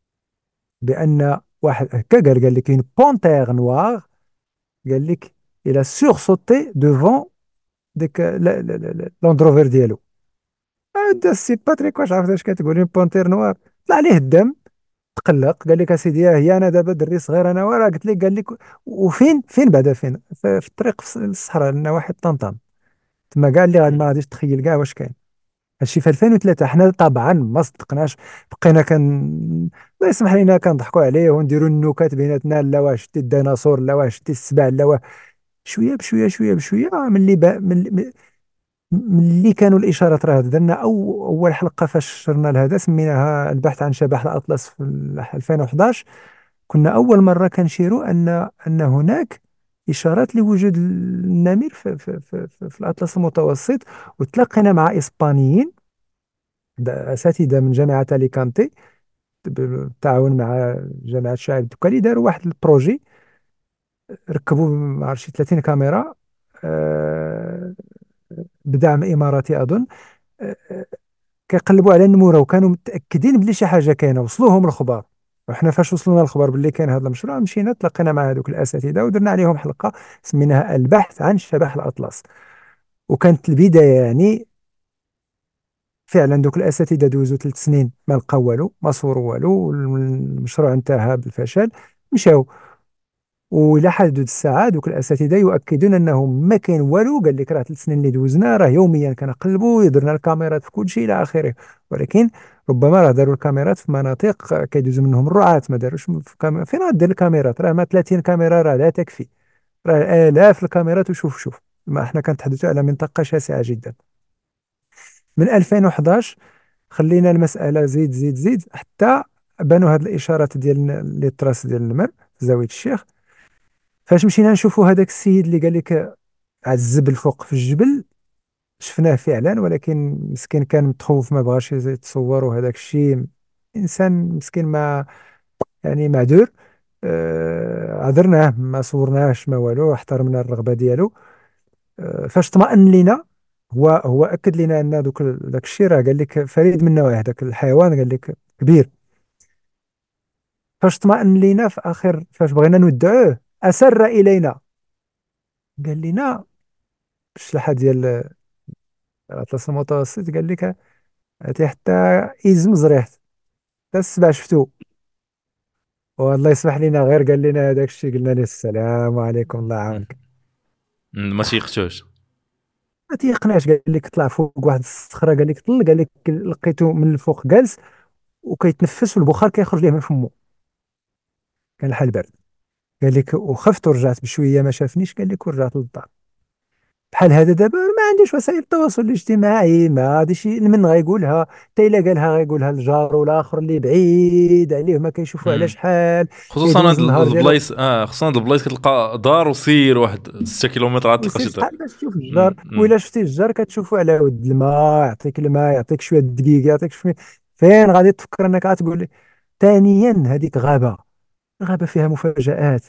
بان واحد هكا قال قال لك une panthère noire، قال لك الى سور سوتي دوفون ديك لاندروفير ديالو. هذا السي باتريك واش عرفت اش كتقول اون بونتير نوار؟ طلع عليه الدم، تقلق، قال لك اسيدي ها هي انا دابا دري صغير انا وراه قلت لك، قال لك وفين فين بعدا فين في في الطريق في الصحراء لنا واحد طنطان تما كاع اللي غادي ما غاديش تخيل كاع واش كاين. هادشي في ألفين وثلاثة. حنا طبعا ما صدقناش، بقينا كان الله يسمح لينا كنضحكوا عليه ونديروا النكات بيناتنا، لا واه شتي الديناصور، لا واه شتي السبع، لا واه. شويه بشويه شويه بشويه ملي با ملي ملي كانوا الاشارات راه درنا او اول حلقه فاش شرنا لهذا سميناها البحث عن شبح الاطلس في ألفين وحداش. كنا اول مره كنشيروا ان ان هناك اشارات لوجود النمر في, في, في, في, في الاطلس المتوسط. وتلاقينا مع اسبانيين، د- اساتذه من جامعه اليكانتي بالتعاون مع جامعه شعب الدكالي، داروا واحد البروجي، ركبوا ما عرفتش ثلاثين كاميرا آه، بدعم اماراتي اظن، آه، كيقلبوا على النموره وكانوا متاكدين بلي شي حاجه كاينه. وصلوهم الخبر، وحنا فاش وصلنا الخبر باللي كاين هذا المشروع مشينا تلاقينا مع هذوك الاساتذه ودرنا عليهم حلقه سميناها البحث عن شبح الاطلس. وكانت البدايه يعني فعلا دوك الاساتذه دوزوا ثلاث سنين ما لقاو والو، ما صوروا والو، والمشروع انتهى بالفشل. مشاو والى حدود الساعه دوك الاساتذه يؤكدون انه ما كاين والو. قال لك راه ثلاث سنين اللي دوزنا راه يوميا كنقلبوا، درنا الكاميرات في كل شيء الى اخره، ولكن ربما راه داروا الكاميرات في مناطق كيدوزوا منهم الرعاة، ما داروش في كام... فين غدير الكاميرات؟ راه ما ثلاثين كاميرا راه لا تكفي، راه آلاف الكاميرات. وشوف شوف ما احنا كنتحدثوا على منطقه شاسعه جدا. من ألفين وحداش خلينا المساله زيد زيد زيد حتى بانوا هاد الاشارات ديال لي تراس ديال النمر في زاويه الشيخ. فاش مشينا نشوفوا هذاك السيد اللي قال لك على الزبل فوق في الجبل، شفناه فعلا، ولكن مسكين كان متخوف ما بغاش يتصور، وهذاك الشيء انسان مسكين ما يعني معذور. آه عذرناه، ما صورناهش ما والو، احترمنا الرغبه ديالو. آه فاش اطمأن لينا، هو هو اكد لنا ان دوك داك الشيء راه قال لك فريد من نوعه، ذاك الحيوان قال لك كبير. فاش اطمأن لينا في اخر فاش بغينا نودعوه اسر الينا، قال لنا الشلاحه ديال الأطلس المتوسط، قال لك عرفتي حتى يزمز ريحت، حتى السبع شفتو. والله يسمح لنا غير قال لنا هذاك الشيء قلنا له السلام عليكم الله يعاونك. ما تيقتوش. ما تيقنعش، قال لك طلع فوق واحد الصخره، قال لك طل، قال لك لقيته من الفوق جالس وكيتنفس والبخار كيخرج ليه من فمه، كان الحال بارد. قال لك وخفت ورجعت بشويه ما شافنيش، قال لك ورجعت للدار. بحال هذا دابا ما عندوش وسائل التواصل الاجتماعي، ما غاديش من غيقولها، حتى الا قالها غيقولها لجارو الاخر اللي بعيد عليه ما كيشوفوا على مم. شحال. خصوصا كيدوز هاد النهار ديالو البلايص، اه خصوصا هاد البلايص كتلقى دار وسير واحد ستة كيلومتر عاد تلقى وسير شي دار. شحال باش تشوف الجار، مم. مم. وإلا شفتي الجار كتشوفوا على ود الماء، يعطيك الماء، يعطيك شويه الدقيق، يعطيك شويه. فين غادي تفكر انك غتقول لي؟ ثانيا هذيك غابه، غابه فيها مفاجآت.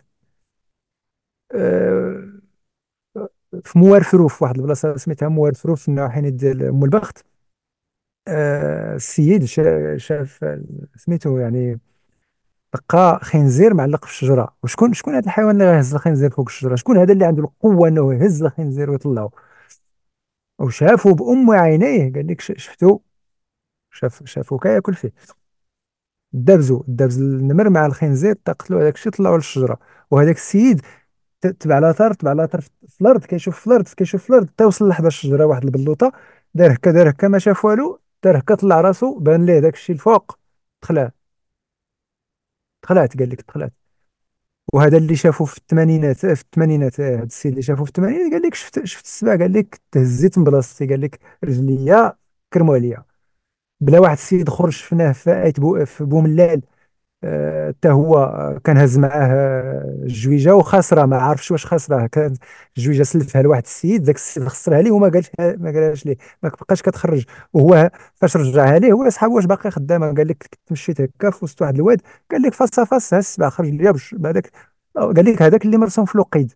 أه في موار فروف، واحد البلاصه سميتها موار فروف في النواحي ديال ام البخت. أه السيد شا- شاف سميتو يعني لقى خنزير معلق في الشجره. وشكون شكون هذا الحيوان اللي غيهز الخنزير فوق الشجره؟ شكون هذا اللي عنده القوه انه يهز الخنزير ويطلعه؟ وشافوا بأم عينيه، قال لك ش- شفتو، شاف شافو كياكل فيه. دابزو دابز النمر مع الخنزير، تقتلوا هذاك الشيء، طلعوا للشجره. وهذاك السيد ت- تبع لاطار تبع لاطار في في الارض، كيشوف في الارض كيشوف في الارض، حتى وصل لحظه الشجره واحد البلوطه، دار هكا دار هكا ما شاف والو، دار هكا طلع راسو بان ليه داك الشيء الفوق، دخلاه دخلات، قال لك دخلات. وهذا اللي شافه في الثمانينات في الثمانينات هذا السيد اللي شافه في الثمانينات قال لك شفت شفت السبع، قال لك تهزيت من بلاصتي، قال لك رجليا كرموا عليا. بلا واحد السيد خرج شفناه في آيت بو في بوملال، آه، حتى هو آه، كان هز معاه آه، الجويجه وخاسره، ما عارفش واش خاسره، كان الجويجه سلفها لواحد السيد، ذاك السيد خسرها ليه وما قالش ما قالهاش ليه، ما بقاش كتخرج. وهو فاش رجعها ليه هو صحابه واش باقي خدامه، قال لك كنت مشيت هكا في وسط واحد الواد، قال لك فاس فاس هز السبعه خرج ليا بش- بهذاك. قال لك هذاك اللي مرسوم في الوقيد،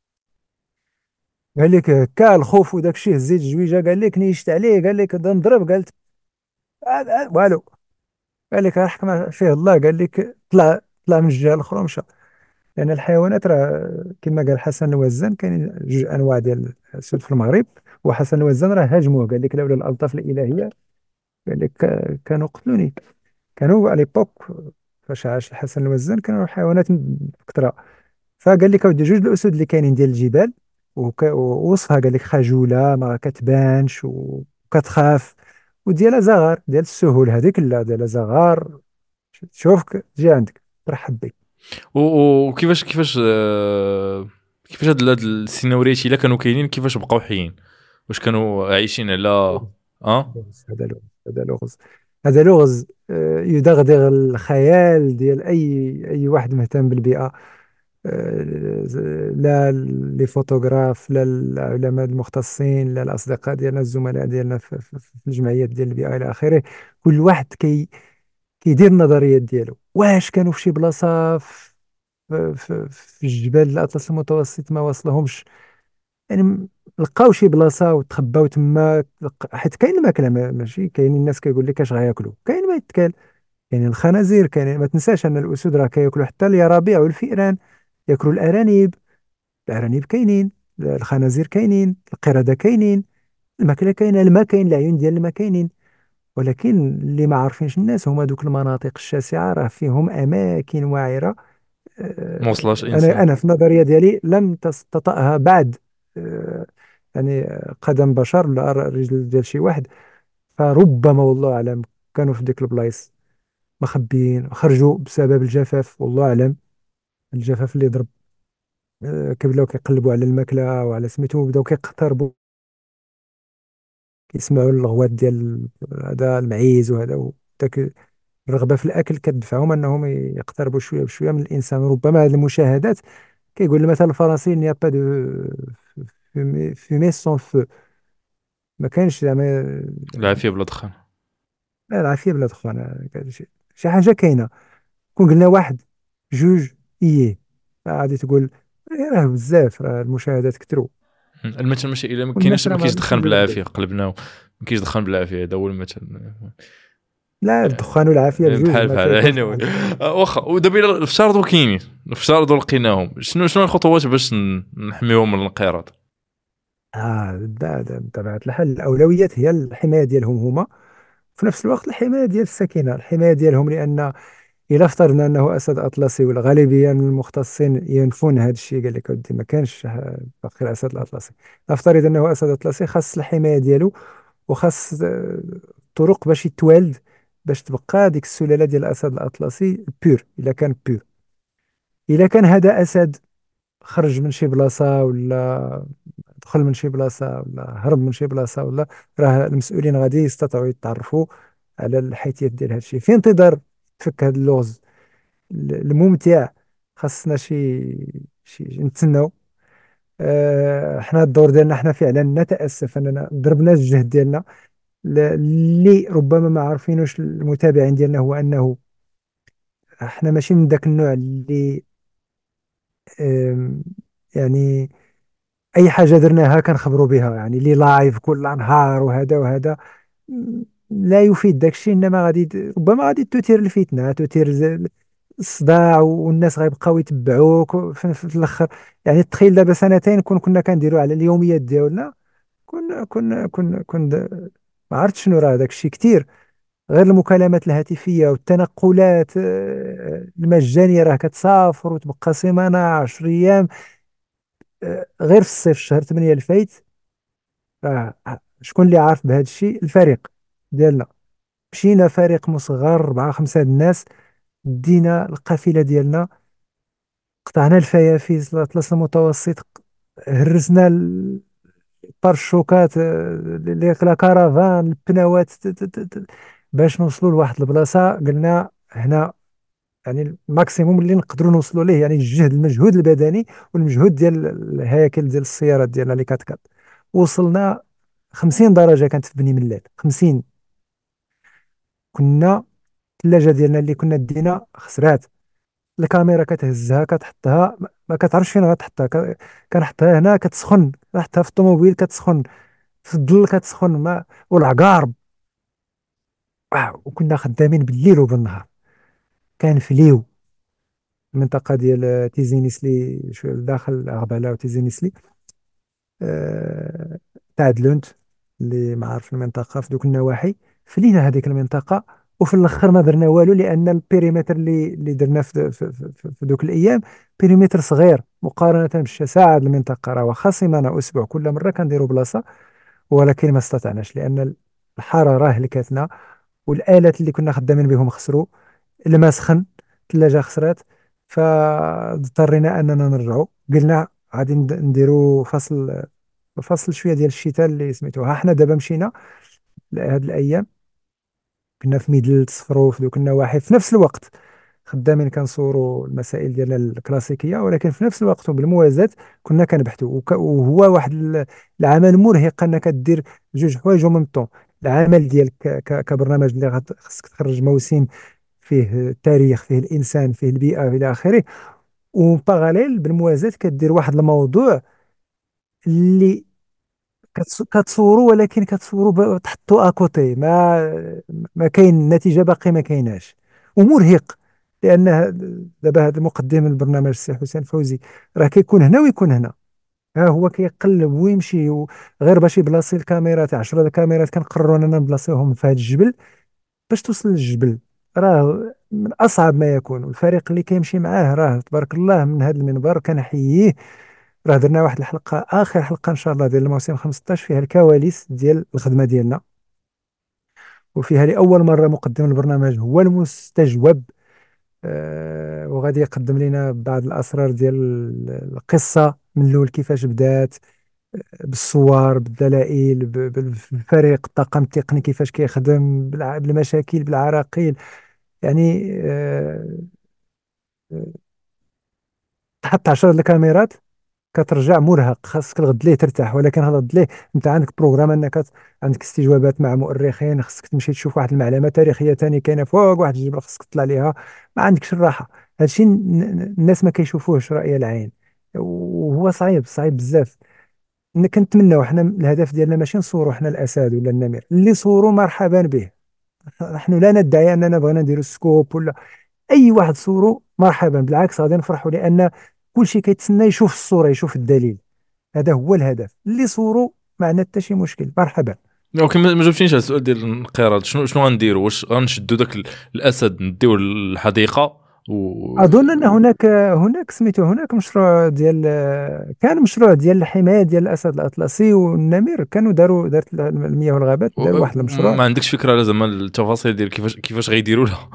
قال لك كاع الخوف وداك الشيء، هزيت الجويجه، قال لك نيشت عليه، قال لك دا نضرب، قالت آه آه والو، قال لك رحك فيه الله، قال لك طلع، طلع من الجهه الاخرى ومشى. لان الحيوانات راه كما قال حسن الوزان، كاين جوج انواع ديال الاسود في المغرب، وحسن الوزان راه هاجموه، قال لك لولا الالطاف الالهيه، قال لك آه، كانوا قتلوني. كانوا على ليبوك فاش عاش الحسن الوزان كانوا الحيوانات كثره. فقال لك اودي جوج الاسود اللي كاينين ديال الجبال، وك- ووصفها قال لك خجوله ما كتبانش وكتخاف، وديالها زغار ديال السهول، هذيك لا ديالها زغار، تشوفك تجي عندك ترحب بك. و- و- وكيفاش كيفاش آه، كيفاش هاد هاد السيناريوهات الا كانوا كاينين كيفاش بقاو حيين؟ واش كانوا عايشين على اه لغز. هذا لغز، هذا لغز، هذا لغز آه، يدغدغ الخيال ديال اي اي واحد مهتم بالبيئه. آه، لا لي فوتوغراف، لا العلماء المختصين، لا الاصدقاء ديالنا، الزملاء ديالنا في في- في الجمعيات ديال البيئه الى اخره. كل واحد كي كيدير النظريات ديالو. واش كانوا في شي بلاصه في, في, في الجبال الاطلس المتوسط ما وصلهمش، يعني م- لقاو شي بلاصه وتخباو تما، لق- حيت كاين الماكله، ما- ماشي كاين الناس كيقول لك اش غياكلوا، كاين ما يتكال، كاين الخنازير، كاين، ما تنساش ان الاسود راه كياكلوا حتى اليرابيع والفئران، ياكلوا الارانب، الارانب كاينين، الخنازير كاينين، القرده كاينين، الماكله كاينه، الماء كاين، العيون ديال الماء كاينين. ولكن اللي ما عارفينش الناس هما دوك المناطق الشاسعه، راه فيهم اماكن واعره. ما آه، وصلهاش انا انسان. انا في النظريه ديالي لم تستطأها بعد، آه، يعني قدم بشر ولا رجل ديال شي واحد. فربما والله اعلم كانوا في ديك البلايص مخبيين، خرجوا بسبب الجفاف، والله اعلم. الجفاف اللي ضرب، آه، كيبداو كيقلبوا على الماكله وعلى سميتو، بداو كيقتربوا، كيسمعوا الغوات ديال هذا المعيز وهذا، وداك الرغبه في الاكل كتدفعهم انهم يقتربوا شويه بشويه من الانسان. ربما هذه المشاهدات، كيقول المثل الفرنسي ني با دو فيمي سون فو، ما كانش زعما العافيه بلا دخان. لا، العافيه بلا دخان. شي شي حاجه كاينه، كون قلنا واحد جوج اييه، غادي تقول إيه، راه بزاف، راه المشاهدات كثروا، المثل ماشي الا ما كايناش والناس ما راه ما كاينش غاديش دخان يديروا بالعافيه بزاف. قلبناه، ما كاينش دخان بالعافيه، هذا هو المثل. لا، الدخان والعافيه بجوج بحال ما بحال كيكونش anyway. معنا. آه، واخا ودابا الا افترضوا كاينين، افترضوا لقيناهم، شنو شنو الخطوات باش ن- نحميوهم من الانقراض؟ اه ده ده بطبيعه الحال الاولويات هي الحمايه ديالهم هما، في نفس الوقت الحمايه ديال السكينه، الحمايه ديالهم، لان إلا افترضنا أنه أسد أطلسي، والغالبية من المختصين ينفون هذا الشيء، قال لك أودي ما كانش ه- باقي الأسد الأطلسي. نفترض أنه أسد أطلسي، خاص الحماية ديالو، وخاص آه، طرق باش يتوالد، باش تبقى ديك السلالة ديال الأسد الأطلسي بيور، إلا كان بيور. إلا كان هذا أسد خرج من شي بلاصة، ولا دخل من شي بلاصة، ولا هرب من شي بلاصة، ولا، راه المسؤولين غادي يستطيعوا يتعرفوا على الحيثيات ديال هذا الشيء. في انتظار تفك هذا اللغز الممتع، خاصنا شي شي نتسناو. آه، حنا الدور ديالنا، حنا فعلا نتأسف أننا ضربنا الجهد ديالنا، ل- اللي ربما ما عارفينوش المتابعين ديالنا، هو أنه حنا ماشي من ذاك النوع اللي آم، يعني أي حاجة درناها كنخبروا بها، يعني اللي لايف كل نهار وهذا وهذا، م، لا يفيد داك الشيء. إنما غادي ت- ربما غادي تثير الفتنة، تثير ز- الصداع، والناس غيبقاو يتبعوك في, في الاخر. يعني تخيل دابا سنتين كون كنا كنديروا على اليوميات ديالنا، كنا كنا كنا كنا ما عرفت شنو، راه داك الشيء كثير. غير المكالمات الهاتفيه والتنقلات آه، المجانيه، راه كتسافر وتبقى سيمانه عشر ايام. آه، غير في الصيف شهر ثمانية الفايت، راه شكون اللي عارف بهذا الشيء؟ الفريق ديالنا، مشينا فريق مصغر أربعة خمسة د الناس، دينا القافله ديالنا، قطعنا الفيافيز الأطلس المتوسط، هرسنا البارشوكات، آه، لي- لا كارافان، البنوات، ت- ت- ت- ت- باش نوصلوا لواحد البلاصة. قلنا هنا يعني الماكسيموم اللي نقدروا نوصلوا ليه، يعني الجهد، المجهود البدني والمجهود ديال الهياكل ديال السيارات ديالنا اللي كتكات. وصلنا خمسين درجة كانت في بني ملال، خمسين. كنا الثلاجة ديالنا اللي كنا دينا خسرات، الكاميرا كتهزها كتحطها، ما كتعرفش فين غتحطها. ك- كنحطها هنا كتسخن، نحطها في الطوموبيل كتسخن، في الظل كتسخن ما والعقارب. آه، وكنا خدامين بالليل وبالنهار كنفليو. المنطقة ديال تيزينيسلي شو داخل غبالة وتيزينيسلي، آه، تاع دلونت، اللي ما عارف المنطقة في دوك النواحي. فلينا هذيك المنطقة، وفي الاخر ما درنا والو، لان البيريمتر اللي اللي درنا في في, في, في دوك الايام بيريمتر صغير مقارنة بالشاسعة هذه المنطقة. راه واخا سيمانة اسبوع كل مرة كنديروا بلاصة، ولكن ما استطعناش لان الحرارة هلكتنا، والآلات اللي كنا خدامين بهم خسروا، الماء سخن، الثلاجة خسرات. فاضطرينا اننا نرجعوا. قلنا غادي ند- نديروا فصل فصل شويه ديال الشتاء اللي سميتوها. حنا دابا مشينا هاد الايام، كنا في ميدل صفرو في دوك النواحي في نفس الوقت خدامين كنصوروا المسائل ديالنا الكلاسيكيه، ولكن في نفس الوقت وبالموازاه كنا كنبحثوا. وك- وهو واحد ال- العمل مرهق انك دير جوج حوايج ومن طون. العمل ديالك ك- ك- كبرنامج اللي غت- خصك تخرج موسم فيه التاريخ، فيه الانسان، فيه البيئه الى اخره، وباراليل بالموازاه كدير واحد الموضوع اللي كتص- كتصوروا، ولكن كتصوروا ب- تحطوا اكوتي، ما ما كاين النتيجه باقي ما كايناش، ومرهق. لان ه- دابا هذا مقدم البرنامج السي حسين فوزي راه كيكون هنا ويكون هنا. ها هو كيقلب ويمشي و- غير باش يبلاصي الكاميرات، عشرة الكاميرات كنقرروا اننا نبلاصيوهم في هذا الجبل باش توصل للجبل. راه من اصعب ما يكون. والفريق اللي كيمشي معاه راه تبارك الله من هذا المنبر كنحييه. راه درنا واحد الحلقه، اخر حلقه ان شاء الله ديال الموسم خمسطاش، فيها الكواليس ديال الخدمه ديالنا، وفيها لاول مره مقدم البرنامج هو المستجوب. آه وغادي يقدم لنا بعض الاسرار ديال القصه من الاول كيفاش بدات، بالصور، بالدلائل، ب- بالفريق، الطاقم التقني كيفاش كيخدم، بالع- بالمشاكل، بالعراقيل. يعني آه تحط عشرة الكاميرات كترجع مرهق، خاصك الغد ليه ترتاح. ولكن الغد ليه انت عندك بروغرام، انك ت- عندك استجوابات مع مؤرخين، خاصك تمشي تشوف واحد المعلومه تاريخيه ثاني كاينه فوق واحد الجبل خاصك تطلع ليها، ما عندكش الراحه. هادشي ن- ن- الناس ما كيشوفوهش رأي العين، وهو صعيب صعيب بزاف. ن- كنتمناو حنا الهدف ديالنا ماشي نصوروا حنا الاسد ولا النمر، اللي صوروا مرحبا به. نحن لا ندعي اننا بغينا نديروا سكوب ولا اي واحد صوروا مرحبا، بالعكس غادي نفرحوا، لان كل شيء كيتسنى يشوف الصوره، يشوف الدليل. هذا هو الهدف. اللي صوروا ما عندنا حتى شي مشكل، مرحبا. ولكن ما ما جاوبتينيش على السؤال ديال الانقراض. شنو شنو غنديروا؟ واش غنشدوا داك ال- الاسد نديوه للحديقه و اظن ان هناك هناك سميتو هناك مشروع ديال، كان مشروع ديال الحمايه ديال الاسد الاطلسي والنمر، كانوا داروا دارت المياه والغابات داروا و- واحد المشروع. ما عندكش فكره على زعما التفاصيل ديال كيفاش كيفاش غيديروا لها؟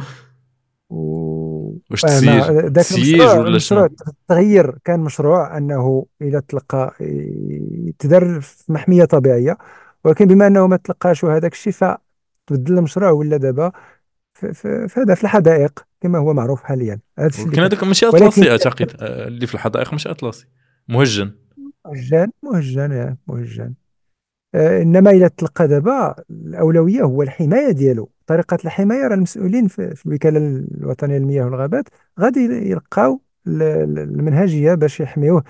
و واش آه، تسييج ما ذاك تسييج المشروع، ولا المشروع شنو؟ التغيير كان مشروع انه الى تلقى يتدر في محميه طبيعيه، ولكن بما انه ما تلقاش هذاك الشيء فتبدل المشروع، ولا دابا في في في هذا في الحدائق كما هو معروف حاليا. هذا الشيء اللي ولكن كان. هذاك ماشي ولكن اطلسي اعتقد، آه، اللي في الحدائق ماشي اطلسي، مهجن. مهجن مهجن يا مهجن. آه، انما الى تلقى دابا الاولويه هو الحمايه ديالو. طريقه الحمايه راه المسؤولين في, في الوكاله الوطنيه للمياه والغابات غادي يلقاو ال- ال- المنهجيه باش يحميوه.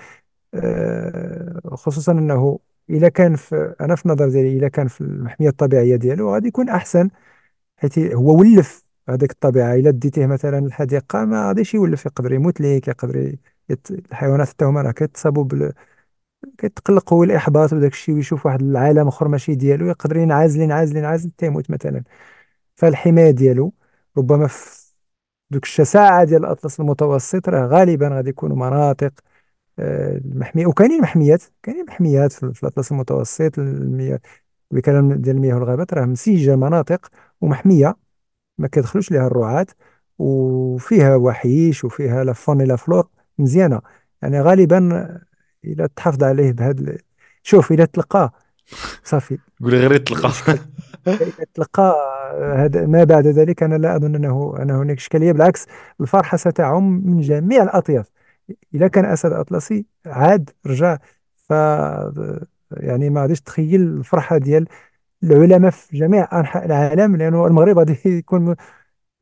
آه، خصوصا انه اذا كان في، انا في النظر ديالي اذا كان في المحميه الطبيعيه ديالو غادي يكون احسن، حيت هو ولف هذيك الطبيعه. الا ديتيه مثلا الحديقه ما غاديش يولف، يقدر يموت ليك، يقدر ي- يت... الحيوانات حتى هما راه كيتصابوا بال... كيتقلقوا الاحباط وداك الشيء، ويشوف واحد العالم اخر ماشي ديالو، يقدر ينعزل ينعزل ينعزل حتى يموت مثلا. فالحمايه ديالو ربما في دوك الشساعه ديال الاطلس المتوسط راه غالبا غادي يكونوا مناطق آه، المحميه. وكاينين محميات، كاينين محميات في في الاطلس المتوسط. المياه، الوكاله ديال المياه والغابات راه مسيجه مناطق ومحميه ما كيدخلوش ليها الرعاة، وفيها وحيش وفيها لا فون لا فلور مزيانه. يعني غالبا الى تحافظ عليه بهذا ال- شوف الى تلقاه صافي قولي غير يطلقها. الاشكال. إذا تلقى هذا ما بعد ذلك، انا لا اظن انه ان هناك اشكاليه، بالعكس الفرحه ستعم من جميع الاطياف. اذا كان اسد اطلسي عاد رجع، ف يعني ما غاديش تخيل الفرحه ديال العلماء في جميع انحاء العالم، لانه المغرب غادي يكون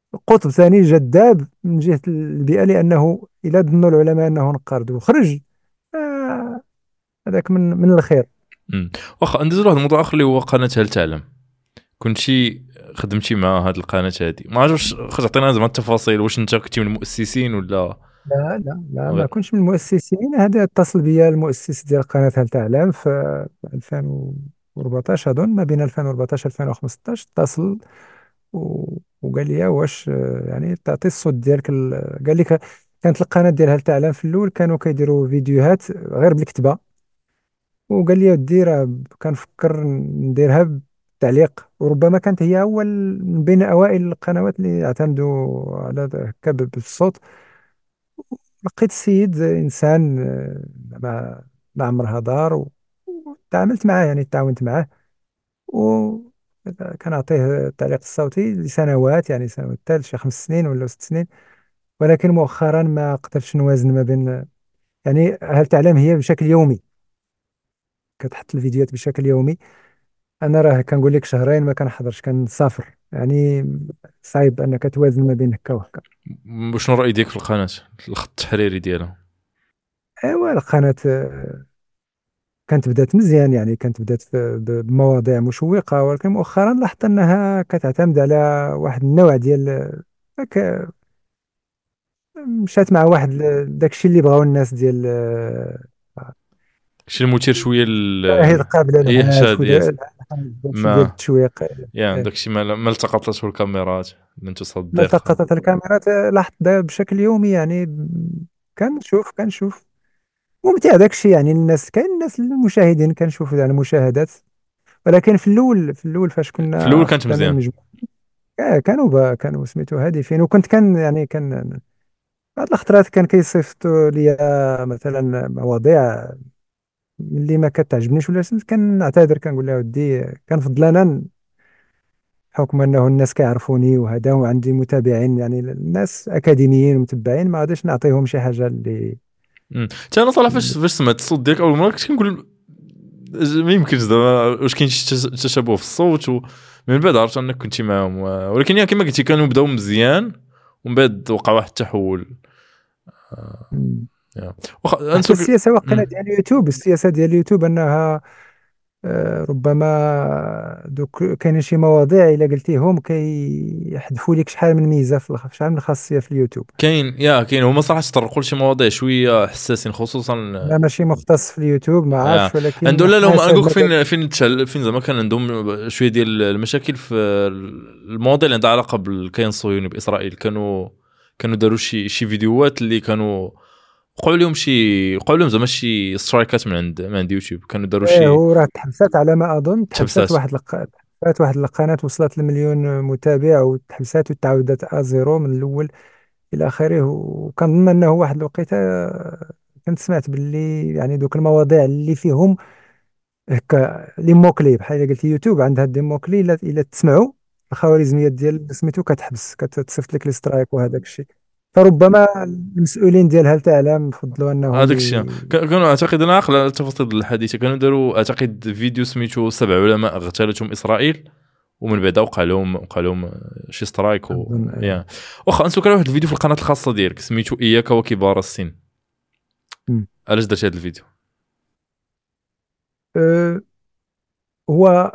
قطب ثاني جذاب من جهة البيئة، لأنه إلى ظنوا العلماء أنه نقرض وخرج، آه، هذاك من من الخير. مم. واخا ندوزو لواحد الموضوع اخر اللي هو قناه هل تعلم. كنتي خدمتي مع هاد القناه هادي، ما عرفتش خرج عطينا زعما التفاصيل، واش انت كنتي من المؤسسين ولا لا لا لا، ما غير؟ كنتش من المؤسسين. هذا اتصل بيا المؤسس ديال قناة هل تعلم في ألفين وأربعطاش أظن، ما بين ألفين وأربعطاش ألفين وخمسطاش اتصل و... وقال لي واش آه، يعني تعطي الصوت ديالك ال... قال لي ك- كانت القناة ديال هل تعلم في الأول كانوا كيديروا فيديوهات غير بالكتابة، وقال لي ودي راه كنفكر نديرها بالتعليق، وربما كانت هي أول من بين أوائل القنوات اللي اعتمدوا على هكا بالصوت. لقيت السيد إنسان آه، ما ما عمرها دار و- وتعاملت معاه، يعني تعاونت معاه، وكان أعطيه التعليق الصوتي لسنوات، يعني سنوات تال شي خمس سنين ولا ست سنين. ولكن مؤخرا ما قدرتش نوازن ما بين، يعني هل تعلم هي بشكل يومي، كتحط الفيديوهات بشكل يومي. أنا راه كنقول لك شهرين ما كنحضرش، كنسافر يعني، صعيب أنك توازن ما بين هكا وهكا. شنو الراي ديالك في القناه، الخط التحريري ديالها؟ ايوا القناة كانت بدات مزيان، يعني كانت بدات ب- بمواضيع مشوقة، ولكن مؤخرا لاحظت أنها كتعتمد على واحد النوع ديال هك- مشات مع واحد ال- داكشي اللي بغاو الناس ديال شي المثير شويه المشاهد ال قابل ايه للهاتف، شاديات، ودا- داكشي ديال ما التشويق. يعني إيه. داكشي ما ما التقطته الكاميرات لن ما تصدق. التقطت الكاميرات، لاحظت ده بشكل يومي يعني. كنشوف كنشوف ممتع داكشي، يعني الناس، كاين الناس المشاهدين كنشوف يعني المشاهدات. ولكن في الاول في الاول فاش في الاول كنا كانت خدامين مزيان. مجموعة، آه، كانوا با كانوا سميتو هادفين، وكنت كان يعني كان بعض الخطرات كان كيصيفطوا لي مثلا مواضيع اللي ما كتعجبنيش ولا شي، كنعتذر كنقول له ودي كنفضل انا، بحكم انه الناس كيعرفوني وهذا، وعندي متابعين، يعني الناس اكاديميين ومتبعين، ما غاديش نعطيهم شي حاجه اللي امم حتى انا صراحه فاش فاش سمعت الصوت ديالك اول مره كنت كنقول ما يمكنش زعما واش كاين شي تش- تشابه في الصوت، ومن بعد عرفت انك كنتي معاهم، و- ولكن يعني كما قلتي كانوا بداو مزيان ومن بعد وقع واحد التحول. يا. واخا حتى انسوك. السياسه وقيله مم. ديال اليوتيوب، السياسه ديال اليوتيوب انها آه، ربما دوك كاينين شي مواضيع الا قلتيهم كيحذفوا لك شحال من ميزه في الخ- شحال من خاصيه في اليوتيوب. كاين يا كاين هما صراحه تطرقوا لشي مواضيع شويه حساسين خصوصا. انا ماشي مختص في اليوتيوب ما يا عارفش، عنده ولكن لا لا هما حاسه هاد نقولك المجال. فين فين تشل فين زعما كان عندهم شويه ديال المشاكل في المواضيع اللي عندها علاقه بالكيان الصهيوني باسرائيل. كانوا كانوا داروا شي شي فيديوهات اللي كانوا وقعوا لهم شي وقعوا لهم زعما شي سترايكات من عند من عند يوتيوب. كانوا داروا ايه، شي هو راه تحبسات على ما اظن، تحبسات تحبسات. واحد الق... تحبسات واحد القناه وصلت لمليون متابع، وتحبسات وتعاودت ازيرو من الاول الى اخره. وكنظن انه واحد الوقيته آه، كنت سمعت باللي يعني دوك المواضيع اللي فيهم هكا لي موكلي، بحال الا قلت يوتيوب عندها دي موكلي، الا الا تسمعوا الخوارزميات ديال سميتو كتحبس، كتصيفط لك لي سترايك وهذاك الشيء. فربما المسؤولين ديال هل تعلم فضلوا انه هذاك الشيء ي... كا- كانوا اعتقد انا عاقل على التفاصيل الحديثه. كانوا داروا اعتقد فيديو سميتو سبع علماء اغتالتهم اسرائيل، ومن بعد وقع لهم وقع لهم شي سترايك و... اظن يا إيه. واخا انسو كان واحد الفيديو في القناه الخاصه ديالك سميتو اياك وكبار السن. مم. علاش درت هذا الفيديو؟ أه هو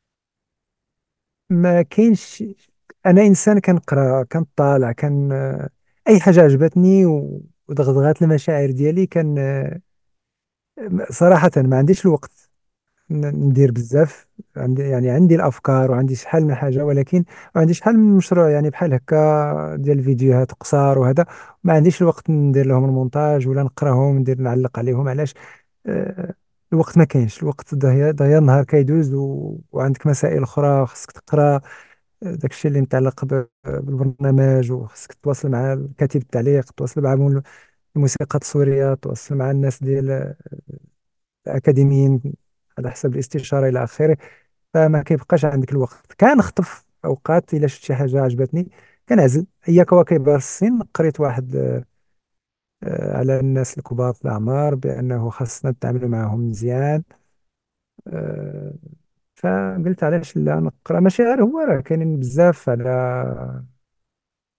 ما كاينش، انا انسان كنقرا كنطالع كان آه، اي حاجه عجبتني و- ودغدغات المشاعر ديالي، كان آه، صراحه ما عنديش الوقت ن- ندير بزاف. عندي يعني عندي الافكار وعندي شحال من حاجه، ولكن عندي شحال من مشروع يعني بحال هكا ديال الفيديوهات قصار وهذا، ما عنديش الوقت ندير لهم المونتاج ولا نقراهم ندير نعلق عليهم. علاش؟ آه، الوقت ما كاينش، الوقت ضيع ضيع، النهار كيدوز و... وعندك مسائل اخرى خصك تقرا، داكشي اللي متعلق ب- بالبرنامج، وخصك تتواصل مع كاتب التعليق، تتواصل مع الموسيقى التصويريه، تتواصل مع الناس ديال الأكاديميين على حسب الاستشارة إلى آخره. فما كيبقاش عندك الوقت. كنخطف أوقات إلا شفت شي حاجة عجبتني كنعزل. هي كواكب السن، قريت واحد آه، على الناس الكبار في الأعمار بأنه خاصنا نتعاملوا معهم مزيان. آه، فقلت علاش لا نقرا، ماشي غير هو، راه كاينين بزاف على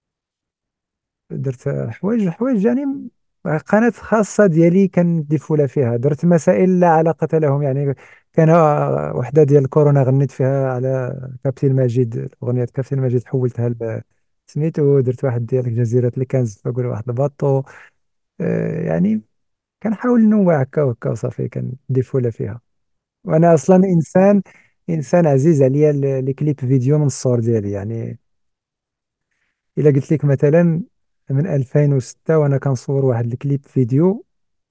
درت حوايج حوايج يعني قناة خاصة ديالي كنديفولا فيها. درت مسائل لا علاقة لهم يعني. كان وحدة ديال الكورونا غنيت فيها على كابتن ماجد، أغنية كابتن ماجد حولتها ل سميتو. درت واحد ديال جزيرة الكنز فقول واحد الباطو. آه، يعني كنحاول ننوع هكا وهكا وصافي كنديفولا فيها. وانا اصلا انسان انسان عزيز عليا ال- لي كليب فيديو من الصور ديالي يعني. الا قلت لك مثلا من ألفين وستة وانا كنصور واحد الكليب فيديو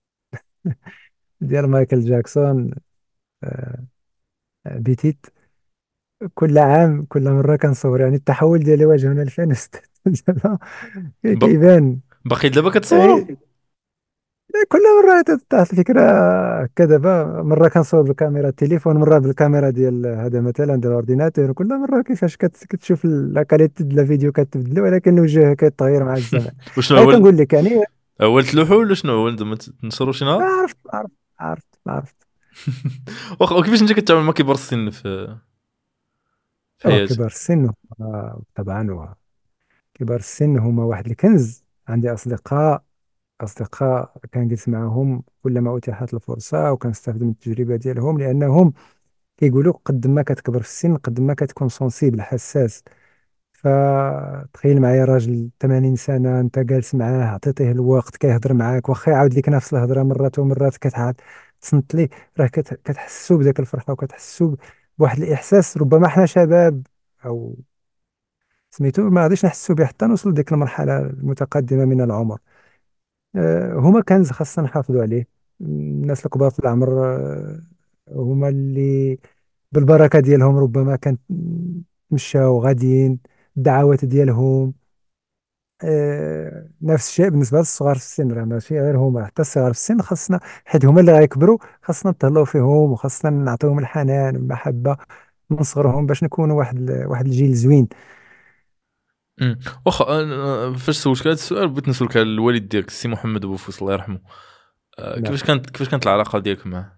ديال مايكل جاكسون، آه، بيتيت. كل عام كل مره كنصور يعني التحول ديالي واجه من ألفين وستة دابا ب... كيبان. باقي دابا كتصوروا؟ إيه، كل مرة تطرح الفكرة هكا. دابا مرة كنصور بالكاميرا التليفون، مرة بالكاميرا ديال هذا مثلا ديال الاورديناتور. كل مرة كيفاش كت- كتشوف ال- لا كاليتي ديال الفيديو كتبدل، ولكن الوجه كيتغير مع الزمن. وشنو غير اول كنقول لك يعني. اول تلوحوا ولا شنو اول زعما تنشروا شي ما نهار؟ عرفت عرفت عرفت عرفت. واخا وكيفاش انت كتعامل مع كبار السن في في أو حياتك؟ كبار السن هما- طبعا هو كبار السن هما واحد الكنز. عندي أصدقاء أصدقاء كنجلس معهم كلما أتيحت الفرصة، وكنستافد من التجربة ديالهم، لأنهم كيقولوا قد ما كتكبر في السن قد ما كتكون سونسيبل حساس. فتخيل معايا راجل ثمانين سنة انت جالس معاه، عطيتيه الوقت كيهضر معاك، واخا يعاود لك نفس الهضرة مرات ومرات كتعاد تصنت ليه. راه كت- كتحسوا بداك الفرحة وكتحسوا بواحد الإحساس ربما احنا شباب أو سميتو ما غاديش نحسوا به حتى نوصل لديك المرحلة المتقدمة من العمر. آه، هما كنز خاصنا نحافظوا عليه. الناس الكبار في العمر آه، هما اللي بالبركة ديالهم ربما كانت مشاو غاديين. الدعوات ديالهم آه، نفس الشيء بالنسبة للصغار في السن. راه ماشي غير هما، حتى الصغار في السن خاصنا، حيت هما اللي غيكبروا خاصنا نتهلاو فيهم وخاصنا نعطيهم الحنان والمحبة من صغرهم باش نكونوا واحد ال- واحد الجيل زوين. امم واخا أنا- فاش سولتك هذا السؤال بغيت نسولك على الوالد ديالك السي محمد بوفوس الله يرحمه. آه، الله كيفاش يرحمه. كانت كيفاش كانت العلاقه ديالك معه؟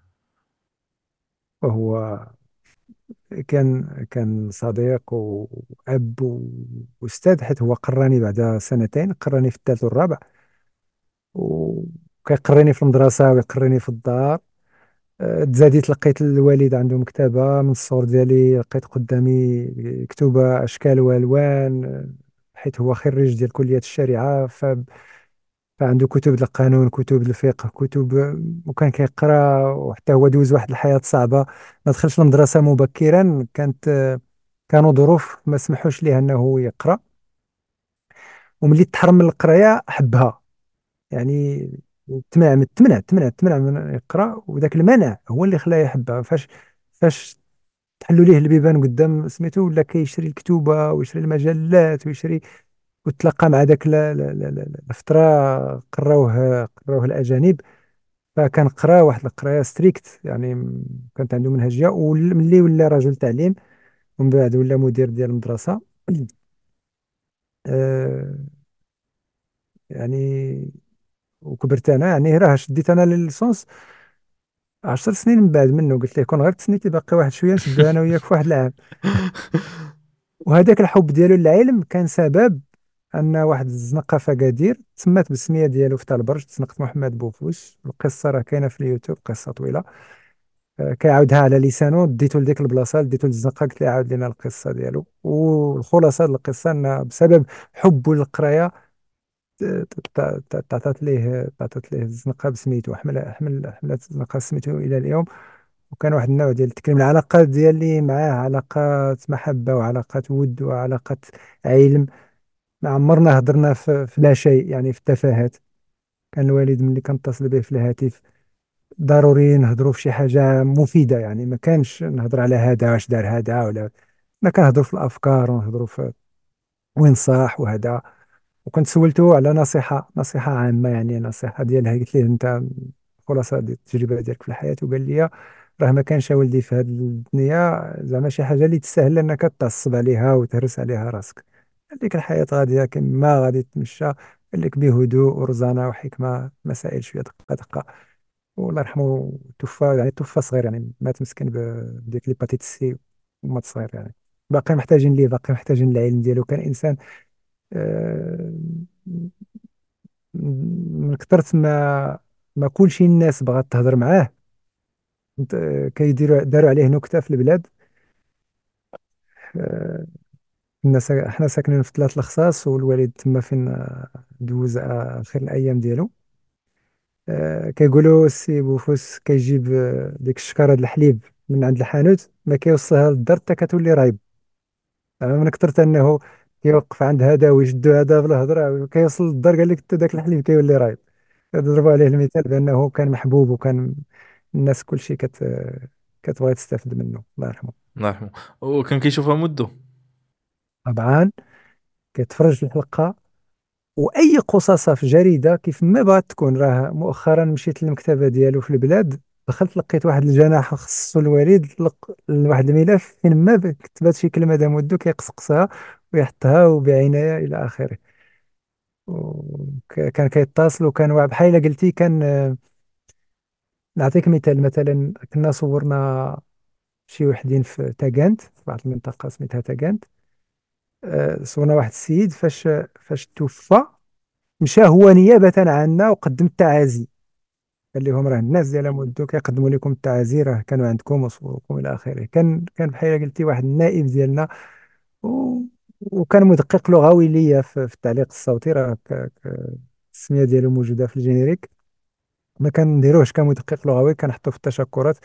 وهو كان كان صديق وأب و- وأستاذ، حيت هو قراني بعد سنتين، قراني في الثالث والرابع، وكيقريني في المدرسة ويقريني في الدار. أه، تزاديت لقيت الوالد عنده مكتبة من الصور ديالي، لقيت قدامي كتوبة أشكال وألوان. أه، حيت هو خريج ديال كلية الشريعة، ف فعنده كتب القانون، كتب الفقه، كتب. وكان كيقرا، وحتى هو دوز واحد الحياة صعبة. ما دخلش المدرسة مبكرا، كانت أه، كانوا ظروف ما سمحوش ليه أنه يقرأ. وملي تحرم من القراية حبها يعني. تمنع من تمنع تمنع تمنع من يقرا، وذاك المنع هو اللي خلاه يحبها. فاش فاش تحلوا ليه البيبان قدام سميتو، ولا كيشري الكتوبه ويشري المجلات ويشري. وتلاقى مع ذاك الفتره قراوه قراوه الاجانب. فكان قرا واحد القرايه ستريكت يعني، م- كانت عنده منهجيه. وملي ولا رجل تعليم ومن بعد ولا مدير ديال المدرسه آه، يعني وكبرت انا يعني. راه شديت انا للسونس عشر سنين من بعد منه. قلت له كون غير تسنيتي باقي واحد شويه نشدو انا وياك في واحد العام. وهذاك الحب ديالو للعلم كان سبب ان واحد الزنقه في اكادير تسمات بالسميه ديالو في تالبرج، زنقه محمد بوفوس. القصه راه كاينه في اليوتيوب، قصه طويله. آه، كيعاودها على لسانه. ديتو لديك البلاصه، ديتو للزنقه، قلت له عاود لنا القصه ديالو. والخلاصه ديال القصه ان بسبب حبه للقرايه ت- ت- ت- تعطات ليه تعطات ليه الزنقه بسميتو. حمل حمل حملت الزنقه سميتو الى اليوم. وكان واحد النوع ديال التكريم. العلاقات ديالي معاه علاقات محبة وعلاقات ود وعلاقات علم. ما عمرنا هضرنا في, في لا شيء يعني، في التفاهات. كان الوالد ملي كنتصل به في الهاتف ضروري نهضروا في شي حاجة مفيدة يعني. ما كانش نهضر على هذا واش دار هذا ولا. ما كنهضروا في الأفكار ونهضروا في وين صح وهذا. وكنت سولته على نصيحة نصيحة عامة يعني، نصيحة ديالها. قلت ليه أنت خلاصة ديال التجربة ديالك في الحياة. وقال لي راه ما كانش ولدي في هذه الدنيا زعما شي حاجة اللي تستاهل أنك تعصب عليها وتهرس عليها راسك. قال لك الحياة غادية كما غادي تمشى. قال لك بهدوء ورزانة وحكمة، مسائل شوية دقة دقة. والله يرحمه توفى يعني، توفى صغير يعني، مات مسكين ب- بديك ليباتيت سي ومات صغير يعني. باقي محتاجين ليه، باقي محتاجين العلم ديالو. كان إنسان آه، من كثرت ما ما كلشي الناس بغات تهضر معاه، انت- كيديروا داروا عليه نكتة في البلاد. آه، الناس احنا ساكنين في ثلاث الخصاص، والوالد تما فين آه، دوز اخر الايام ديالو. آه، كيقولوا السي بوفوس كيجيب آه، ديك الشكاره د الحليب من عند الحانوت، ما كيوصلها للدار حتى كتولي رايب. آه، من كثرت انه كيوقف عند هذا ويشدو هذا بالهضره، كيوصل للدار قال لك حتى داك الحليب كيولي رايب. ضربوا عليه المثال بانه كان محبوب، وكان الناس كل شيء كت كتبغي تستافد منه، الله يرحمه. الله يرحمه. وكان كيشوفها مده. طبعا كيتفرج الحلقه، واي قصاصه في جريده كيف ما بغات تكون. راه مؤخرا مشيت للمكتبه ديالو في البلاد، دخلت لقيت واحد الجناح خصو الوريد، لق واحد الملف فين ما كتبات شي كلمه دا مدو كيقصقصها ويحطها وبعنايه الى اخره. وكان كيتصل، وكان واحد بحال إلا قلتي كان آه، نعطيك مثال. مثلا كنا صورنا شي وحدين في تاكانت، في واحد المنطقه سميتها تاكانت. آه، صورنا واحد السيد فاش فاش توفى، مشى هو نيابه عنا وقدم التعازي. قال لهم راه الناس ديال مودو كيقدموا لكم التعازي، راه كانوا عندكم وصوروكم الى اخره. كان كان بحال قلتي واحد النائب ديالنا، و... وكان مدقق لغوي ليا في, في التعليق الصوتي. راه ك... ك... السميه ديالو موجوده في الجينيريك. ما كنديروهش كمدقق لغوي، كنحطو في التشكرات،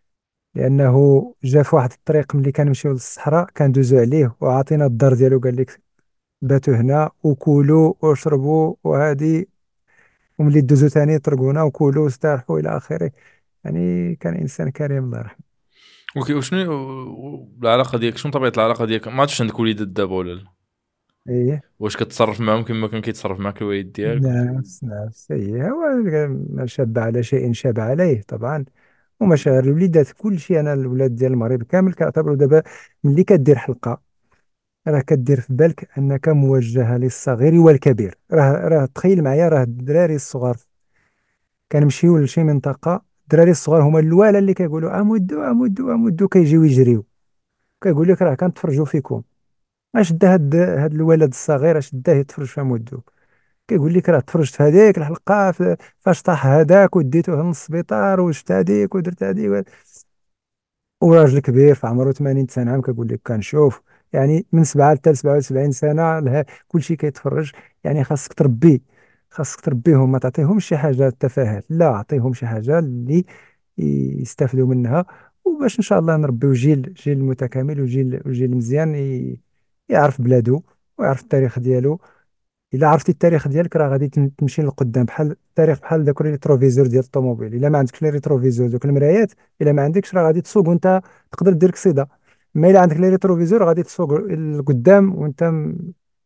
لانه جا في واحد الطريق ملي كنمشيو للصحراء كندوزو عليه، وعطينا الدار ديالو قال لك باتوا هنا وكولوا واشربوا وهادي، وملي دوزو ثاني طرقونا وكولوا واستراحوا الى اخره. يعني كان انسان كريم الله يرحمه. اوكي، وشنو العلاقه ديالك؟ شنو طبيعه العلاقه ديالك؟ ما عرفتش عندك وليدات دابا ولا لا؟ ايه، واش كتصرف معاهم كما كان كيتصرف معاك الوالد ديالك؟ نفس نفس ايه. هو ما شاب على شيء شاب عليه طبعا. ومشاغل الوليدات كل شيء. انا الولاد ديال المغرب كامل كنعتبروا دابا ملي كدير حلقه، راه كدير في بالك انك موجهه للصغير والكبير. راه راه تخيل معايا، راه الدراري الصغار كنمشيو لشي منطقه، الدراري الصغار هما الاولى اللي كيقولوا امودو امودو امودو، كيجيو يجريو، كيقول لك راه كنتفرجوا فيكم. اش دا هاد هاد الولد الصغير، اش داه يتفرج في مودو؟ كيقول لك راه تفرجت في هذيك الحلقه ف- فاش طاح هذاك وديتوه للسبيطار وشفت هذيك ودرت هذيك. وراجل كبير في عمره ثمانين تسعين عام كيقول لك كنشوف. يعني من سبعة حتى سبعة وسبعين سنه لها كل شيء كيتفرج. يعني خاصك تربي، خاصك تربيهم، ما تعطيهمش شي حاجه تفاهات، لا اعطيهم شي حاجه اللي يستافدوا منها. وباش ان شاء الله نربيو جيل جيل متكامل، وجيل وجيل مزيان ي- يعرف بلادو ويعرف التاريخ ديالو. الا عرفتي التاريخ ديالك راه غادي تم- تمشي للقدام. بحال التاريخ بحال داك الريتروفيزور ديال الطوموبيل. الا ما عندكش لي ريتروفيزور دوك المرايات، الا ما عندكش راه غادي تسوق وانت تقدر دير كسيده. ما الا عندك لي ريتروفيزور غادي تسوق لقدام وانت م-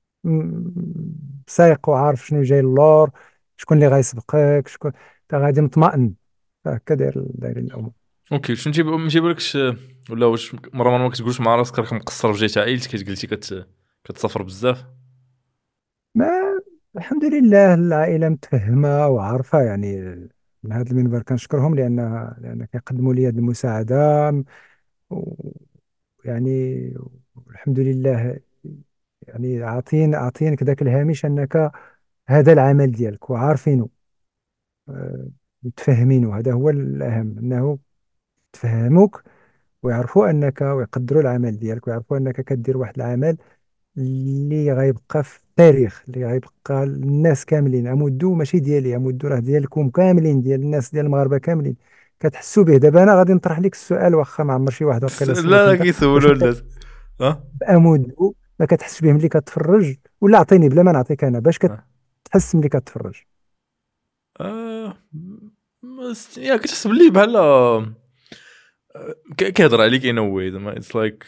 م- سايق وعارف شنو جاي اللور، شكون اللي غيسبقك، شكون. انت غادي مطمئن. هكا داير داير الامور. اوكي، شنو تيب ما تيبانلكش؟ ولا واش مره ما كتقولش مع راسك راك مقصر في جهه عائلتك؟ كي قلتي كت كتسافر بزاف. ما الحمد لله العائله متفهمه وعارفه يعني. من هذا المنبر كنشكرهم، لان لان كيقدموا لي هذه المساعده. ويعني الحمد لله، يعني عاطين عاطينك ذاك الهامش انك هذا العمل ديالك وعارفينه، آه، متفاهمينه. هذا هو الاهم، انه تفهموك ويعرفوا انك، ويقدروا العمل ديالك، ويعرفوا انك كدير واحد العمل اللي غيبقى في التاريخ، اللي غيبقى للناس كاملين. امودو ماشي ديالي، امودو راه ديالكم كاملين، ديال الناس ديال المغاربه كاملين كتحسوا به. دابا انا غادي نطرح لك السؤال، واخا ما عمر شي واحد وقيلا سولك لا لا، انت، واش كيسولوا انت الناس. ها بامودو ما كتحسش به ملي كتفرج؟ ولا اعطيني بلا ما نعطيك انا باش ها. كتحس ملي كتفرج. آه، بس يا كتحسب لي بحال آه، ك- كيهضر عليك ان واي زعما اتس لايك.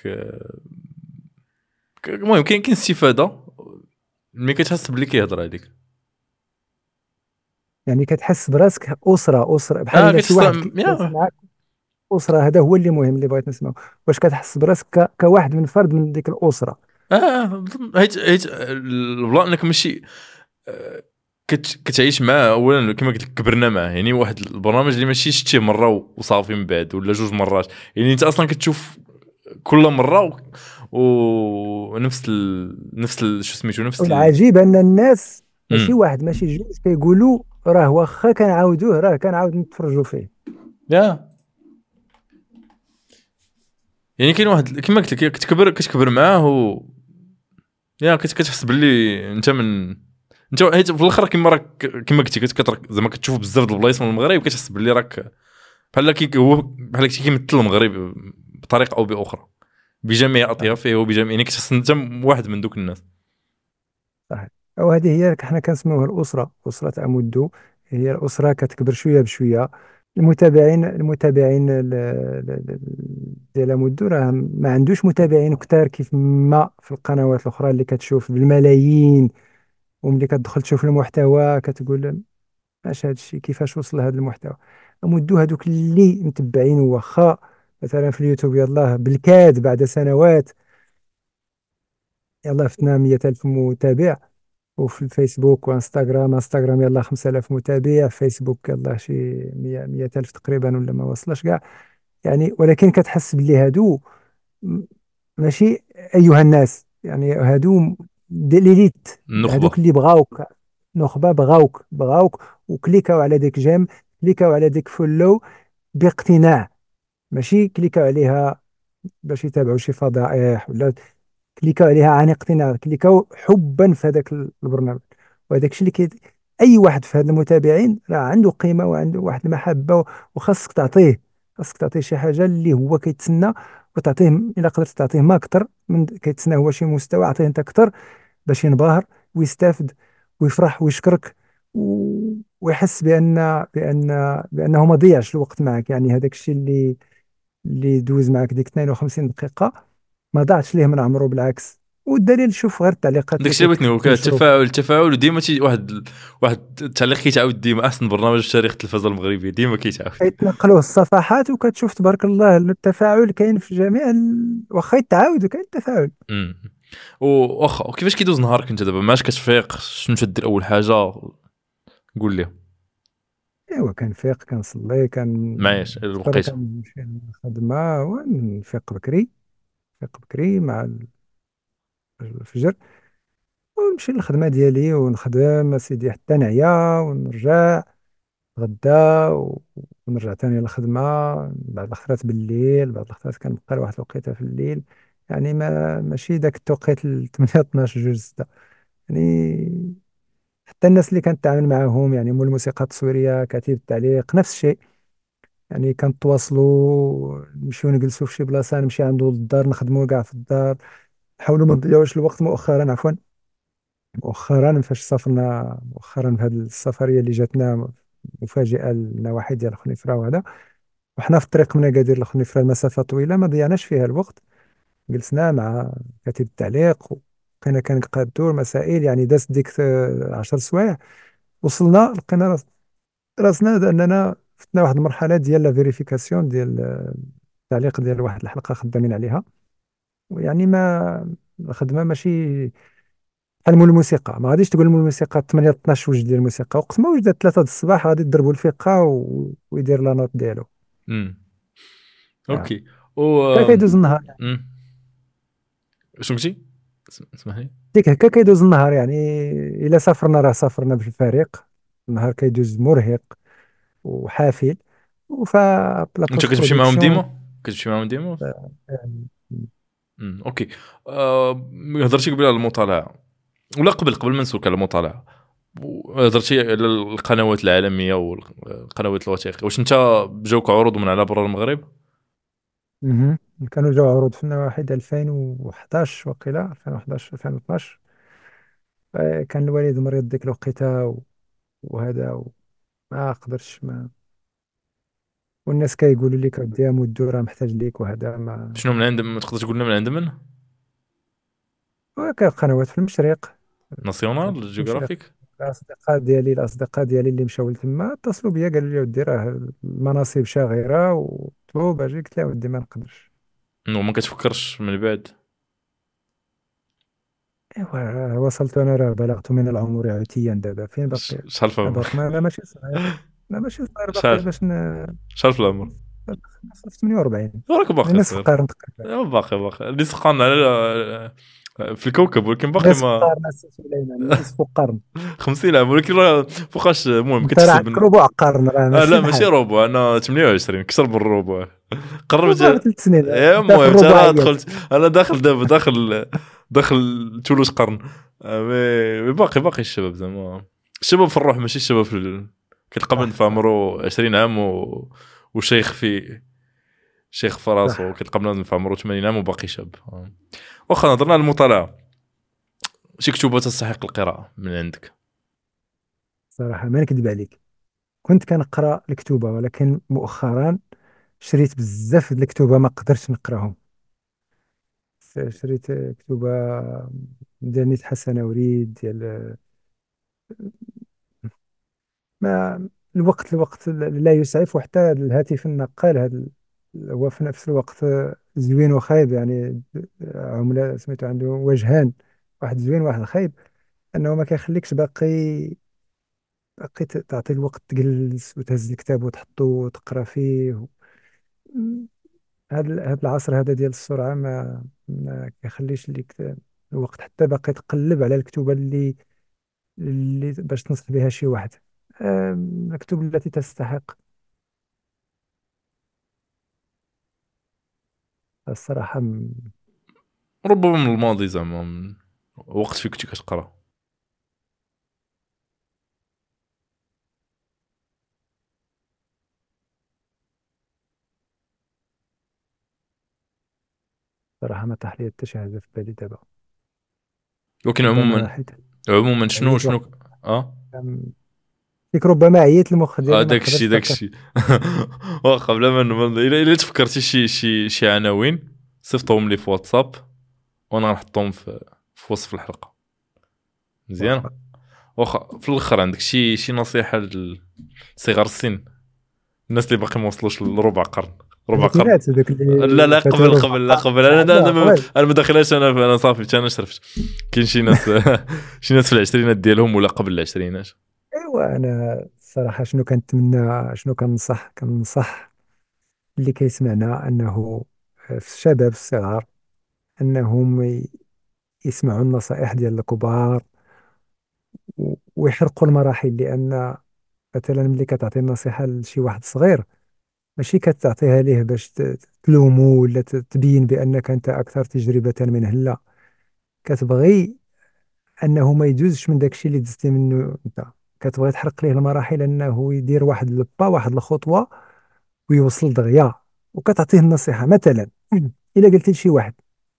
المهم كاين كاين استفاده ملي كتحس بلي كيهضر عليك. يعني كتحس براسك اسره اسره، بحال اه الا شي كتحس واحد ك- جالس يا معاك اسره. هذا هو اللي مهم، اللي بغيت نسمعه. واش كتحس براسك ك- كواحد من فرد من ديك الاسره؟ اه حيت حيت البلا انك ماشي آه، كت كتعيش معاه. اولا كما قلت لك كبرنا معاه، يعني واحد البرنامج اللي ماشي شتيه مره وصافي من بعد ولا جوج مرات. يعني انت اصلا كتشوف كل مره و... ونفس ال... نفس ال... شو سميتو نفس ال... والعجيب ان الناس ماشي واحد ماشي جوج كيقولوا راه واخا كنعاودوه راه كنعاود نتفرجوا فيه. يا يعني كاين واحد كما قلت لك كتكبر كتكبر معاه و يا كت- كتحس باللي انت من انت حيت في الاخر كما راك كما قلتي كترك زعما كتشوف بزاف د البلايص من المغرب كتحس باللي راك بحال كي هو بحال كي كيمثل المغرب بطريقه او باخرى بجميع اطيافه وبجميع يعني كتحس انت واحد من دوك الناس. صحيح. وهذه هي حنا كنسميوها الاسره، اسره امودو. هي الاسره كتكبر شويه بشويه. المتابعين المتابعين ال- ال- ال- ديال امودو راه ما عندوش متابعين كتار كيف ما في القنوات الاخرى اللي كتشوف بالملايين. وملي كتدخل تشوف المحتوى كتقول اش هذا الشيء، كيفاش وصل لهذا المحتوى. امودو هذوك اللي متبعين واخا مثلا في اليوتيوب يلاه بالكاد بعد سنوات يلاه فتنا مية ألف متابع. وفي الفيسبوك وانستغرام، انستغرام يلا خمسة آلاف متابع، فيسبوك يلا شي مية مية ألف تقريبا ولا ما وصلش كاع. يعني ولكن كتحس باللي هادو م- ماشي ايها الناس، يعني هادو دي ليليت. النخبه. هادوك اللي بغاوك، نخبه بغاوك بغاوك وكليكاو على ديك جيم، كليكاو على ديك فولو باقتناع. ماشي كليكاو عليها باش يتابعوا شي فضائح، ولا كليكاو عليها عن اقتناع، كليكاو حبا في هذاك البرنامج. وهذاك الشيء اللي كي اي واحد في هاد المتابعين راه عنده قيمه وعنده واحد المحبه و- وخاصك تعطيه، خاصك تعطيه شي حاجه اللي هو كيتسنى. وتعطيه الا قدرت تعطيه ما اكثر من كيتسنى هو شي مستوى، عطيه انت اكثر باش ينبهر ويستافد ويفرح ويشكرك و... ويحس بان بان بانه ما ضيعش الوقت معك. يعني هذاك الشيء اللي اللي دوز معك ديك اثنين وخمسين دقيقة ما ضاعتش ليه من عمره، بالعكس. والدليل شوف غير التعليقات اللي داكشي اللي بغيت نقول لك كينشروا التفاعل التفاعل وديما تي واحد واحد التعليق كيتعاود ديما احسن برنامج في تاريخ التلفزه المغربيه ديما كيتعاود. كيتنقلوا الصفحات وكتشوف تبارك الله التفاعل كاين في جميع ال... واخا يتعاودوا كاين التفاعل. امم واخا وكيفاش كيدوز نهارك انت دابا ماش كتفيق شنو تدير اول حاجه قول لي ايوا كنفيق كنصلي معايش كنفطر الوقيته. كنمشي للخدمة ونفيق بكري، نفيق بكري مع الفجر ونمشي للخدمة ديالي ونخدم سيدي حتى نعيا ونرجع غدا و- ونرجع تاني للخدمة. بعض الخطرات بالليل، بعض الخطرات كنبقى لواحد الوقيته في الليل. يعني ما ماشي داك التوقيت ل ثمانية اثناش جوج ستة. يعني حتى الناس اللي كنتعامل معاهم يعني مول الموسيقى التصويرية، كاتب التعليق، نفس الشيء. يعني كنتواصلوا نمشيو نجلسوا في شي بلاصة، نمشي عنده للدار نخدموا كاع في الدار. نحاولوا ما نضيعوش الوقت. مؤخرا عفوا مؤخرا فاش سافرنا مؤخرا في هذه السفرية اللي جاتنا مفاجئة للنواحي ديال خنيفرة وهذا، وحنا في الطريق من اكادير لخنيفره المسافه طويله ما ضيعناش فيها الوقت. جلسنا مع كاتب التعليق وكان كنقادو المسائل. يعني دازت ديك آه، عشر سوايع وصلنا لقينا راس- راسنا اننا فتنا واحد المرحله ديال لا فيريفيكاسيون ديال آه، التعليق ديال واحد الحلقه خدامين عليها. ويعني ما الخدمه ماشي بحال مول الموسيقى. ما غاديش تقول مول الموسيقى ثمانية اثناش وجد ديال الموسيقى، وقت ما وجد ثلاثة د الصباح غادي تضربوا الفقه و... ويدير لا نوت ديالو. امم آه. اوكي و هكا كيدوز النهار. امم شنو قلتي اسمح لي. ديك هكا كيدوز النهار. يعني إلا سافرنا راه سافرنا بالفريق، النهار كيدوز مرهق وحافل. وفا لا انت بوست كتمشي معاهم برودكسيون. ديما كتمشي معاهم ديما. امم اوكي آه، هضرتي قبل على المطالعه ولا قبل قبل ما نسولك على المطالعه هضرتي على القنوات العالميه والقنوات الوثائقيه واش انت جاوك عروض من على برا المغرب؟ مهم. كانوا جاو عروض في النواحي ديال ألفين وحداش وقيلا ألفين وحداش ألفين واثناش. آه، كان الوالد مريض ديك الوقيته و- وهذا ما قدرش ما. والناس كيقولوا لك ودي مدو راه محتاج ليك وهذا ما. شنو من عند ما تقدر تقول لنا من عند من؟ وكان قنوات في المشرق. ناسيونال في المشرق جيوغرافيك. الأصدقاء ديالي الأصدقاء ديالي اللي مشاو لتما اتصلوا بيا قالوا لي ودي راه المناصب شاغرة وطلوب أجي. قلت له ودي ما نقدرش. نو ما كتفكرش من بعد. إيوا وصلت أنا راه بلغت من العمر عتيا دابا فين ش- باقي. شحال في باقي العمر؟ ما لا ماشي صغير. لا ماشي صغير باقي شحال باش ن شحال في العمر؟ ثمانية وأربعين. راك باقي نصف صغير. قرن تقريبا. يا باقي باقي اللي سقان على في الكوكب، ولكن باقي نصف ما قرن السي سليمان، نصف قرن. خمسين عام، ولكن راه فوقاش المهم انت راه عندك كتحسب. ربع قرن، راه آه ماشي لا ماشي بحال. روبو، انا ثمانية وعشرين كثر من الروبو. ربع قربت. ثلاث سنين، يا انت في المهم حتى انا الرباعيات. دخلت، انا داخل دابا داخل داخل ثلث قرن. آه، مي مي باقي باقي الشباب زعما، الشباب في الروح ماشي الشباب في ال... كتلقى من صح في صح عمره عشرين عام و... وشيخ في شيخ في راسه، صح. كتلقى بنادم في عمره ثمانين عام وباقي شاب. آه. واخا نهضرنا على المطالعه، شي كتب تستحق القراءه من عندك؟ صراحة ما نكذب عليك، كنت كنقرا الكتوبة، ولكن مؤخرا شريت بزاف د الكتوبة ما قدرتش نقراهم. شريت كتوبة ديال نيت حسن وريد، ديال ما الوقت الوقت لا يسعف، وحتى الهاتف النقال هذا هو في نفس الوقت زوين وخايب يعني. عملة سميتو عنده وجهان، واحد زوين واحد خايب، انه ما كيخليكش باقي باقي ت- تعطي الوقت تجلس وتهز الكتاب وتحطه وتقرا فيه. هذا هذا العصر هذا ديال السرعة ما ما كيخليش ليك الوقت حتى باقي تقلب على الكتوبة اللي اللي باش تنصح بها شي واحد. آم، الكتب التي تستحق الصراحة. م- ربما من الماضي زعما، من وقت فين كنتي كتقرا. صراحة ما طاح لي حتى شي حاجة في بالي دابا. ولكن ربما عموما، حيت عموما شنو عييت واحد. شنو اه أم، ديك ربما عييت المخ اه ديالي ما داك قدرتش الشيء داك نفكر. الشيء. واخا بلا ما نبان- الا الا تفكرتي شي شي شي عناوين صيفطهم لي في واتساب، وانا غنحطهم في في وصف الحلقه. مزيان. واخا. واخا في الاخر عندك شي شي نصيحه لصغار السن، الناس اللي باقي ما وصلوش لربع قرن؟ ربع قرن. الثلاثينات هذوك لا اللي لا فاتوا قبل ربع قبل لا قرن قبل انا صعب، انا لا ما- قبل. انا ما داخلاش، انا انا صافي انا شرفت. كاين شي ناس شي ناس في العشرينات ديالهم ولا قبل العشرينات. ايوا انا الصراحة شنو كنتمنى، شنو كنصح كنصح اللي كيسمعنا، انه في الشباب الصغار انهم ي- يسمعوا النصائح ديال الكبار و- ويحرقوا المراحل. لان مثلا ملي كتعطي النصيحة لشي واحد صغير، ماشي كتعطيها ليه باش ت- تلومو ولا ت- تبين بانك انت اكثر تجربة منه، لا، كتبغي انه ما يدوزش من داكشي اللي دزتي منه انت. كتبغي تحرق ليه المراحل، انه يدير واحد البا، واحد الخطوة، ويوصل دغيا. وكتعطيه النصيحة مثلا، الا قلت لشي واحد،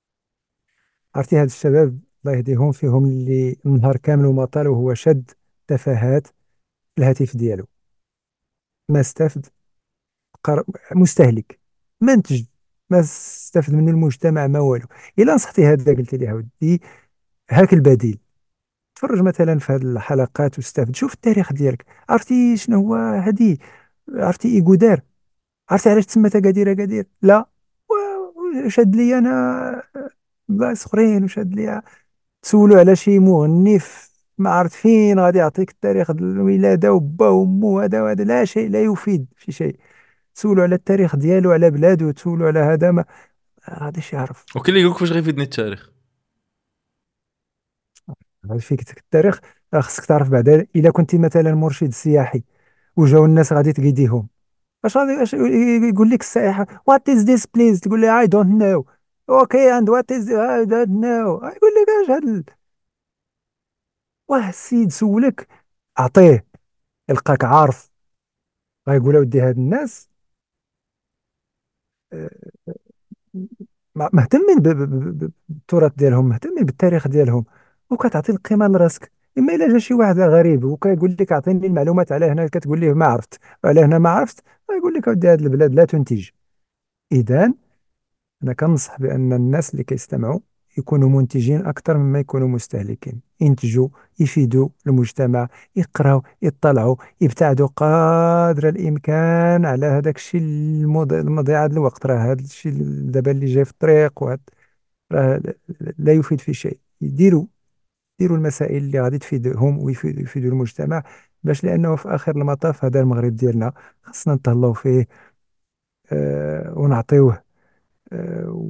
عرفتي هاد الشباب الله يهديهم فيهم اللي النهار كامل وما طال وهو شاد تفاهات في الهاتف ديالو، ما استفد، قر... مستهلك، ما انتج، ما استفد من المجتمع ما والو. الا نصحتي هذا قلت لي ودي هاك البديل، تفرج مثلا في هذه الحلقات واستفد، شوف التاريخ ديالك. عرفتي شنو هو هذه؟ عرفتي ايغودار؟ عرفتي علاش تسمى اكادير اكادير؟ لا. و- وشاد لي انا بلايص اخرين، وشاد لي تسولوا على شي مغني في ما عرفت فين، غادي يعطيك التاريخ ديال الولاده وبا وامو، هذا وهذا لا شيء، لا يفيد في شيء. تسولوا على التاريخ ديالو، على بلادو، تسولوا على هذا، ما غاديش يعرف. وكاين اللي يقول لك واش غيفيدني التاريخ. غادي فيك التاريخ، راه خصك تعرف بعدا. الا كنت مثلا مرشد سياحي وجاو الناس غادي تقيديهم، اش غادي اش يقول لك السائح وات از ذيس بليز، تقول له اي دونت نو، اوكي اند وات از اي دونت نو، يقول لك اش هاد. واه السيد سولك، اعطيه، يلقاك عارف، غايقول اودي هاد الناس آه، م- مهتمين ب- ب- ب- ب- بالتراث ديالهم، مهتمين بالتاريخ ديالهم، وكتعطي القيمه لراسك. اما الا جا شي واحد غريب وكيقول لك اعطيني المعلومات على هنا، كتقول ليه ما عرفت، وعلى هنا ما عرفت، غايقول لك اودي هاد البلاد لا تنتج. اذا أنا كنصح بأن الناس اللي كيستمعوا يكونوا منتجين أكثر مما يكونوا مستهلكين، ينتجوا، يفيدوا المجتمع، يقراوا، يطلعوا، يبتعدوا قدر الإمكان على هذاك الشيء المض- المضيعة ديال الوقت. راه هذا الشيء دابا اللي جاي في الطريق، وهاد راه لا يفيد في شيء. يديروا يديروا المسائل اللي غادي تفيدهم ويفيدوا يفيدوا المجتمع، باش لأنه في آخر المطاف هذا المغرب ديالنا خصنا نتهلاو فيه، آه ونعطيوه، آه،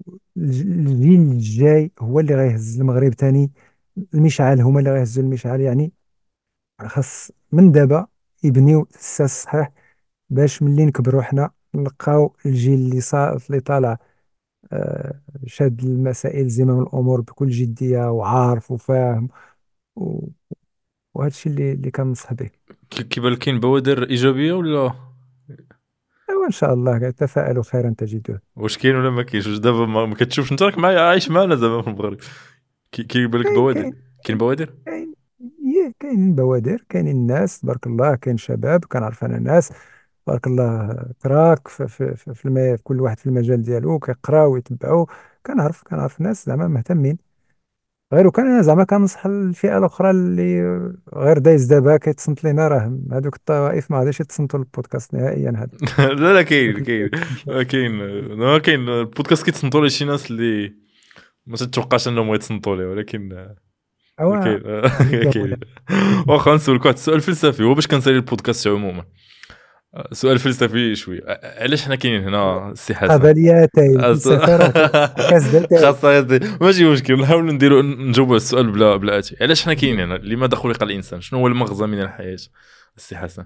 الج- الجيل الجاي هو اللي غيهز المغرب تاني. المشعل هما اللي غيهزوا المشعل يعني. خاص من دابا يبنيو الساس صحيح، باش ملي نكبروا حنا نلقاو الجيل اللي صا اللي طالع آه، شاد المسائل زمام الامور بكل جديه وعارف وفاهم و- وهذا الشيء اللي اللي كنصح به. كي- كيبان لك كاين بوادر ايجابيه ولا وان شاء الله تفاءلوا خيرا تجدوه. واش كاين ولا ما كاينش؟ واش دابا ما ما كتشوفش انت راك معايا عايش معنا زعما في المغرب؟ كي- كيبان لك كاين بوادر؟ كاين كاين بوادر؟ كاين يه، كاينين بوادر، كاينين الناس تبارك الله، كاين شباب كنعرف انا ناس تبارك الله تراك في, في, في, في, الم... في كل واحد في المجال ديالو كيقراو ويتبعوا. كنعرف كنعرف ناس زعما مهتمين. غير وكان انا زعما كنصح الفئه الاخرى اللي غير دايز دابا كيتصنت لينا، راه هذوك الطوائف ما غاديش يتصنتوا للبودكاست نهائيا هذا. لا لا دوك كاين اللي كاين كيمشيو. كاين ما كاين البودكاست كيتصنتوا ليه شي ناس اللي ما تتوقعش انهم يتصنتوا ليه، ولكن او كاين هذيك هي كاين. المهم. واخا نسولك واحد السؤال فلسفي، هو باش كنسالي البودكاست عموما سؤال فلسفي شوي، علاش حنا كاينين هنا السي حسن؟ قبليتين أس- الفلسفه راه كاسدتين. خاصة هذه ماشي مشكل، نحاول نديرو نجاوبوا على السؤال بلا بلا اتي. علاش حنا كاينين هنا؟ لماذا خلق الانسان؟ شنو هو المغزى من الحياة السي حسن؟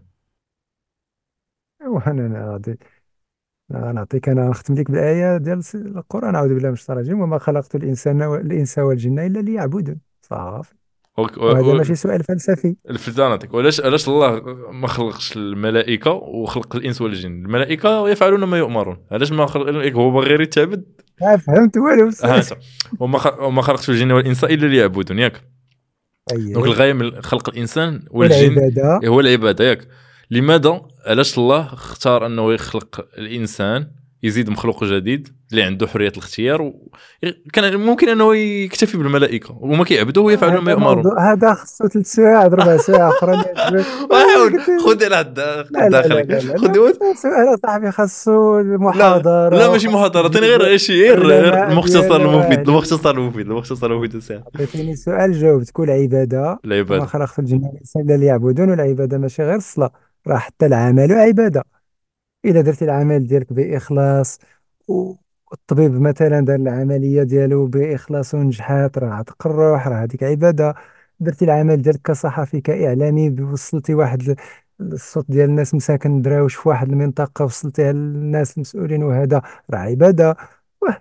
وانا غادي نعطيك، انا نختم لك بالايه ديال القران: اعوذ بالله من الشيطان الرجيم، وما خلقت الانسان والانس والجن الا ليعبدون. صافي. أوك- وهذا أو- ماشي سؤال فلسفي. الفلسفة علاش علاش الله ما خلقش الملائكة وخلق الانس والجن؟ الملائكة يفعلون ما يؤمرون، علاش ما خلق الملائكة؟ هو باغي غير يتعبد. ما فهمت والو السؤال. ها انت، وما خ... وما خلقت الجن والانس الا ليعبدون، ياك؟ دونك طيب. الغاية من خلق الانسان والجن والعباده. هو العبادة، ياك؟ لماذا علاش الله اختار انه يخلق الانسان، يزيد مخلوق جديد اللي عنده حرية الاختيار و... كان ممكن انه يكتفي بالملائكة وما كيعبدوه ويفعلون ما هذا يؤمرون. موضوع، هذا خصو ثلاث ساعات ربع ساعه اخرى اللي يعجبك. حاول قلت لي- خذ على الد- لا خذ لا لا داخلك، لا لا خذ لا ود. سؤال صاحبي خاصو لا محاضره لا ماشي وخاص محاضرة، تاني تجيب غير شيء، غير غير علماء المختصر ديالو المفيد، واهلين. المختصر المفيد، المختصر المفيد الساعة. عطيتيني سؤال جاوبت كل عبادة. وما العبادة. خلقت الجن والإنس إلا ليعبدون. والعبادة ماشي غير الصلاة، راه حتى العمل عبادة. إلا درتي العمل ديالك بإخلاص، والطبيب مثلا دار العملية ديالو بإخلاص ونجحات، راه عتق الروح، راه هذيك عبادة. درتي العمل ديالك كصحفي كإعلامي، وصلتي واحد ل- الصوت ديال الناس مساكن دراوش في واحد المنطقة، وصلتيها للناس المسؤولين، وهذا راه عبادة. واه.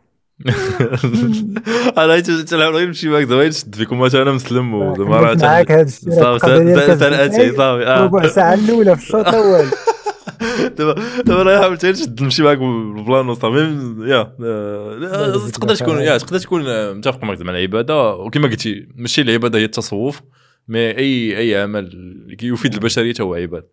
من- انا تلعب غير نمشي معاك زعما نشد فيكم، واش انا مسلم راه وزعما راه كملت معاك هذا الشيء، راه صافي القضية ديالك سالاتي كتبدا صافي اه. ربع ساعة الأولى في الشوط الأول. دابا دابا راه حاولت نشد نمشي معاك بالبلان وصافي يا آه، الله لا، يجزيك تقدر تكون بخير. يا تقدر تكون آه، متفق معك زعما العباده، وكما قلتي ماشي العباده هي التصوف، مي اي اي عمل اللي يفيد البشريه هو عباده.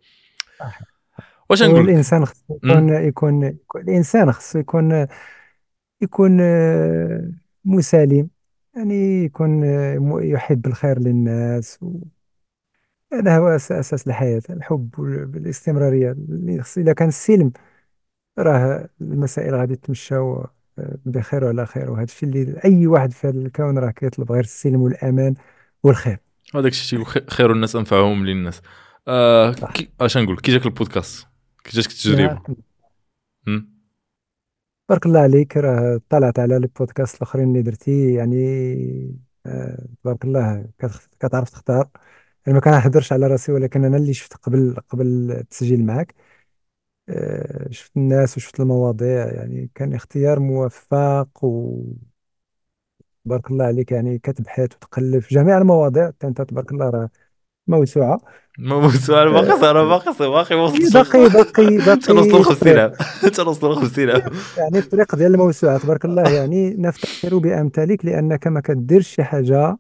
واش نقول لك؟ والإنسان خصو يكون يكون يكون- الإنسان خصو يكون يكون آه، مسالم، يعني يكون آه، م- يحب الخير للناس و- هذا هو أس- أساس الحياة: الحب والاستمرارية. اللي خص- إذا كان السلم، راه المسائل غادي تمشى و- آه، بخير وعلى خير. وهذا الشيء اللي أي واحد في هذا الكون راه كيطلب، غير السلم والأمان والخير. هذاك الشيء خير الناس انفعهم للناس. آه صح. كي... اش نقول، كي جاك البودكاست؟ كي جاتك التجربه؟ لا، أم؟ بارك الله عليك. راه طلعت على البودكاست الاخرين اللي درتي يعني. آه تبارك الله كتخ- كتعرف تختار. يعني ما كنهضرش على راسي، ولكن انا اللي شفت قبل قبل التسجيل معك. آه شفت الناس وشفت المواضيع، يعني كان اختيار موفق. وبارك الله عليك، يعني كتبحث وتقلب في جميع المواضيع. حتى انت تبارك الله راه موسوعة. ما هو سؤال باقي آه صار باقي صار باقي ما وصلتش. باقي باقي تنوصل باقي خمسين الطريق. عام تنوصل خمسين عام. يعني الطريق ديال الموسوعة تبارك الله، يعني نفتخر بأمثالك، لأنك ما كديرش شي حاجة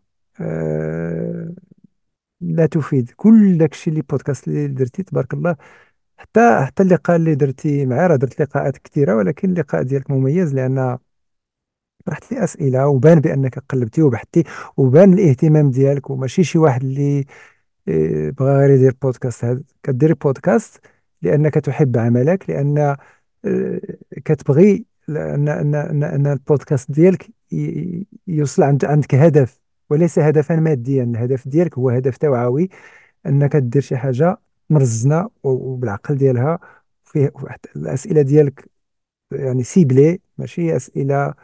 آه، لا تفيد. كل داك الشيء اللي بودكاست اللي درتي تبارك الله، حتى حتى اللقاء اللي درتي معي، راه درت لقاءات كثيرة، ولكن اللقاء ديالك مميز لأن طرحت لي أسئلة، وبان بأنك قلبتي وبحثتي، وبان الاهتمام ديالك. وماشي شي واحد اللي آه، بغى غير يدير بودكاست. هاد كديري بودكاست لأنك تحب عملك، لأن آه، كتبغي ان ان ان ان البودكاست ديالك ي- يوصل عند عندك هدف، وليس هدفا ماديا. الهدف ديالك هو هدف توعوي، انك دير شي حاجه مرزنه و- وبالعقل ديالها. فيه واحد الاسئله ديالك يعني سيبلي، ماشي اسئله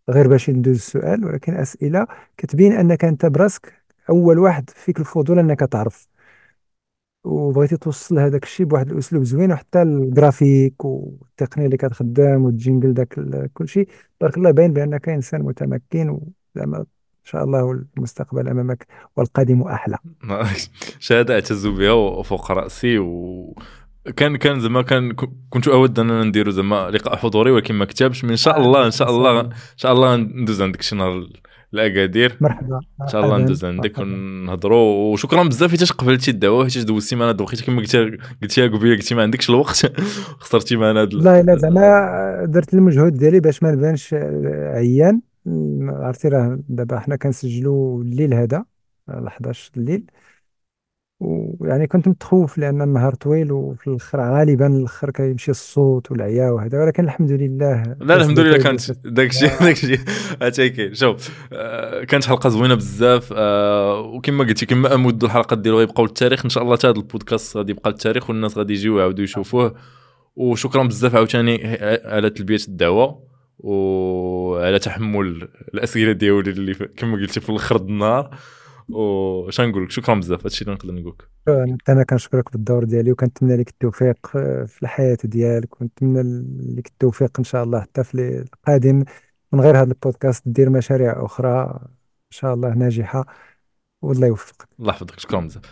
غير باش ندوز السؤال، ولكن اسئله كتبين انك انت براسك اول واحد فيك الفضول انك تعرف، وبغيتي توصل هذاك الشيء بواحد الاسلوب زوين، وحتى الجرافيك والتقنيه اللي كتخدم والجينجل داك ال- كل شيء تبارك الله باين بانك انسان متمكن، وزعما ان شاء الله المستقبل امامك والقادم احلى. شهاده اعتز بها وفوق راسي. و كان كان زعما كان كنت اود اننا نديروا زعما لقاء حضوري، ولكن ما كتبش. من ان شاء الله ان شاء الله ان شاء الله ندوز عندك شي نهار لاكادير، مرحبا ان شاء الله مرحبا ندوز عندك مرحبا. ونهضروا. وشكرا بزاف حيت قبلتي الدعوه، حيت دوزتي معنا دوقيتي كما قلتي قلتيها قبيله، قلتي ما عندكش الوقت اخترتي معنا هذا. والله الا زعما درت المجهود ديالي باش ما نبانش آه، عيان. م، عرفتي راه دابا حنا كنسجلوا الليل هذا على حداش الليل، ويعني كنت متخوف لان النهار طويل، وفي الاخر غالبا الاخر كيمشي الصوت والعيا وهذا، ولكن الحمد لله لا الحمد لله تثبت كانت جلسة. داكشي داكشي هاتي كاين. شوف آه، كانت حلقه زوينه بزاف. آه، وكما قلتي كما امودوا الحلقات ديالو غيبقاو للتاريخ ان شاء الله. حتى هذا البودكاست غادي يبقى للتاريخ والناس غادي يجيو يعاودوا يشوفوه. وشكرا بزاف عاوتاني على تلبيه الدعوه وعلى تحمل الاسئله ديالي اللي ف- كما قلتي في الاخر د النهار. وش نقول لك، شكرا بزاف، هادشي اللي نقدر نقول لك. انا كنشكرك بالدور ديالي، وكنتمنى لك التوفيق آه، في الحياة ديالك، ونتمنى لك التوفيق ان شاء الله حتى في القادم، من غير هذا البودكاست دير مشاريع اخرى ان شاء الله ناجحة، والله يوفقك. الله يحفظك، شكرا بزاف.